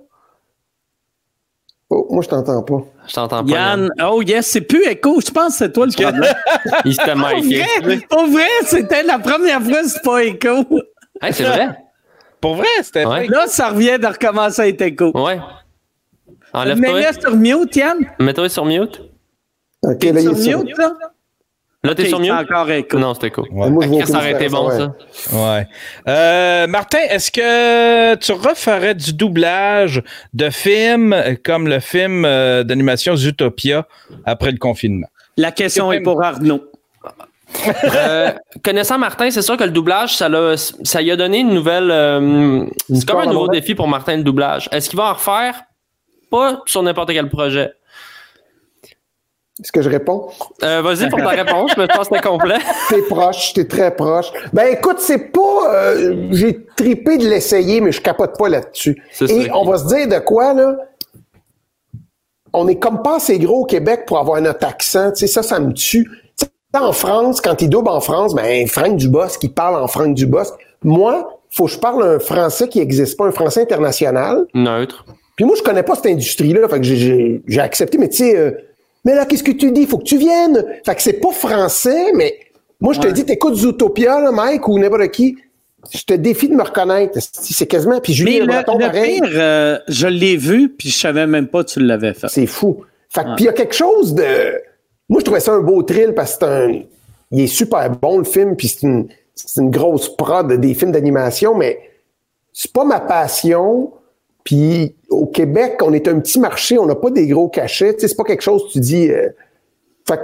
Oh, moi, je t'entends pas. Je t'entends pas. Yann, Yann. Oh yes, c'est plus écho. Je pense que c'est toi le problème. Il s'était marqué. Pour vrai, c'était la première fois que c'est pas écho. Hey, c'est vrai. Pour vrai, c'était ouais. Là, ça revient de recommencer à être écho. Ouais. Enlève-toi. Mets-le sur mute, Yann. Mets-toi sur mute. OK, t'es là, sur il est mute, sur... là? Là, t'es okay, sur mute? C'est encore écho. Non, c'était écho. Ouais. Moi, je ça aurait été bon, ouais. ça. Ouais. Euh, Martin, est-ce que tu referais du doublage de films comme le film euh, d'animation Zootopia après le confinement? La question est pour Arnaud. euh, connaissant Martin, c'est sûr que le doublage, ça l'a, ça lui a donné une nouvelle... Euh, c'est comme un nouveau défi pour Martin, le doublage. Est-ce qu'il va en refaire? Pas sur n'importe quel projet. Est-ce que je réponds? Euh, vas-y pour ta réponse, mais je pense que c'est complet. T'es proche, t'es très proche. Ben écoute, c'est pas... Euh, j'ai tripé de l'essayer, mais je capote pas là-dessus. C'est Et ça, on va se dire de quoi, là? On est comme pas assez gros au Québec pour avoir notre accent. Tu sais, ça, ça me tue. T'sais, en France, quand ils doublent en France, ben Franck Dubosc, qui parle en Franck Dubosc. Moi, faut que je parle un français qui n'existe pas, un français international. Neutre. Puis moi, je connais pas cette industrie-là, fait que j'ai, j'ai, j'ai accepté, mais tu sais... Euh, mais là, qu'est-ce que tu dis? Il faut que tu viennes. Fait que c'est pas français, mais moi, je te ouais. dis, t'écoutes Zootopia, là, Mike, ou n'importe qui. Je te défie de me reconnaître. C'est quasiment... Puis Julie le, Breton, le pareil. pire, euh, je l'ai vu, puis je savais même pas que tu l'avais fait. C'est fou. Fait que, ouais. puis il y a quelque chose de... moi, je trouvais ça un beau thrill parce que c'est un, il est super bon, le film, puis c'est une, c'est une grosse prod des films d'animation, mais c'est pas ma passion. Puis au Québec, on est un petit marché, on n'a pas des gros cachets. Tu sais, c'est pas quelque chose que tu dis... Euh, fait que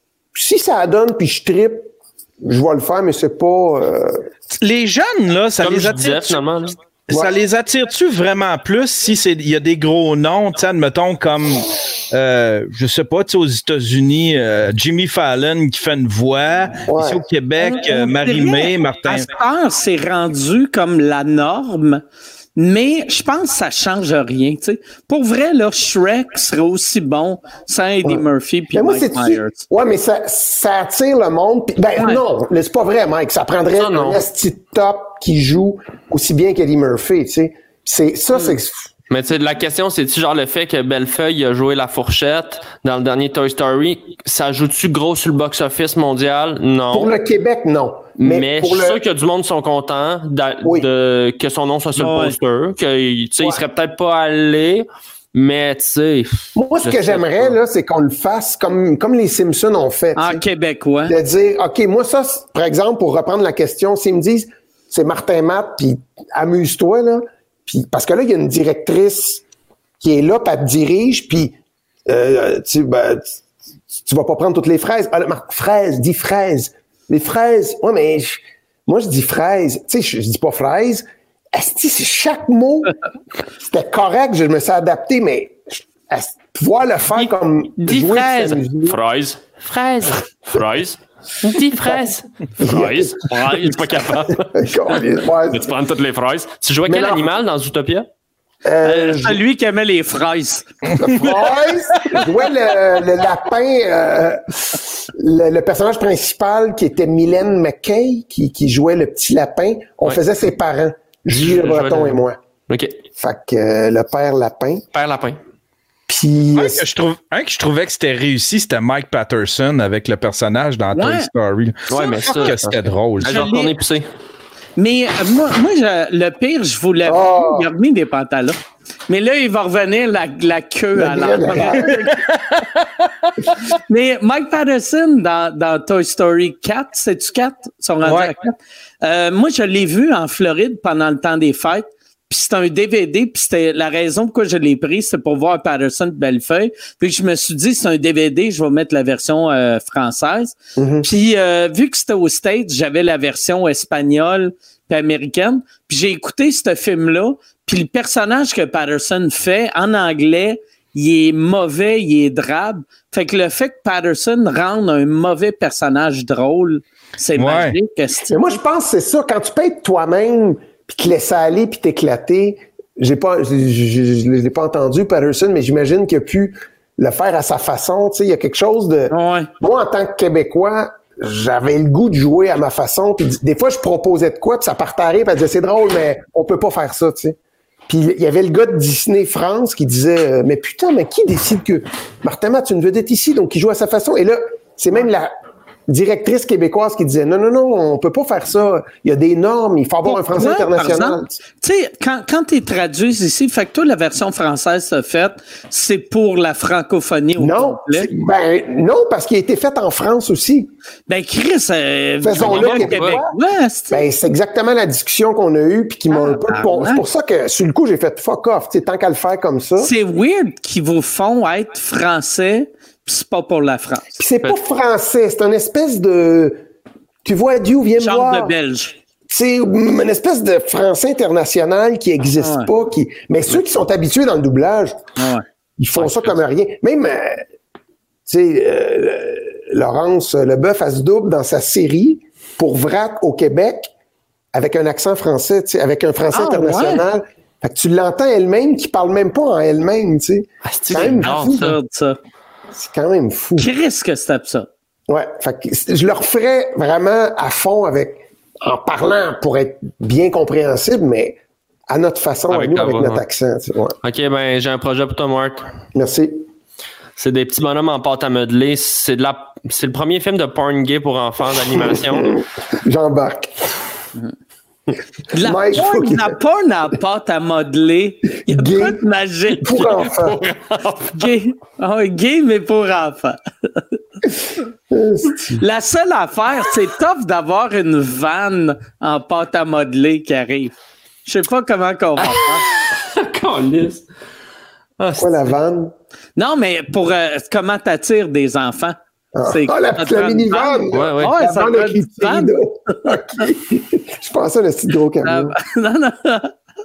si ça donne, puis je trippe, je vais le faire, mais c'est pas... Euh... Les jeunes, là, ça Comme les je attire... disais, finalement, là. Ça Ouais. les attire-tu vraiment plus si c'est il y a des gros noms, tu sais, admettons comme euh, je sais pas, tu sais, aux États-Unis, euh, Jimmy Fallon qui fait une voix, Ouais. ici au Québec, euh, Marie-Mé, Martin. À cette heure, c'est rendu comme la norme, mais je pense que ça change rien. Tu sais. Pour vrai, là, Shrek serait aussi bon sans Eddie Ouais. Murphy puis Mais moi, Mike c'est Myers. Ouais, mais ça, ça attire le monde. Pis, ben Ouais. non, mais c'est pas vrai, Mike. Ça prendrait Ça, non. un esti top qui joue aussi bien qu'Eddie Murphy, tu sais. C'est, ça, c'est... Mais tu sais, la question, c'est-tu genre le fait que Bellefeuille a joué la fourchette dans le dernier Toy Story, ça joue-tu gros sur le box-office mondial? Non. Pour le Québec, non. Mais, Mais, je pour suis le... sûr que du monde sont contents d'a- Oui. de, que son nom soit sur Ouais. le poster, que, tu sais, Ouais. il serait peut-être pas allé, mais tu sais. Moi, ce je que sais j'aimerais, pas. là, c'est qu'on le fasse comme, comme les Simpsons ont fait. En tu sais. québécois. De dire, OK, moi, ça, c'est- par exemple, pour reprendre la question, s'ils me disent, c'est Martin Matt, puis amuse-toi, là, puis parce que là, il y a une directrice qui est là, puis elle te dirige, puis euh, tu, ben, tu, tu vas pas prendre toutes les fraises. Ah, là, Mar- fraises, dis fraises. Les fraises, ouais, mais je- moi, je dis fraises. Tu sais, je, je dis pas fraises. Asti, c'est chaque mot, c'était correct, je me suis adapté, mais je- asti, pouvoir le faire comme Dis jouer, fraise. s'amuser. Fraise. Fraise. Fraise. Dis fraise. Fraise. Fraise. Il est pas capable. Ouais. Mais tu prends toutes les fraises. Tu jouais Mais quel non. animal dans Zootopia? Euh, je Celui qui aimait les fraises. fraise, je jouais le, le lapin, euh, le, le personnage principal qui était Mylène McKay, qui, qui jouait le petit lapin. On Ouais. faisait ses parents, Julie Le Je- je Breton vois le- et moi. OK. Fait que euh, le père lapin. Père lapin. Puis Un que, je trouve, un que je trouvais que c'était réussi, c'était Mike Patterson avec le personnage dans Ouais. Toy Story. Ouais, mais ça, que c'était drôle. Je vais retourner pisser. Mais euh, moi, moi je- le pire, je voulais Oh. il a remis des pantalons. Mais là, il va revenir la, la queue à La l'envers. Mais Mike Patterson dans, dans Toy Story quatre, c'est-tu quatre? Ils sont rendus Ouais. à quatre. Euh, moi, je l'ai vu en Floride pendant le temps des fêtes. Puis c'était un D V D, puis c'était la raison pourquoi je l'ai pris, c'était pour voir Patterson de Bellefeuille. Puis je me suis dit, c'est un D V D, je vais mettre la version euh, française. Puis euh, vu que c'était aux States, j'avais la version espagnole puis américaine. Puis j'ai écouté ce film-là, puis le personnage que Patterson fait en anglais, il est mauvais, il est drabe. Fait que le fait que Patterson rende un mauvais personnage drôle, c'est Ouais. magique. est-ce mais que- moi, je pense que c'est ça. Quand tu peux être toi-même, puis te laisser aller, puis t'éclater, j'ai pas, je, je, je, je l'ai pas entendu, Patterson, mais j'imagine qu'il a pu le faire à sa façon. Tu sais, il y a quelque chose de... Ouais. Moi, en tant que Québécois, j'avais le goût de jouer à ma façon. Puis des fois, je proposais de quoi, puis ça partait à rire, puis elle disait, c'est drôle, mais on peut pas faire ça, tu sais. Puis il y avait le gars de Disney France qui disait, euh, mais putain, mais qui décide que Martin Matt, c'est une vedette ici, donc il joue à sa façon. Et là, c'est même la directrice québécoise qui disait, non, non, non, on peut pas faire ça. Il y a des normes, il faut avoir un français Pourquoi, par international. exemple? Tu sais, quand, quand tu es traduit ici, fait que toi, la version française t'as faite, c'est pour la francophonie au Non, complet. c'est- ben non, parce qu'il a été fait en France aussi. Ben, Chris, euh, Faisons-le vraiment québécois. c'est- Ben, c'est exactement la discussion qu'on a eue, puis qui m'a Ah, un peu... ah, con- ouais. C'est pour ça que, sur le coup, j'ai fait fuck off, tu sais, tant qu'à le faire comme ça. c'est weird qu'ils vous font être français, puis c'est pas pour la France. Puis c'est pas français, c'est une espèce de... Tu vois, Dieu, viens me Genre voir. de Belge. C'est une espèce de français international qui existe Ouais. pas. Qui... Mais ceux qui sont habitués dans le doublage, Ouais. ils font Ouais, ça c'est comme rien. Même, euh, tu sais, euh, Laurence Leboeuf, elle se double dans sa série pour Vrac au Québec avec un accent français, tu sais, avec un français Ah, international. Fait que tu l'entends elle-même qui parle même pas en elle-même, tu sais. Ah, c'est quand même bizarre, fou. ça. Absurde, ça. C'est quand même fou. Chris, que c'est absurde. Ouais, fait que c'est- je le referais vraiment à fond avec, en parlant pour être bien compréhensible, mais à notre façon, Avec à nous, ta avec voix, notre ouais. accent. Tu sais, ouais. OK, ben, j'ai un projet pour toi, Marc. Merci. C'est des petits bonhommes en pâte à modeler. C'est de la, c'est le premier film de porn gay pour enfants d'animation. J'embarque. De la Mike, faut porn, qu'il- la porn n'a pas à modeler. Il y a Gay. pas de magie. Pour enfants. Gay. Ah ouais, gay, mais pour enfants. La seule affaire, c'est tough d'avoir une vanne en pâte à modeler qui arrive. Je sais pas comment qu'on va faire. Câlisse. Ah, Quoi, la vanne? Non, mais pour euh, comment t'attires des enfants. Ah, C'est ah, la, la mini-vanne! Ouais, ouais. Ouais, La ça vanne prend à du van. Christine. OK. Je pensais à le petit gros camion. Ah, non, non.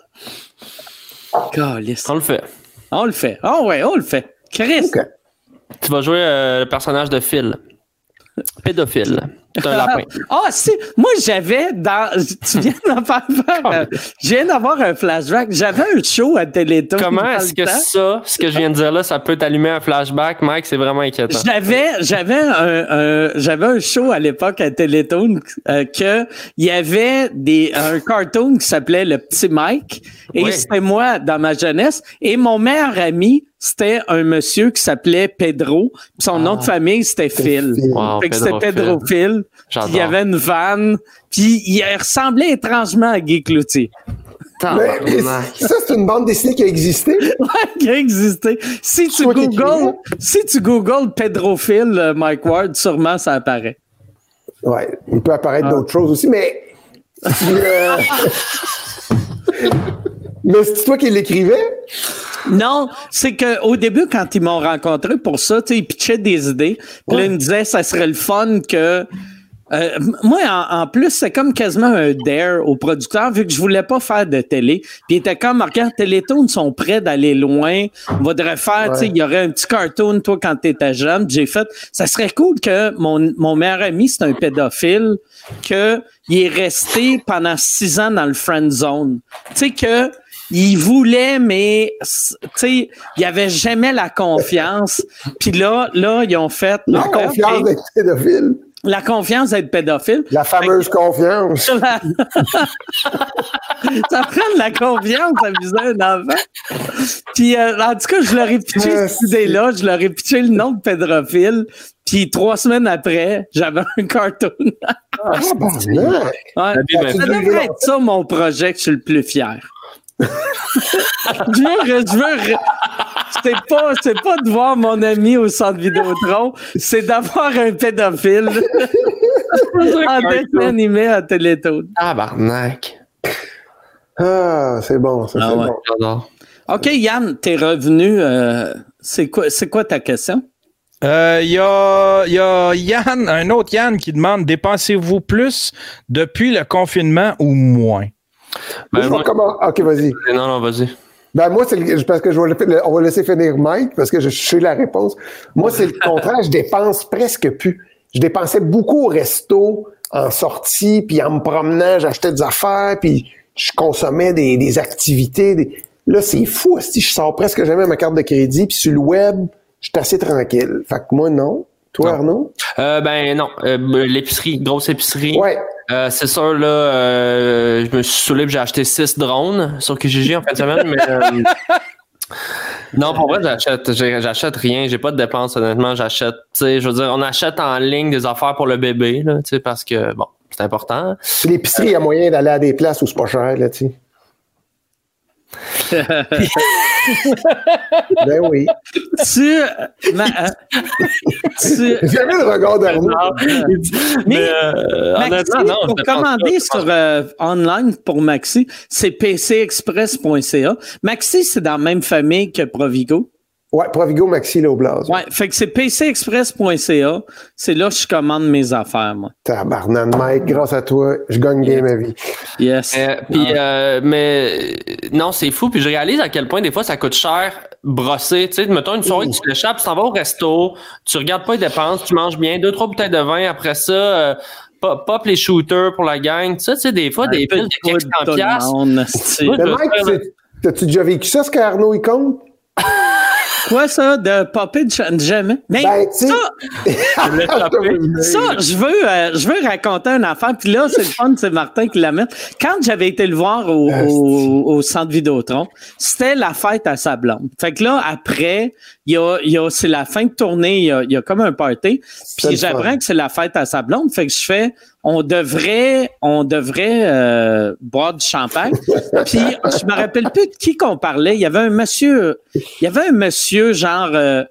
Calisse. On le fait. On le fait. Oh ouais, on le fait. Chris. OK. Tu vas jouer euh, le personnage de Phil. Pédophile. C'est un lapin. Ah, si. Moi, j'avais dans. Tu viens d'en faire faire. euh, je viens d'avoir un flashback. J'avais un show à Téléthon. Comment dans est-ce le que temps. ça, ce que je viens de dire là, ça peut t'allumer un flashback, Mike? C'est vraiment inquiétant. J'avais, j'avais un, un- j'avais un show à l'époque à Télétoon euh, que il y avait des un cartoon qui s'appelait Le Petit Mike et Oui. c'était moi dans ma jeunesse et mon meilleur ami c'était un monsieur qui s'appelait Pedro puis son nom de famille c'était Phil. Phil. Wow, Fait que c'était Pedro Pedro Phil. Puis il y avait une vanne puis il ressemblait étrangement à Guy Cloutier. Mais, mais ça, c'est une bande dessinée qui a existé. Qui a existé. Si tu Toi qui googles, écrivais. si tu googles Pedro Phil, euh, Mike Ward, sûrement ça apparaît. Ouais, il peut apparaître Ah. d'autres choses aussi, mais. Euh, mais c'est toi qui l'écrivais? Non, c'est que au début, quand ils m'ont rencontré pour ça, tu sais, ils pitchaient des idées. Puis là, ils me disaient, ça serait le fun que. Euh, moi, en, en plus, c'est comme quasiment un dare au producteur, vu que je voulais pas faire de télé. Puis il était comme, regarde, Télétoon sont prêts d'aller loin. On voudrait faire, tu sais, il y aurait un petit cartoon, toi, quand t'étais jeune. J'ai fait, ça serait cool que mon, mon meilleur ami, c'est un pédophile, que il est resté pendant six ans dans le friend zone. Tu sais que il voulait, mais tu sais, il avait jamais la confiance. Puis là, là, ils ont fait La Ah, confiance ok. d'être pédophile. La confiance d'être pédophile. La fameuse confiance. Ça prend de la confiance à viser un enfant. Puis, euh, en tout cas, je leur ai pitché Ah, cette idée-là. Je leur ai pitché le nom de pédophile. Puis, trois semaines après, j'avais un cartoon. Ah, tabarnak. Ouais. vie, ben, Ça devrait être ça, mon projet, que je suis le plus fier. je veux, je veux, c'est pas, c'est pas de voir mon ami au centre Vidéotron, c'est d'avoir un pédophile en dessin animé à Télétoon. Tabarnak. Ah, c'est bon, ça, Ah c'est ouais. bon. J'adore. OK, Yann, t'es revenu. euh, c'est quoi, c'est quoi ta question? Il euh, y, a, y a Yann, un autre Yann qui demande, dépensez-vous plus depuis le confinement ou moins? Moi, Ben, je moi- vois comment... OK, vas-y. Non, non, vas-y. Ben, moi, c'est le- parce que je vais le- on va laisser finir Mike parce que je sais la réponse. Moi, c'est le contraire. Je dépense presque plus. Je dépensais beaucoup au resto, en sortie, puis en me promenant, j'achetais des affaires, puis je consommais des, des activités. des- Là, c'est fou. Si je sors presque jamais ma carte de crédit, puis sur le web, je suis assez tranquille. Fait que moi, non. Toi, Non. Arnaud? Euh, ben non, Euh, l'épicerie, grosse épicerie. Ouais. Euh, c'est sûr, là, euh, je me suis saoulé, puis j'ai acheté six drones sur Kijiji en fin de semaine, mais... euh, non, pour vrai, j'achète, j'ai- j'achète rien, j'ai pas de dépenses, honnêtement, j'achète, tu sais, je veux dire, on achète en ligne des affaires pour le bébé, là, tu sais, parce que, bon, c'est important. Puis l'épicerie, il y a moyen d'aller à des places où c'est pas cher, là, tu sais. Ben oui. Tu, ma- euh, tu- J'avais le regard d'Arnaud. Mais, euh, Maxi, honnêtement, non. je pour dépense commander pas, je dépense sur euh, online pour Maxi, c'est p c express point c a. Maxi, c'est dans la même famille que Provigo. Ouais, Provigo Maxi, là, au Blaze. Ouais, fait que c'est p c express point c a. C'est là que je commande mes affaires, moi. Tabarnak, Mike, grâce à toi, je gagne bien ma vie. Yes. Euh, puis, euh, mais euh, non, c'est fou. Puis je réalise à quel point des fois ça coûte cher brosser. Tu sais, mettons une soirée, tu l'échappes, tu t'en vas au resto, tu regardes pas les dépenses, tu manges bien, deux, trois bouteilles de vin. Après ça, euh, pop, pop les shooters pour la gang. Tu sais, tu sais, des fois, des piles de quelques cent piastres. Mais Mike, c'est- t'as-tu déjà vécu ça, ce qu'Arnaud, il compte? Quoi ça, de popper de ch- jamais? Mais Ben, tu sais. ça, ça, je veux, euh, je veux raconter une affaire. Puis là, c'est le fun, c'est Martin qui l'amène. Quand j'avais été le voir au, au, au centre Vidéotron, c'était la fête à sa blonde. Fait que là, après, il y a, il y a, c'est la fin de tournée, il y a, il y a comme un party. C'est Puis le j'apprends fun. que c'est la fête à sa blonde. Fait que je fais, on devrait, on devrait euh, boire du champagne. Puis je me rappelle plus de qui qu'on parlait. Il y avait un monsieur, il y avait un monsieur genre. Euh,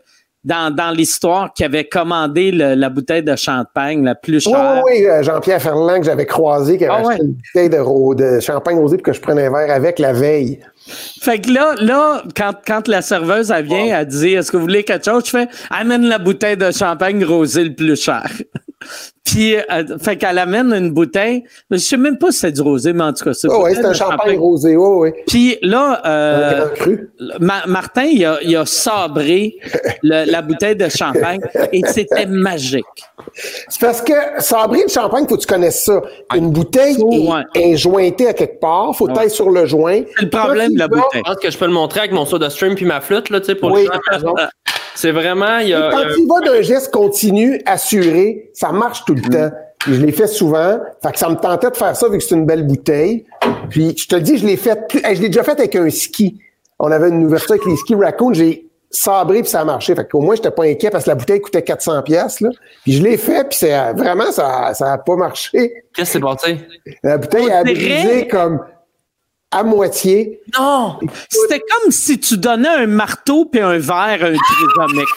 dans, dans l'histoire qui avait commandé le, la bouteille de champagne la plus chère. Oui, oui, oui, Jean-Pierre Ferland que j'avais croisé, qui avait ah, acheté ouais. une bouteille de, ro- de champagne rosé pour que je prenne un verre avec la veille. Fait que là, là, quand, quand la serveuse, elle vient, wow. elle dit, est-ce que vous voulez quelque chose? Je fais, amène la bouteille de champagne rosé le plus cher. Puis, euh, fait qu'elle amène une bouteille. Je sais même pas si c'est du rosé, mais en tout cas, c'est oh, oui, c'est un champagne, champagne rosé, oh, oui. Puis là, euh, Ma- Martin, il a, il a sabré le, la bouteille de champagne et c'était magique. C'est parce que sabrer le champagne, faut que tu connaisses ça. Une bouteille oh, est, ouais. est jointée à quelque part, faut ouais. être sur le joint. C'est le problème de la bouteille. Je pense que je peux le montrer avec mon soda stream puis ma flûte, là, tu sais, pour oui. le C'est vraiment, il y a. Quand euh... tu vas d'un geste continu, assuré, ça marche tout le mmh. temps. Puis je l'ai fait souvent. Fait que ça me tentait de faire ça vu que c'est une belle bouteille. Puis je te le dis, je l'ai fait plus... je l'ai déjà fait avec un ski. On avait une ouverture avec les skis Raccoon, j'ai sabré puis ça a marché. Fait qu'au moins, j'étais pas inquiet parce que la bouteille coûtait quatre cents piastres, là. Puis je l'ai fait puis c'est vraiment, ça, ça a pas marché. Qu'est-ce que c'est passé? La bouteille a brisé comme à moitié. Non! C'était comme si tu donnais un marteau puis un verre à un trisomique.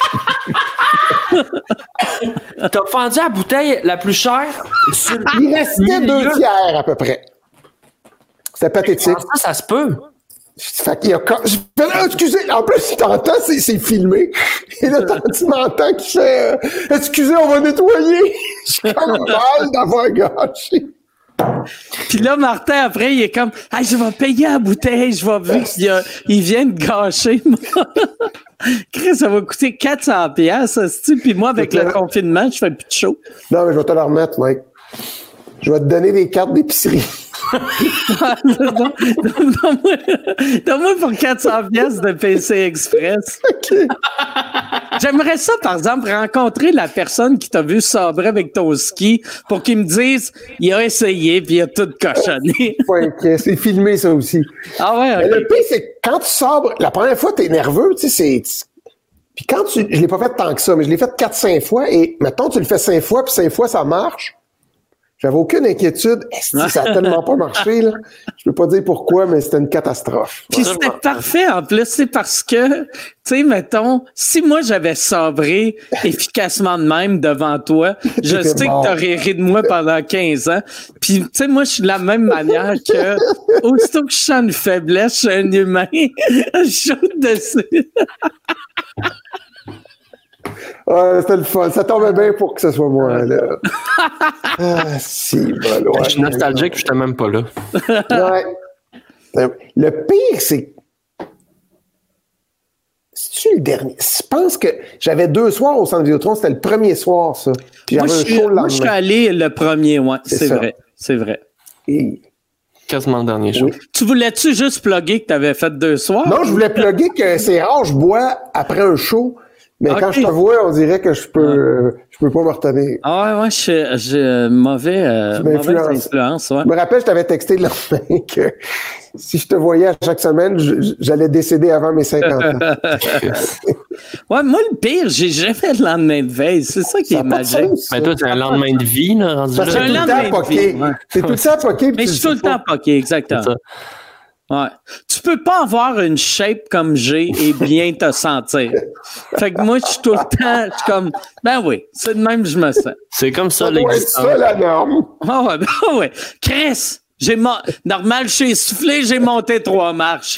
T'as fendu la bouteille la plus chère? Sur Il restait deux tiers à peu près. C'était pathétique. Ça, ça se peut. Fait qu'il y a... Je fais, ah, excusez, en plus, tu t'entends, c'est, c'est filmé. Et là, tu m'entends qui fait euh, excusez, on va nettoyer. Je suis comme mal d'avoir gâché. Puis là, Martin, après, il est comme hey, je vais payer la bouteille, je vais vu qu'il a, il vient de gâcher. Chris, ça va coûter quatre cents piastres, puis moi, avec le confinement, je fais plus de show. Non, mais je vais te le remettre, Mike. Je vais te donner des cartes d'épicerie. Donne-moi, donne-moi pour quatre cents piastres de P C Express. Okay. J'aimerais ça, par exemple, rencontrer la personne qui t'a vu sabrer avec ton ski pour qu'il me dise il a essayé puis il a tout cochonné. Ouais, okay. C'est filmé, ça aussi. Ah ouais, okay. Mais le pire, c'est que quand tu sabres, la première fois, t'es nerveux, tu sais, c'est... Puis quand tu... Je l'ai pas fait tant que ça, mais je l'ai fait quatre cinq fois et maintenant, tu le fais cinq fois puis cinq fois, ça marche. J'avais aucune inquiétude. Est-ce que ça a tellement pas marché, là? Je peux pas dire pourquoi, mais c'était une catastrophe. Puis c'était parfait, en plus. C'est parce que, tu sais, mettons, si moi j'avais sabré efficacement de même devant toi, je sais mort. que t'aurais ri de moi pendant quinze ans. Puis, tu sais, moi, je suis de la même manière que, aussitôt que je sens une faiblesse, je suis un humain, je saute dessus. Ouais, c'était le fun. Ça tombait bien pour que ce soit moi, là. Ah, si, bon, ouais, je suis nostalgique, je n'étais même pas là. Ouais. Le pire, c'est... C'est-tu le dernier? Je pense que j'avais deux soirs au Centre Vidéotron. C'était le premier soir, ça. Puis moi, j'avais je un show le moi, je suis allé le premier, ouais. C'est, c'est vrai. C'est vrai. Et... Quasiment le dernier show. Oui. Tu voulais-tu juste plugger que tu avais fait deux soirs? Non, je voulais plugger que c'est rare, je bois après un show. Mais okay. Quand je te vois, on dirait que je peux, euh, je peux pas me retenir. Ah ouais, ouais, j'ai, j'ai mauvais, euh, mauvaise influence. Ouais. Je me rappelle, je t'avais texté le lendemain que si je te voyais à chaque semaine, je, j'allais décéder avant mes cinquante ans. Ouais, moi, le pire, j'ai jamais le lendemain de veille. C'est ça qui ça est magique. Mais toi, t'as un lendemain de vie, là, rendu là. C'est tout le temps poqué. C'est tout le temps poqué. Mais je suis tout le temps poqué, exactement. Ouais. Tu peux pas avoir une shape comme j'ai et bien te sentir. Fait que moi, je suis tout le temps, je suis comme, ben oui, c'est de même que je me sens. C'est comme ça, ça l'existence. C'est ça la norme. Ah ouais, ben ouais. Chris, j'ai mon... normal, je suis soufflé, j'ai monté trois marches.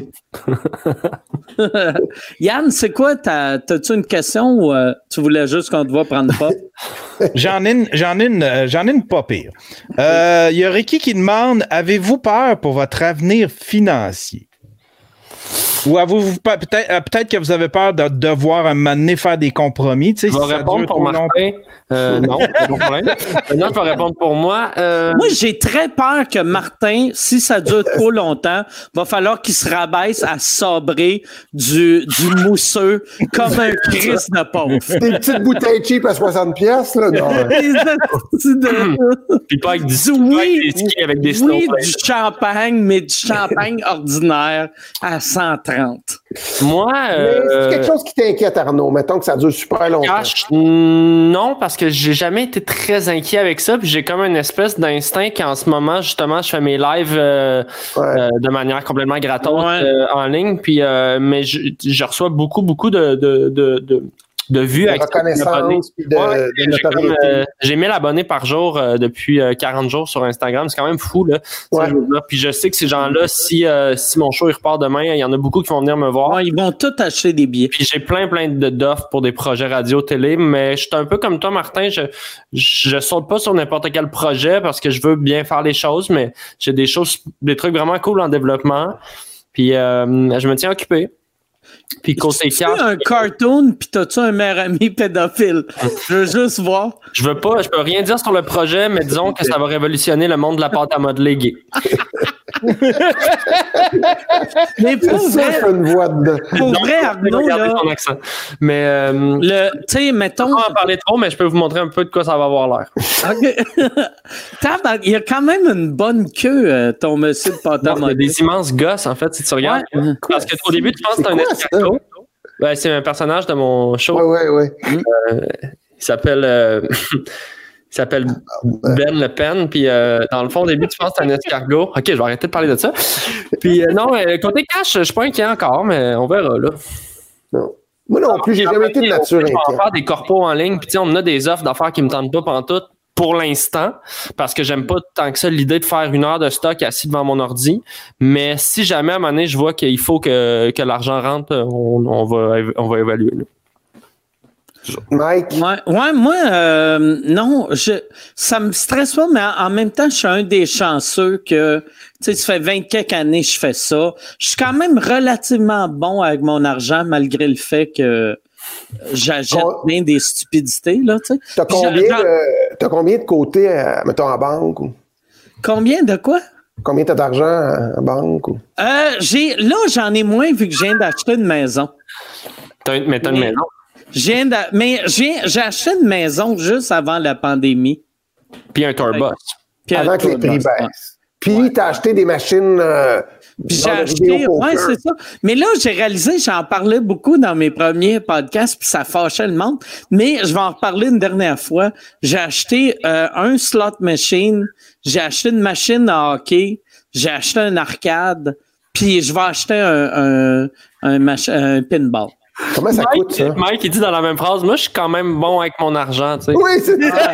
Yann, c'est quoi? T'as, t'as-tu une question ou euh, tu voulais juste qu'on te voit prendre pas? J'en ai une, j'en ai une, euh, j'en ai une pas pire. Il euh, y a Ricky qui demande, avez-vous peur pour votre avenir financier? Ou avez-vous peut-être, euh, peut-être que vous avez peur de devoir à un moment donné faire des compromis? Tu sais, je vais si répondre pour Martin. Euh, non, c'est pas problème. Non, je vais répondre pour moi. Euh... Moi, j'ai très peur que Martin, si ça dure trop longtemps, va falloir qu'il se rabaisse à sabrer du, du mousseux comme un Christ de pauvre. Des petites bouteilles cheap à soixante piastres, là, non? de... Puis pas avec du oui, avec des, avec des oui, du champagne, mais du champagne ordinaire à cent trente. trente. Moi, euh, Mais c'est quelque chose qui t'inquiète, Arnaud. Mettons que ça dure super longtemps. Cash, non, parce que j'ai jamais été très inquiet avec ça. Puis j'ai comme une espèce d'instinct qu'en ce moment, justement, je fais mes lives euh, ouais. euh, de manière complètement gratos ouais. euh, en ligne. Puis, euh, mais je, je reçois beaucoup, beaucoup de, de, de, de de vues de avec reconnaissance puis de, ouais, de j'ai, comme, euh, j'ai mille abonnés par jour euh, depuis euh, quarante jours sur Instagram. C'est quand même fou, là. Ouais. Je puis je sais que ces gens-là, si, euh, si mon show il repart demain, il y en a beaucoup qui vont venir me voir. Ouais, ils vont tous acheter des billets. Puis j'ai plein, plein de, d'offres pour des projets radio, télé, mais je suis un peu comme toi, Martin. Je, je saute pas sur n'importe quel projet parce que je veux bien faire les choses, mais j'ai des choses, des trucs vraiment cool en développement. Puis euh, je me tiens occupé. Puis côté tu fais un cartoon, puis t'as-tu un meilleur ami pédophile? Je veux juste voir. Je veux pas, je peux rien dire sur le projet, mais disons que ça va révolutionner le monde de la pâte à modeler gay. Mais pour vrai, une voix de... pour non, vrai, Arnaud, là, son accent. Mais euh, le, tu sais, mettons. Je peux pas en parler trop, mais je peux vous montrer un peu de quoi ça va avoir l'air. Okay. Il y a quand même une bonne queue, euh, ton monsieur de pâte à modeler. Il y a des immenses gosses, en fait, si tu regardes. Ouais. Parce qu'au début, tu penses que c'est un escargot. Ben, c'est un personnage de mon show. Oui, oui, oui. Euh, il s'appelle... Euh, Il s'appelle Ben Le Pen, puis euh, dans le fond, au début, tu penses que c'est un escargot. OK, je vais arrêter de parler de ça. Puis euh, non, euh, côté cash, je suis pas inquiet encore, mais on verra, là. Non. Moi non plus, j'ai jamais été de nature inquiète. Je vais faire des corpos en ligne, puis on a des offres d'affaires qui me tentent pas pantoute pour l'instant, parce que j'aime pas tant que ça l'idée de faire une heure de stock assis devant mon ordi. Mais si jamais, à un moment donné, je vois qu'il faut que, que l'argent rentre, on, on, va, on va évaluer, là. Mike? Ouais, ouais moi, euh, non, je, ça me stresse pas, mais en, en même temps, je suis un des chanceux que, tu sais, ça fait vingt quelques années que je fais ça. Je suis quand même relativement bon avec mon argent, malgré le fait que j'achète oh. bien des stupidités, là, tu sais. T'as combien, de, t'as combien de côté, euh, mettons, en banque? Ou? Combien de quoi? Combien t'as d'argent en banque? Ou? Euh, j'ai, là, j'en ai moins vu que je viens d'acheter une maison. T'as, mais t'as une mais, maison? Je viens de, mais j'ai, j'ai acheté une maison juste avant la pandémie. Puis un tourbus. Puis avant que les prix baissent. Puis ouais. T'as acheté des machines. Euh, Puis j'ai acheté, ouais, c'est ça. Mais là, j'ai réalisé, j'en parlais beaucoup dans mes premiers podcasts, puis ça fâchait le monde. Mais je vais en reparler une dernière fois. J'ai acheté euh, un slot machine, j'ai acheté une machine à hockey, j'ai acheté un arcade, puis je vais acheter un, un, un, mach- un pinball. Comment ça Mike, coûte, ça? Mike, il dit dans la même phrase, moi, je suis quand même bon avec mon argent, tu sais. Oui, c'est ça.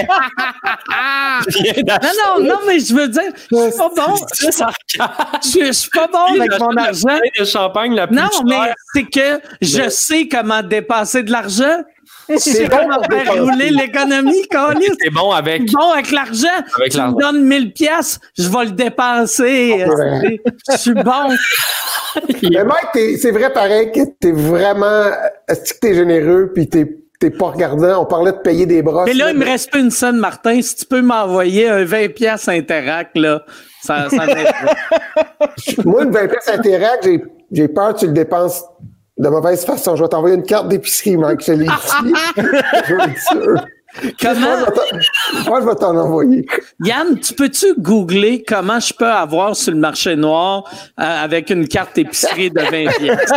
non, non, non, mais je veux dire, je suis pas bon. Je, je suis pas bon avec mon argent. De champagne la plus non, chère. mais c'est que je mais... sais comment dépenser de l'argent. Je sais comment faire rouler l'économie, Carlis. C'est bon avec. Bon avec l'argent. Avec tu l'argent. Me donnes mille piastres, je vais le dépenser. Ouais. Je suis bon. Mais Mike, t'es, c'est vrai pareil que t'es vraiment, est-ce que t'es généreux puis t'es, t'es pas regardant. On parlait de payer des brosses. Mais là, là il me reste plus une scène, Martin. Si tu peux m'envoyer un vingt piastres Interac, là, ça, ça m'aide. Moi, une vingt piastres Interac, j'ai, j'ai peur que tu le dépenses de mauvaise façon. Je vais t'envoyer une carte d'épicerie, Mike. Je l'ai ici. Je vais être sûr. Comment? Moi, je vais t'en envoyer. Yann, tu peux-tu googler comment je peux avoir sur le marché noir euh, avec une carte épicerie de vingt piastres?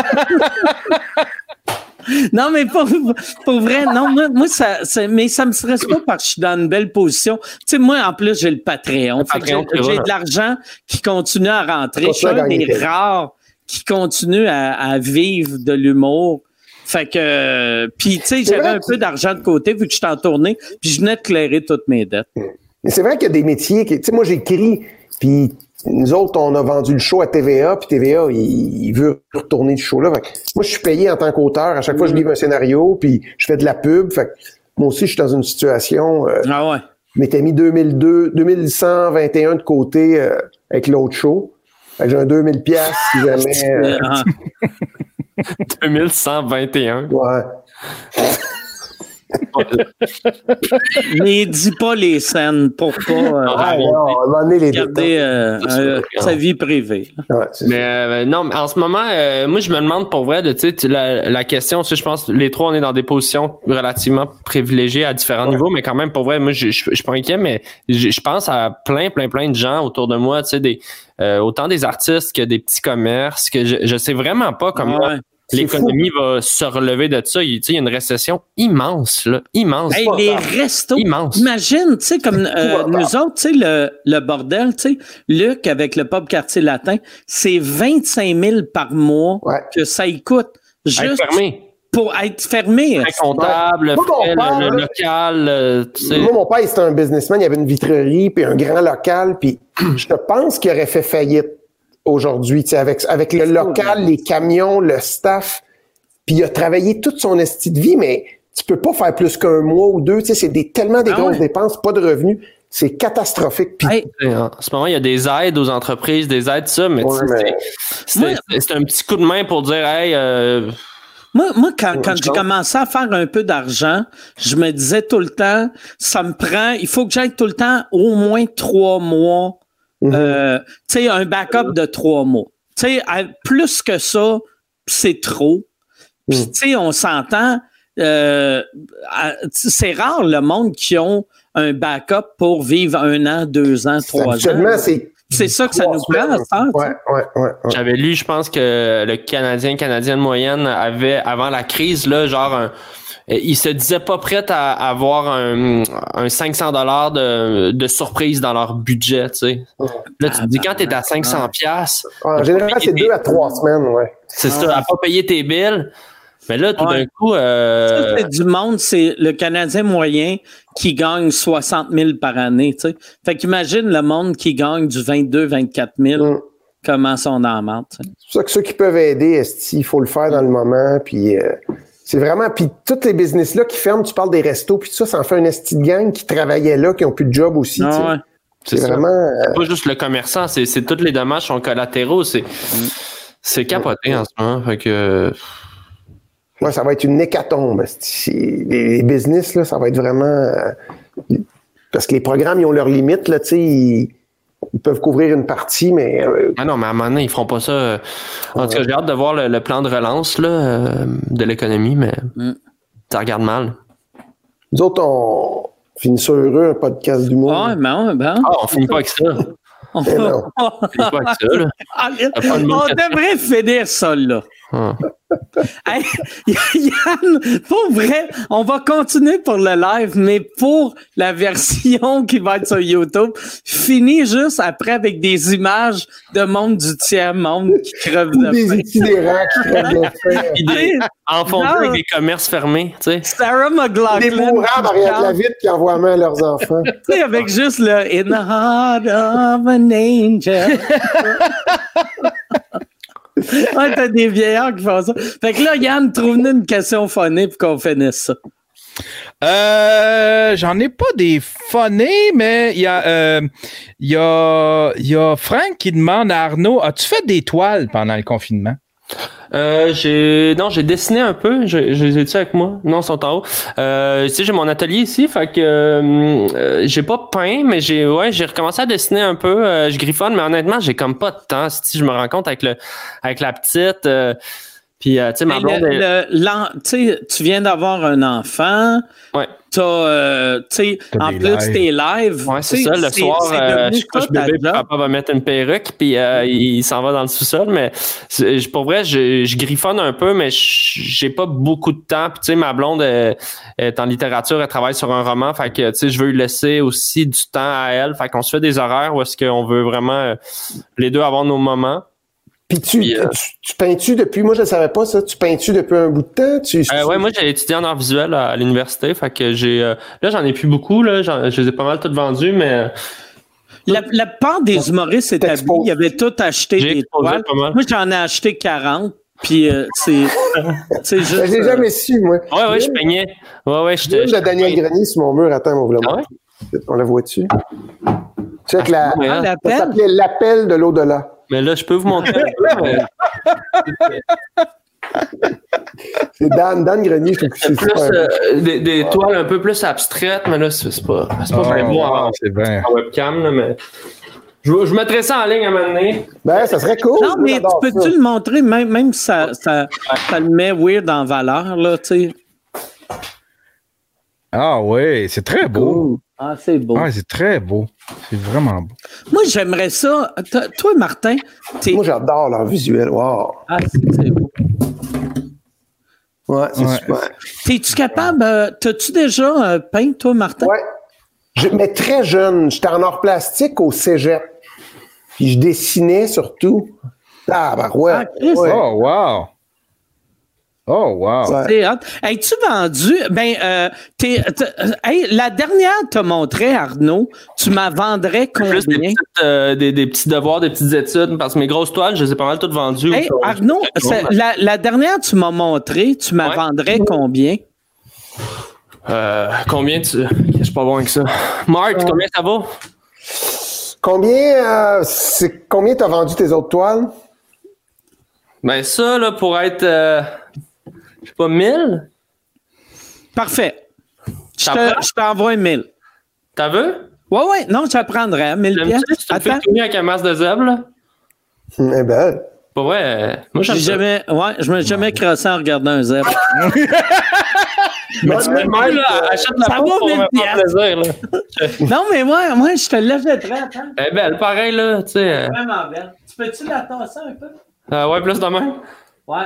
Non, mais pour, pour vrai, non, moi, moi ça, ça, mais ça me stresse pas parce que je suis dans une belle position. Tu sais, moi, en plus, j'ai le Patreon. Le Patreon j'ai, j'ai de l'argent qui continue à rentrer. Je suis un des rares qui continue à, à vivre de l'humour. Fait que, puis tu sais, j'avais un peu d'argent de côté vu que je suis en tournée, puis je venais de clairer toutes mes dettes. Mais c'est vrai qu'il y a des métiers qui, tu sais, moi j'écris, puis nous autres, on a vendu le show à T V A, puis T V A, il, il veut retourner du show-là. Fait que moi, je suis payé en tant qu'auteur. À chaque fois, je livre un scénario, puis je fais de la pub. Fait que moi aussi, je suis dans une situation... Euh, ah ouais. Je m'étais mis deux mille deux, deux mille cent vingt et un de côté euh, avec l'autre show. Fait que j'ai un deux mille piastres si jamais... Euh, deux mille cent vingt et un. Ouais. Mais dis pas les scènes pour pas euh, Ah, non, on va donner les garder euh, euh, sa vie privée. Ouais, c'est Mais euh, non, mais en ce moment, euh, moi, je me demande pour vrai, de, tu sais, la, la question, tu sais, je pense, les trois, on est dans des positions relativement privilégiées à différents Ouais. niveaux, mais quand même, pour vrai, moi, je, je, je suis pas inquiet, mais je, je pense à plein, plein, plein de gens autour de moi, tu sais, des, euh, autant des artistes que des petits commerces, que je, je sais vraiment pas comment Ouais. l'économie va se relever de ça. Il, tu sais, il y a une récession immense, là, immense. Hey, les restos. Immense. Imagine, tu sais, comme euh, nous autres, tu sais, le, le bordel, tu sais, Luc avec le pub Quartier Latin, c'est vingt-cinq mille par mois Ouais. que ça y coûte. Être Juste fermé. pour être fermé. Frais comptable, Ouais. Moi, mon frais, père, le, le là, local, euh, tu sais. Moi, mon père, c'était un businessman, il avait une vitrerie, puis un grand local, puis je pense qu'il aurait fait faillite aujourd'hui, tu sais, avec, avec le local, les camions, le staff, puis il a travaillé toute son esti de vie, mais tu peux pas faire plus qu'un mois ou deux, tu sais, c'est des, tellement des Ah grosses ouais. dépenses, pas de revenus, c'est catastrophique. Puis Hey, En ce moment, il y a des aides aux entreprises, des aides, ça, mais, Ouais, tu sais, mais- c'est, Moi- c'est, c'est un petit coup de main pour dire, hey, euh, Moi, moi quand, quand je j'ai pense. commencé à faire un peu d'argent, je me disais tout le temps, ça me prend, il faut que j'aille tout le temps au moins trois mois, Mhm. euh, tu sais, un backup de trois mois. Tu sais, à- plus que ça, c'est trop. Puis, Mhm. tu sais, on s'entend, euh, à- c'est rare le monde qui ont un backup pour vivre un an, deux ans, trois ans. habituellement, c'est C'est ça que ça trois nous prend, semaines. ça, tu sais. Ouais, ouais, ouais, ouais. j'avais lu, je pense que le Canadien, Canadienne moyenne avait, avant la crise, là, genre, un, il se disait pas prêt à avoir un, un cinq cents dollars de, de surprise dans leur budget, tu sais. Là, tu te dis, quand t'es à cinq cents piastres, En général, c'est deux à trois semaines, ouais. c'est ça, à pas payer tes bills. Mais là, tout Ouais. d'un coup, Ça, euh, c'est du monde, c'est le Canadien moyen qui gagne soixante mille par année, tu sais. Fait qu'imagine le monde qui gagne du vingt-deux, vingt-quatre mille, Mm. comment sont dans la merde, tu sais. C'est pour ça que ceux qui peuvent aider, esti, il faut le faire dans le moment, puis euh, c'est vraiment, puis tous les business-là qui ferment, tu parles des restos, puis tout ça, ça en fait un esti de gang qui travaillait là, qui ont plus de job aussi, tu sais. Ah ouais. c'est C'est ça. vraiment... euh, C'est pas juste le commerçant, c'est, c'est tous les dommages sont collatéraux. C'est, c'est capoté en ce moment. Fait que, ouais, ça va être une hécatombe, esti. Les, les business, là, ça va être vraiment... euh, parce que les programmes, ils ont leurs limites, là, tu sais, ils, ils peuvent couvrir une partie, mais... euh, ah non, mais à un moment donné, ils feront pas ça. euh, En tout cas, j'ai hâte de voir le, le plan de relance là, euh, de l'économie, mais Mm. ça regarde mal. nous autres, on finit ça heureux, un podcast d'humour. Ah, ben, ben. Ah, on finit pas avec ça. On Eh non. finit pas avec ça, là. Allez, pas le monde on qui- devrait finir ça, là. Ah. Hey, Yann, pour vrai, on va continuer pour le live, mais pour la version qui va être sur YouTube, finis juste après avec des images de monde du tiers monde qui crevent Ou de des faim. itinérants qui crèvent de faim. Puis des- Hey, Enfoncés non. avec des commerces fermés, tu sais. Sarah McLachlan. Des mourants derrière la vitre qui envoient la main à leurs enfants. Tu sais, avec juste le In the heart of an angel. Ouais, t'as des vieillards qui font ça. Fait que là, Yann, trouve-nous une question phonée pour qu'on finisse ça. Euh, j'en ai pas des phonés, mais il y a, euh, il y a, il y a Frank qui demande à Arnaud, as-tu fait des toiles pendant le confinement? Euh, j'ai non, j'ai dessiné un peu. Je, je les ai-tu avec moi? Non, ils sont en haut. Euh, tu sais, j'ai mon atelier ici, fait que euh, euh, j'ai pas peint, mais j'ai ouais, j'ai recommencé à dessiner un peu. Euh, je griffonne, mais honnêtement, j'ai comme pas de temps. Si je me rends compte avec le avec la petite, euh, puis euh, tu sais, ma Mais blonde. le- est- le- l'en- tu sais, tu viens d'avoir un enfant. Ouais. T'as, euh, tu sais, T'as en des plus, lives. tes lives. Ouais, c'est tu sais, ça. Le c'est- soir, c'est euh, devenu je couche ça, ta bébé, puis job. papa va mettre une perruque, puis euh, il, il s'en va dans le sous-sol. Mais c'est- je- pour vrai, je, je griffonne un peu, mais je- j'ai pas beaucoup de temps. Puis tu sais, ma blonde euh, est en littérature, elle travaille sur un roman, fait que tu sais, je veux lui laisser aussi du temps à elle. Fait qu'on se fait des horaires où est-ce qu'on veut vraiment euh, les deux avoir nos moments. Puis tu, Puis, euh, tu, tu peins-tu depuis, moi je ne savais pas ça, tu peins-tu depuis un bout de temps? Tu, Euh, ouais, moi j'ai étudié en art visuel à, à l'université, fait que j'ai euh, là j'en ai plus beaucoup là, j'en- je les ai pas mal toutes vendues, mais La, la part des humoristes établis, T'exposes. ils avaient tout acheté j'ai des exposé toiles. pas mal. Moi, j'en ai acheté quarante. Puis euh, c'est c'est juste. je l'ai euh, jamais su, moi. Ouais, ouais, je peignais. Ouais, ouais, je J'ai une de Daniel Grenier sur mon mur, attends, on vous la Ah montre. On la voit-tu? Check la. ouais, Ah, hein. Ça l'appel. s'appelait l'appel de l'au-delà. Mais là, je peux vous montrer un peu, mais- C'est Dan, Dan Grenier, je trouve que c'est plus super. euh, des, des toiles un peu plus abstraites, mais là, c'est, c'est pas, c'est pas Oh, bien beau wow, en, c'est bien. en webcam, là, mais je, je mettrais ça en ligne à un moment donné. Ben, ça serait cool. Non, Moi, mais j'adore tu peux-tu ça. le montrer, même, même si ça, ça, ça le met weird en valeur, là, tu sais? Ah oui, c'est très beau. Ah, c'est beau. Ah, c'est très beau. C'est vraiment beau. Moi, j'aimerais ça. T- Toi, Martin, t'es. Moi, j'adore leur visuel. Wow. Ah, c'est c'est beau. Ouais, c'est Ouais. super. T'es-tu capable. euh, T'as-tu déjà euh, peint, toi, Martin? Ouais. Je, mais très jeune, j'étais en art plastique au cégep. Puis je dessinais surtout. Ah, ben ouais. Ah, Chris. ouais. Oh, wow. Oh, wow. Ouais. C'est hot. Hey-tu vendu? Ben, euh, t'es, t'es- hey, la dernière t'as montré, Arnaud, tu m'as vendrais Plus des, combien? petites, euh, des, des petits devoirs, des petites études, parce que mes grosses toiles, je les ai pas mal toutes vendues. Hey, au- Arnaud, c'est- la, la dernière tu m'as montré, tu m'as Ouais. vendrais combien? Euh, combien tu. Je suis pas bon avec ça. Marc, combien ça vaut? Combien, euh, c'est, combien t'as vendu tes autres toiles? Ben, ça, là, pour être. Euh, je sais pas, mille? Parfait. Je T'en te- prends? je t'envoie mille. T'as vu? Ouais, ouais, non, je la prendrais, mille J'aime pièces. ça, si tu me fais Attends, tout nu avec un masque de zèbre, là. Hum, Eh ben, Pas vrai, euh, moi, j'aime j'ai ça. jamais, ouais, je me suis jamais crossé en regardant un zèbre. Mais tu Bonne peux, là, achète la ça peau vaut pour me mille faire plaisir, là. Non, mais moi, moi, je te l'achèterais, attends. Elle est belle, pareil, là, tu sais. euh, Vraiment belle. Tu peux-tu la tasser un peu? euh, ouais, plus de même. Ouais.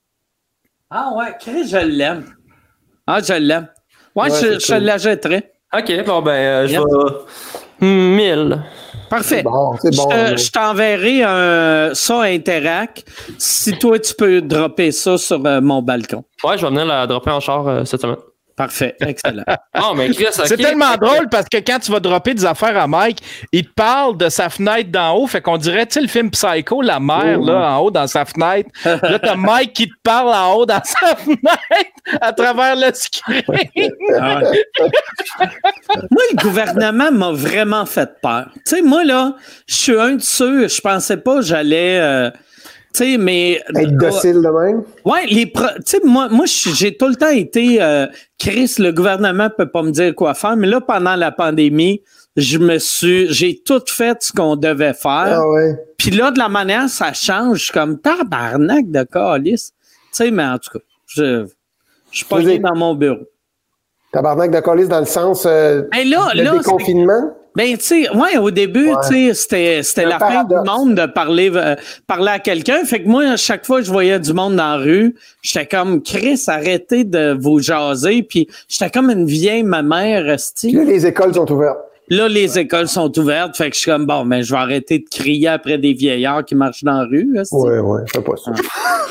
Ah ouais, Chris, je l'aime. Ah, je l'aime. Ouais, Ouais, je, c'est je te cool. l'achèterais. Ok, bon, ben, euh, je Yep. vais. mille. Parfait. bon, c'est bon. Je te- là. je t'enverrai un, ça à Interac. Si toi, tu peux dropper ça sur euh, mon balcon. Ouais, je vais venir la dropper en char euh, cette semaine. Parfait. Excellent. Oh, mais Chris, ok. C'est tellement drôle parce que quand tu vas dropper des affaires à Mike, il te parle de sa fenêtre d'en haut. Fait qu'on dirait, tu sais, le film Psycho, la mère, Oh, là, en haut dans sa fenêtre. Là, t'as Mike qui te parle en haut dans sa fenêtre à travers le screen. Ah ouais. Moi, le gouvernement m'a vraiment fait peur. Tu sais, moi, là, je suis un de ceux, je pensais pas que j'allais. euh, tu sais, mais. Être docile de même. Ouais, les pro- tu sais, moi, moi je- j'ai tout le temps été euh, Chris, le gouvernement peut pas me dire quoi faire, mais là, pendant la pandémie, je me suis. J'ai tout fait ce qu'on devait faire. Ah ouais. Puis là, de la manière, ça change. Je suis comme tabarnak de calice. Tu sais, mais en tout cas, je, je suis pas Vas-y. dans mon bureau. Tabarnak de colis dans le sens euh, Hey, là, le là, c'est- déconfinement. Ben, tu sais, ouais, au début, Ouais. tu sais, c'était, c'était Un la fin du paradoxe. monde de parler, euh, parler à quelqu'un. Fait que moi, à chaque fois que je voyais du monde dans la rue, j'étais comme, Chris, arrêtez de vous jaser. Puis j'étais comme une vieille ma mère, Puis esti. là, les écoles sont ouvertes. Là, les écoles sont ouvertes. Fait que je suis comme, bon, ben, je vais arrêter de crier après des vieillards qui marchent dans la rue, esti. Ouais, ouais, fais pas ça.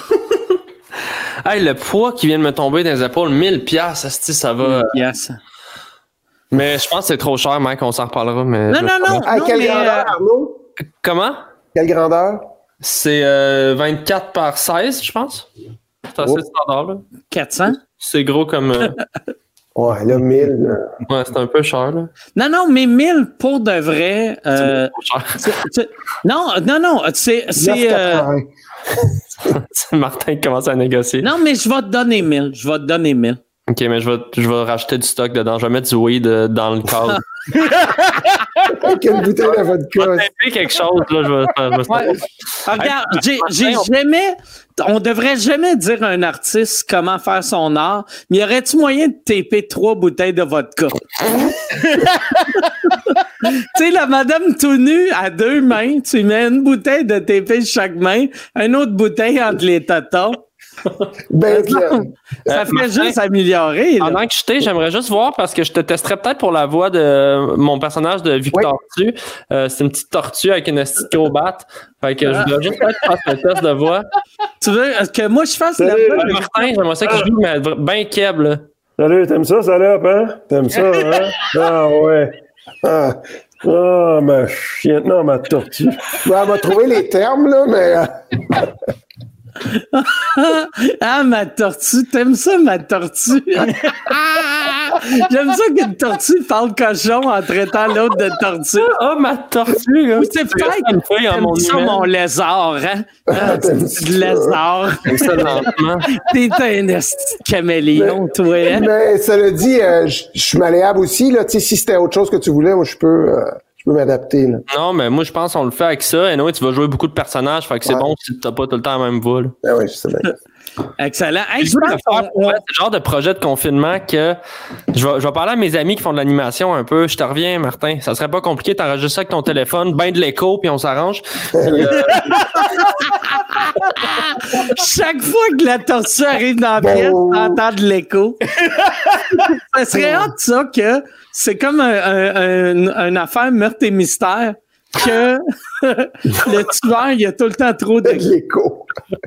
Hey, le poids qui vient de me tomber dans les épaules, mille piastres, esti, ça va. Yes. Mais je pense que c'est trop cher, mec, on s'en reparlera. Mais Non, non, non. À non, quelle mais, grandeur, euh, Arnaud? Comment? Quelle grandeur? C'est euh, vingt-quatre par seize, je pense. C'est assez Oh. standard, là. quatre cents? C'est gros comme. euh, Ouais, là, mille. là. Ouais, c'est un peu cher, là. Non, non, mais mille pour de vrai. euh, C'est trop cher. c'est- c'est- non, non, non. C'est. c'est neuf euh, quatre-vingts. C'est Martin qui commence à négocier. non, mais je vais te donner mille. Je vais te donner mille. Ok, mais je vais, je vais racheter du stock dedans. Je vais mettre du weed euh, dans le cadre. Quelle bouteille de vodka? Je vais taper quelque chose, là. Je vais, je vais- Ouais. Ah, regarde, j'ai, j'ai jamais. On devrait jamais dire à un artiste comment faire son art, mais y aurait-tu moyen de taper trois bouteilles de vodka? Tu sais, la madame tout nue à deux mains, tu mets une bouteille de T P chaque main, une autre bouteille entre les tatas. Ben, là. Ça Euh, fait Martin, juste améliorer. Là. Pendant que je t'ai, j'aimerais juste voir parce que je te testerais peut-être pour la voix de mon personnage de Victor Tu. Euh, c'est une petite tortue avec une petite gros batte. Fait que je voudrais juste peut-être faire un test de voix. Tu veux que moi je fasse la Salut, voix? Euh, Martin, j'aimerais ça que je joue, mais bien keb, là. Salut, t'aimes ça, salope, hein? T'aimes ça, hein? Ah ouais. Ah, ah ma chienne, non, ma tortue. Ouais, elle va trouver les termes, là, mais... euh, Ah, ma tortue, t'aimes ça, ma tortue? J'aime ça qu'une tortue parle cochon en traitant l'autre de tortue. Oh, ma tortue! Ou c'est peut-être une feuille en mon ça, mon lézard, hein? Ah, c'est du lézard. ça lentement. T'es un esti de caméléon, mais, toi, hein? Mais cela dit, euh, je suis malléable aussi. Là. Si c'était autre chose que tu voulais, moi, je peux... Euh... Je peux m'adapter, là. Non, mais moi, je pense qu'on le fait avec ça. Et anyway, tu vas jouer beaucoup de personnages, fait que c'est ouais. bon si t'as pas tout le temps la même voix. Là. Ben oui, je sais bien. Excellent. Hey, je pense qu'on... C'est le genre de projet de confinement que je vais, je vais parler à mes amis qui font de l'animation un peu. Je te reviens, Martin. Ça serait pas compliqué, t'enregistres ça avec ton téléphone, ben de l'écho, puis on s'arrange. Puis, euh... Chaque fois que la tortue arrive dans la pièce, bon... t'entends de l'écho. Ça serait hâte, ça, que c'est comme un, un, un, une affaire meurtre et mystère, que le tueur, il y a tout le temps trop de l'écho.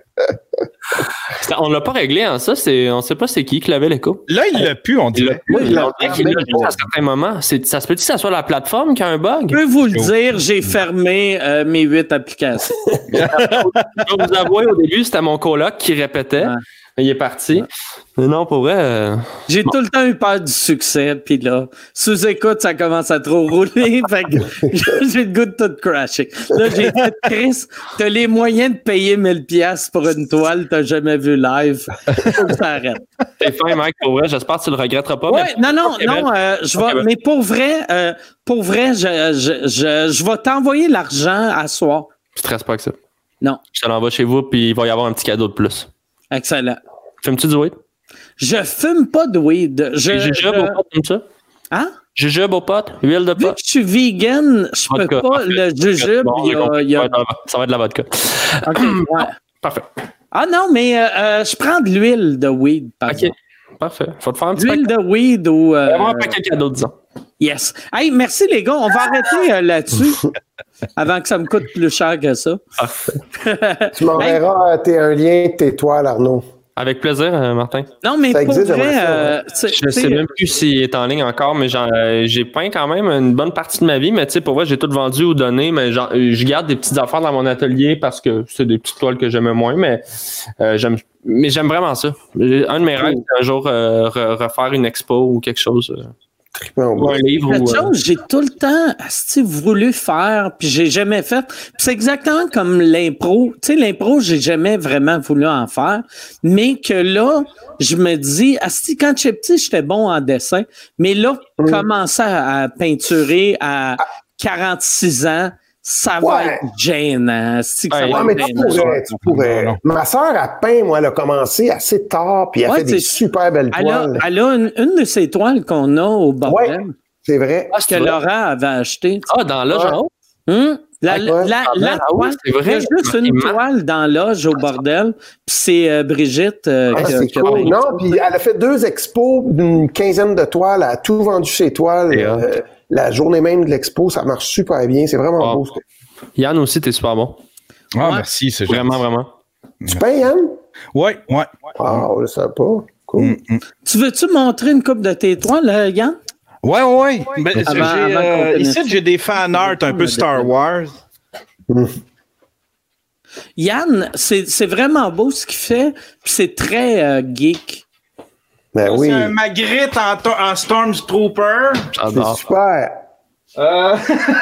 On l'a pas réglé, hein, ça. C'est, on sait pas c'est qui qui l'avait l'écho. Là, il l'a pu, on dirait. Oui, il l'a pu à certains moments. C'est, ça se peut-il que ça soit la plateforme qui a un bug? Je peux vous le dire, j'ai fermé euh, mes huit applications. Je vais vous avouer, au début, c'était mon coloc qui répétait. Ouais. Il est parti. Ouais. Mais non, pour vrai... Euh... J'ai bon. tout le temps eu peur du succès, puis là, sous-écoute, ça commence à trop rouler, fait que j'ai le goût de tout crasher. Là, j'ai fait, Chris, t'as les moyens de payer mille dollars pour une toile, t'as jamais vu live. Faut que ça arrête. C'est fin, Mike, pour vrai, j'espère que tu le regretteras pas. Ouais, mais... non, non, okay, non, euh, je vais, okay, mais pour vrai, euh, pour vrai, je, je, je, je vais t'envoyer l'argent à soir. Tu stresses pas avec ça. Non. Je te l'envoie chez vous, puis il va y avoir un petit cadeau de plus. Excellent. Fumes-tu du weed? Je fume pas de weed. Je, jujube au pot comme ça? Hein? Jujube au pot? Huile de pot? Vu que je suis vegan, je vodka. peux pas Parfait. le jujube. Bon, il y a, il y a... Ça va être de la vodka. OK, ouais. Parfait. Ah non, mais euh, euh, je prends de l'huile de weed, par OK. exemple. Parfait. Faut te faire un petit L'huile de weed ou... Euh... Vraiment un paquet de cadeaux, disons. Yes. Hey, merci les gars. On va arrêter euh, là-dessus avant que ça me coûte plus cher que ça. Parfait. Tu m'enverras hey. un lien de tes toiles, Arnaud. Avec plaisir, euh, Martin. Non, mais ça pour existe, vrai... Euh, je ne sais même plus s'il est en ligne encore, mais euh, j'ai peint quand même une bonne partie de ma vie, mais tu sais, pour vrai, j'ai tout vendu ou donné, mais genre, je garde des petites affaires dans mon atelier parce que c'est des petites toiles que j'aimais moins, mais euh, j'aime mais j'aime vraiment ça. Un de mes rêves, c'est un jour euh, refaire une expo ou quelque chose... Euh. Ou un livre quelque ou, chose euh... j'ai tout le temps voulu faire puis j'ai jamais fait. Puis c'est exactement comme l'impro. Tu sais, l'impro, j'ai jamais vraiment voulu en faire, mais que là, je me dis, asti, quand j'étais petit, j'étais bon en dessin, mais là, mm. commencer à, à peinturer à quarante-six ans, ça va ouais. être gênant. C'est que ça ouais, va mais être tu pourrais, tu pourrais. Ma sœur a peint, moi, elle a commencé assez tard, puis elle ouais, fait des super belles elle toiles. A, elle a une, une de ces toiles qu'on a au bordel. Ouais, c'est vrai. Ah, que vrai. Laurent avait acheté. Ah, dans l'âge en haut? Hum? La, la, la, la toile, il y a juste une toile dans l'âge au bordel, puis c'est euh, Brigitte euh, ah, qui, c'est qui cool. a Non, puis elle a fait deux expos d'une quinzaine de toiles, elle a tout vendu ses toiles. Euh, la journée même de l'expo, ça marche super bien, c'est vraiment wow. beau. Yann aussi, t'es super bon. Ah, ouais. Merci, c'est vraiment, gentil. Vraiment. Tu payes, Yann? Oui, oui. Ah, on le sait pas. Cool. Mm, mm. Tu veux-tu montrer une coupe de tes toiles, là, Yann? Oui, oui, oui. Ben, avant, j'ai, avant euh, ici, j'ai des fan art un peu Star Wars. Mm. Yann, c'est, c'est vraiment beau ce qu'il fait, puis c'est très euh, geek. Ben c'est oui. un Magritte en, to- en Stormtrooper. C'est super. Euh...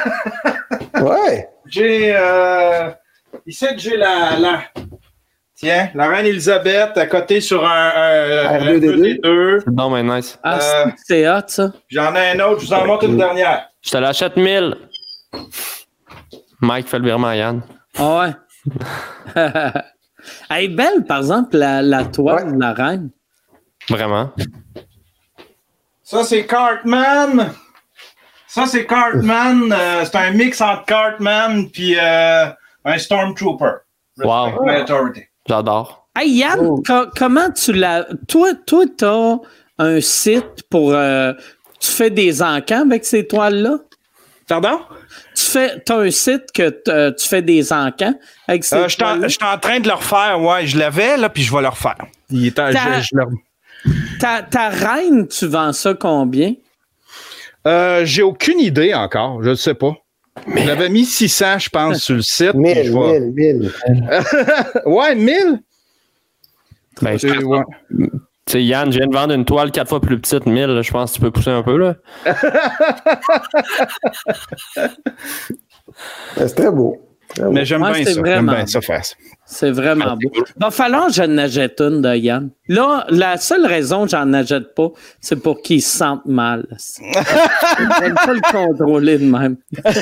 ouais. J'ai euh, ici j'ai la, la tiens, la reine Elisabeth à côté sur un, un R deux D deux. C'est bon, mais nice. Ah, euh, c'est hot ça. J'en ai un autre, je vous en montre une dernière. Je te l'achète mille. Mike fait le virement à Yann. Ah ouais. Elle est belle, par exemple, la, la toile ouais. de la reine. Vraiment. Ça, c'est Cartman. Ça, c'est Cartman. Euh, c'est un mix entre Cartman puis euh, un Stormtrooper. Wow. J'adore. Hey Yann, oh. co- comment tu l'as... Toi, toi, t'as un site pour... Euh, tu fais des encans avec ces toiles-là? Pardon? Tu fais, t'as un site que tu fais des encans avec ces euh, toiles-là? Je suis en train de le refaire, ouais. Je l'avais, là, puis je vais le refaire. Il est en, ta, je, je le... ta, ta reine, tu vends ça combien? Euh, j'ai aucune idée encore. Je ne sais pas. Mais... J'avais mis six cents, je pense, sur le site. mille, mille, mille. Ouais, mille? Ben, C'est- ouais. Tu sais, Yann, je viens de vendre une toile quatre fois plus petite, mille, là, je pense que tu peux pousser un peu, là. C'est très beau. Très beau. Mais j'aime Ouais, bien c'est ça. vraiment J'aime bien ça faire ça. C'est vraiment beau. Il va falloir que j'en achète une de Yann. Là, la seule raison que j'en achète pas, c'est pour qu'il se sente mal. J'aime pas le contrôler de même.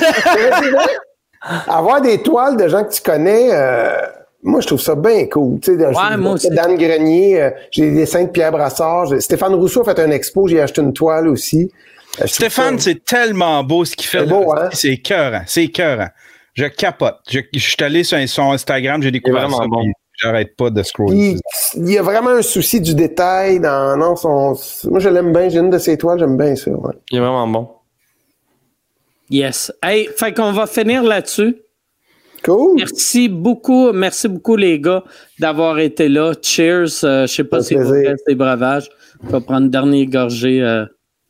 Avoir des toiles de gens que tu connais, euh, moi, je trouve ça bien cool. Tu sais, Ouais, moi aussi. Dan Grenier, euh, j'ai des dessins de Pierre Brassard. J'ai- Stéphane Rousseau a fait un expo, j'ai acheté une toile aussi. Euh, je Stéphane, trouve ça- c'est tellement beau ce qu'il fait. C'est beau, hein? C'est écœurant. C'est écœurant. Je capote. Je, je suis allé sur son Instagram, j'ai découvert vraiment ça. bon. puis J'arrête pas de scroller. Il, il y a vraiment un souci du détail dans non, son. Moi, je l'aime bien. J'ai une de ses toiles, j'aime bien ça. Ouais. Il est vraiment bon. Yes. Hey, fait qu'on va finir là-dessus. Cool. Merci beaucoup, merci beaucoup les gars d'avoir été là. Cheers. Euh, je sais pas Un si vous plaisir. faites des breuvages. Je vais prendre une dernière gorgée. euh.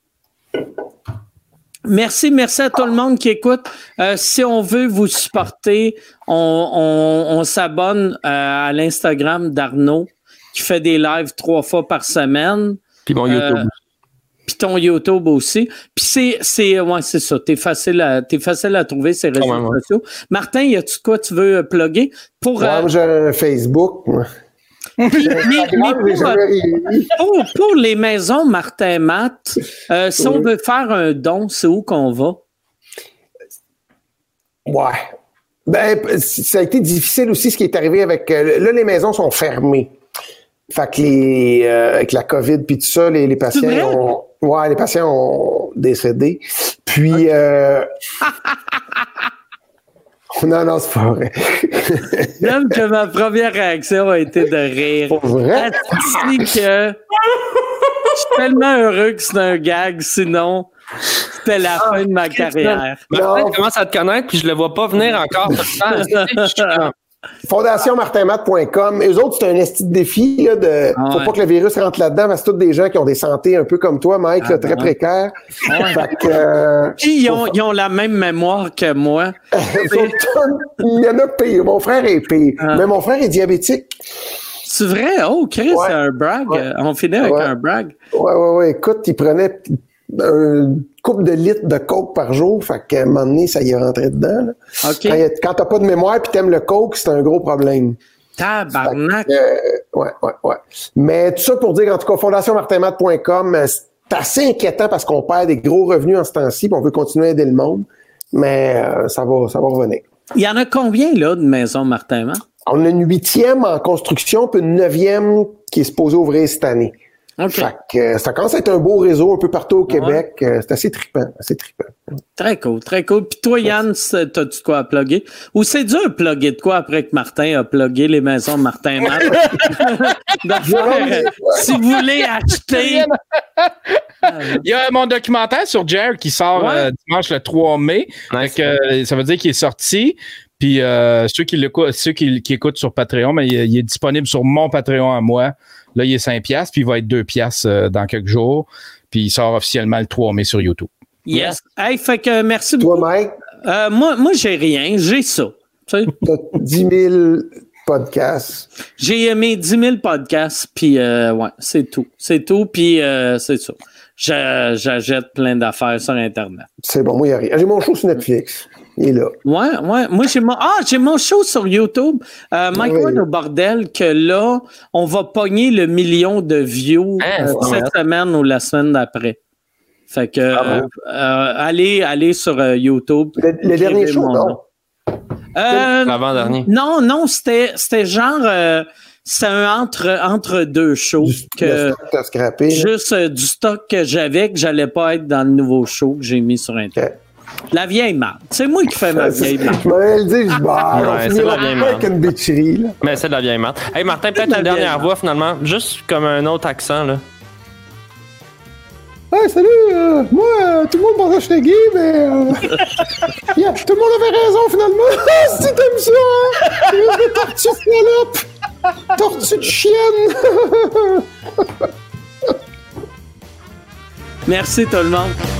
Merci, merci à tout le monde qui écoute. Euh, si on veut vous supporter, on, on, on s'abonne euh, à l'Instagram d'Arnaud qui fait des lives trois fois par semaine. Puis mon Euh, YouTube. Puis ton YouTube aussi. Puis c'est, c'est, ouais, c'est ça. T'es facile à, t'es facile à trouver ces réseaux Quand même, ouais. sociaux. Martin, y a-tu de quoi tu veux euh, plugger? Pour, Ouais, euh, moi, j'ai un Facebook. moi. mais, mais Instagram, pour, j'ai jamais euh, réussi. pour, pour les maisons Martin Matt, euh, si on veut faire un don, c'est où qu'on va? Ouais. Ben, p- ça a été difficile aussi ce qui est arrivé avec. euh, là, les maisons sont fermées. Fait que les, euh, avec la COVID puis tout ça, les, les patients vrai? ont. Ouais, les patients ont décédé. Puis. Euh, non, non, c'est pas vrai. J'aime que ma première réaction a été de rire. Pour vrai? Asti que je suis tellement heureux que c'est un gag, sinon c'était la fin de ma carrière. Martin Non. commence à te connaître, puis je le vois pas venir encore tout le temps. Je suis comme, fondation martin matt point com. Eux autres, c'est un esti de défi. Là, de, Ah faut ouais. pas que le virus rentre là-dedans, parce que c'est tous des gens qui ont des santé un peu comme toi, Mike, Ah là, très ouais. précaires. Ouais. Fait que, euh, Puis ils ont, ils ont la même mémoire que moi. ils sont- il y en a pire. Mon frère est pire. Ah. Mais mon frère est diabétique. C'est vrai? Oh, Chris, Ouais. c'est un brag. Ouais. On finit avec Ouais. un brag. Ouais, ouais, ouais. Écoute, il prenait un couple de litres de coke par jour. Fait qu'à un moment donné, ça y est rentré dedans. Là. OK. Quand, il y a- quand t'as pas de mémoire puis t'aimes le coke, c'est un gros problème. Tabarnak. Euh, ouais, ouais, ouais. Mais tout ça pour dire, en tout cas, fondation martin matt point com, euh, c'est assez inquiétant parce qu'on perd des gros revenus en ce temps-ci, puis on veut continuer à aider le monde. Mais euh, ça va, ça va revenir. Il y en a combien, là, de maisons Martin Matt? On a une huitième en construction, puis une neuvième qui est supposée ouvrir cette année. OK. Fait que euh, ça commence à être un beau réseau un peu partout au Québec. Euh, c'est assez trippant, assez trippant. Très cool, très cool. Puis toi, Yann, c'est- t'as-tu de quoi à plugger? Ou c'est dur de plugger de quoi après que Martin a plugué les maisons Martin Matt? D'affaires, si vous voulez acheter... Il y a mon documentaire sur Jer qui sort Ouais. euh, dimanche le trois mai. Nice. Fait que, euh, ça veut dire qu'il est sorti. Puis euh, ceux, qui l'écoutent, ceux qui, qui écoutent sur Patreon, mais il, il est disponible sur mon Patreon à moi. Là, il est cinq piastres, puis il va être deux piastres euh, dans quelques jours. Puis il sort officiellement le trois mai sur YouTube. Yes. Hey, fait que merci Toi, beaucoup. Mike, Euh, moi, moi j'ai rien, j'ai ça. Tu sais, t'as dix mille podcasts. j'ai mes dix mille podcasts, puis euh, ouais, c'est tout. C'est tout, puis euh, c'est ça. Je- J'achète plein d'affaires sur Internet. C'est bon, moi, il y a rien. J'ai mon show sur Netflix. Il est là. Ouais, ouais. Moi, j'ai mon, ah, j'ai mon show sur YouTube. Euh, Mike Oui. Ward au bordel, que là, on va pogner le million de views Hein, euh, c'est cette semaine ou la semaine d'après. Fait que, Ah euh, euh, allez, allez sur euh, YouTube. Le, le dernier Écrivez show, mon non? nom. Euh, L'avant-dernier. Non, non, c'était, c'était genre, euh, c'était un entre, entre deux shows. Du, que, le stock t'as scrappé. là. juste euh, du stock que j'avais, que j'allais pas être dans le nouveau show que j'ai mis sur Internet. Ok. La vieille marde. C'est moi qui fais ma vieille marde. Je m'en allais le dire, je bah, Ouais, on c'est finira la vieille pas marde. avec une bitcherie, là. Mais c'est de la vieille marde. Hey, Martin, peut-être de la une vieille dernière marde. voix, finalement. Juste comme un autre accent, là. Hey, salut, euh, moi, euh, tout le monde pensait que j'étais gay, mais euh, yeah, tout le monde avait raison, finalement. Ah, si t'aimes ça, hein? C'est juste des tortues de salope. Tortues de chienne. Merci tout le monde.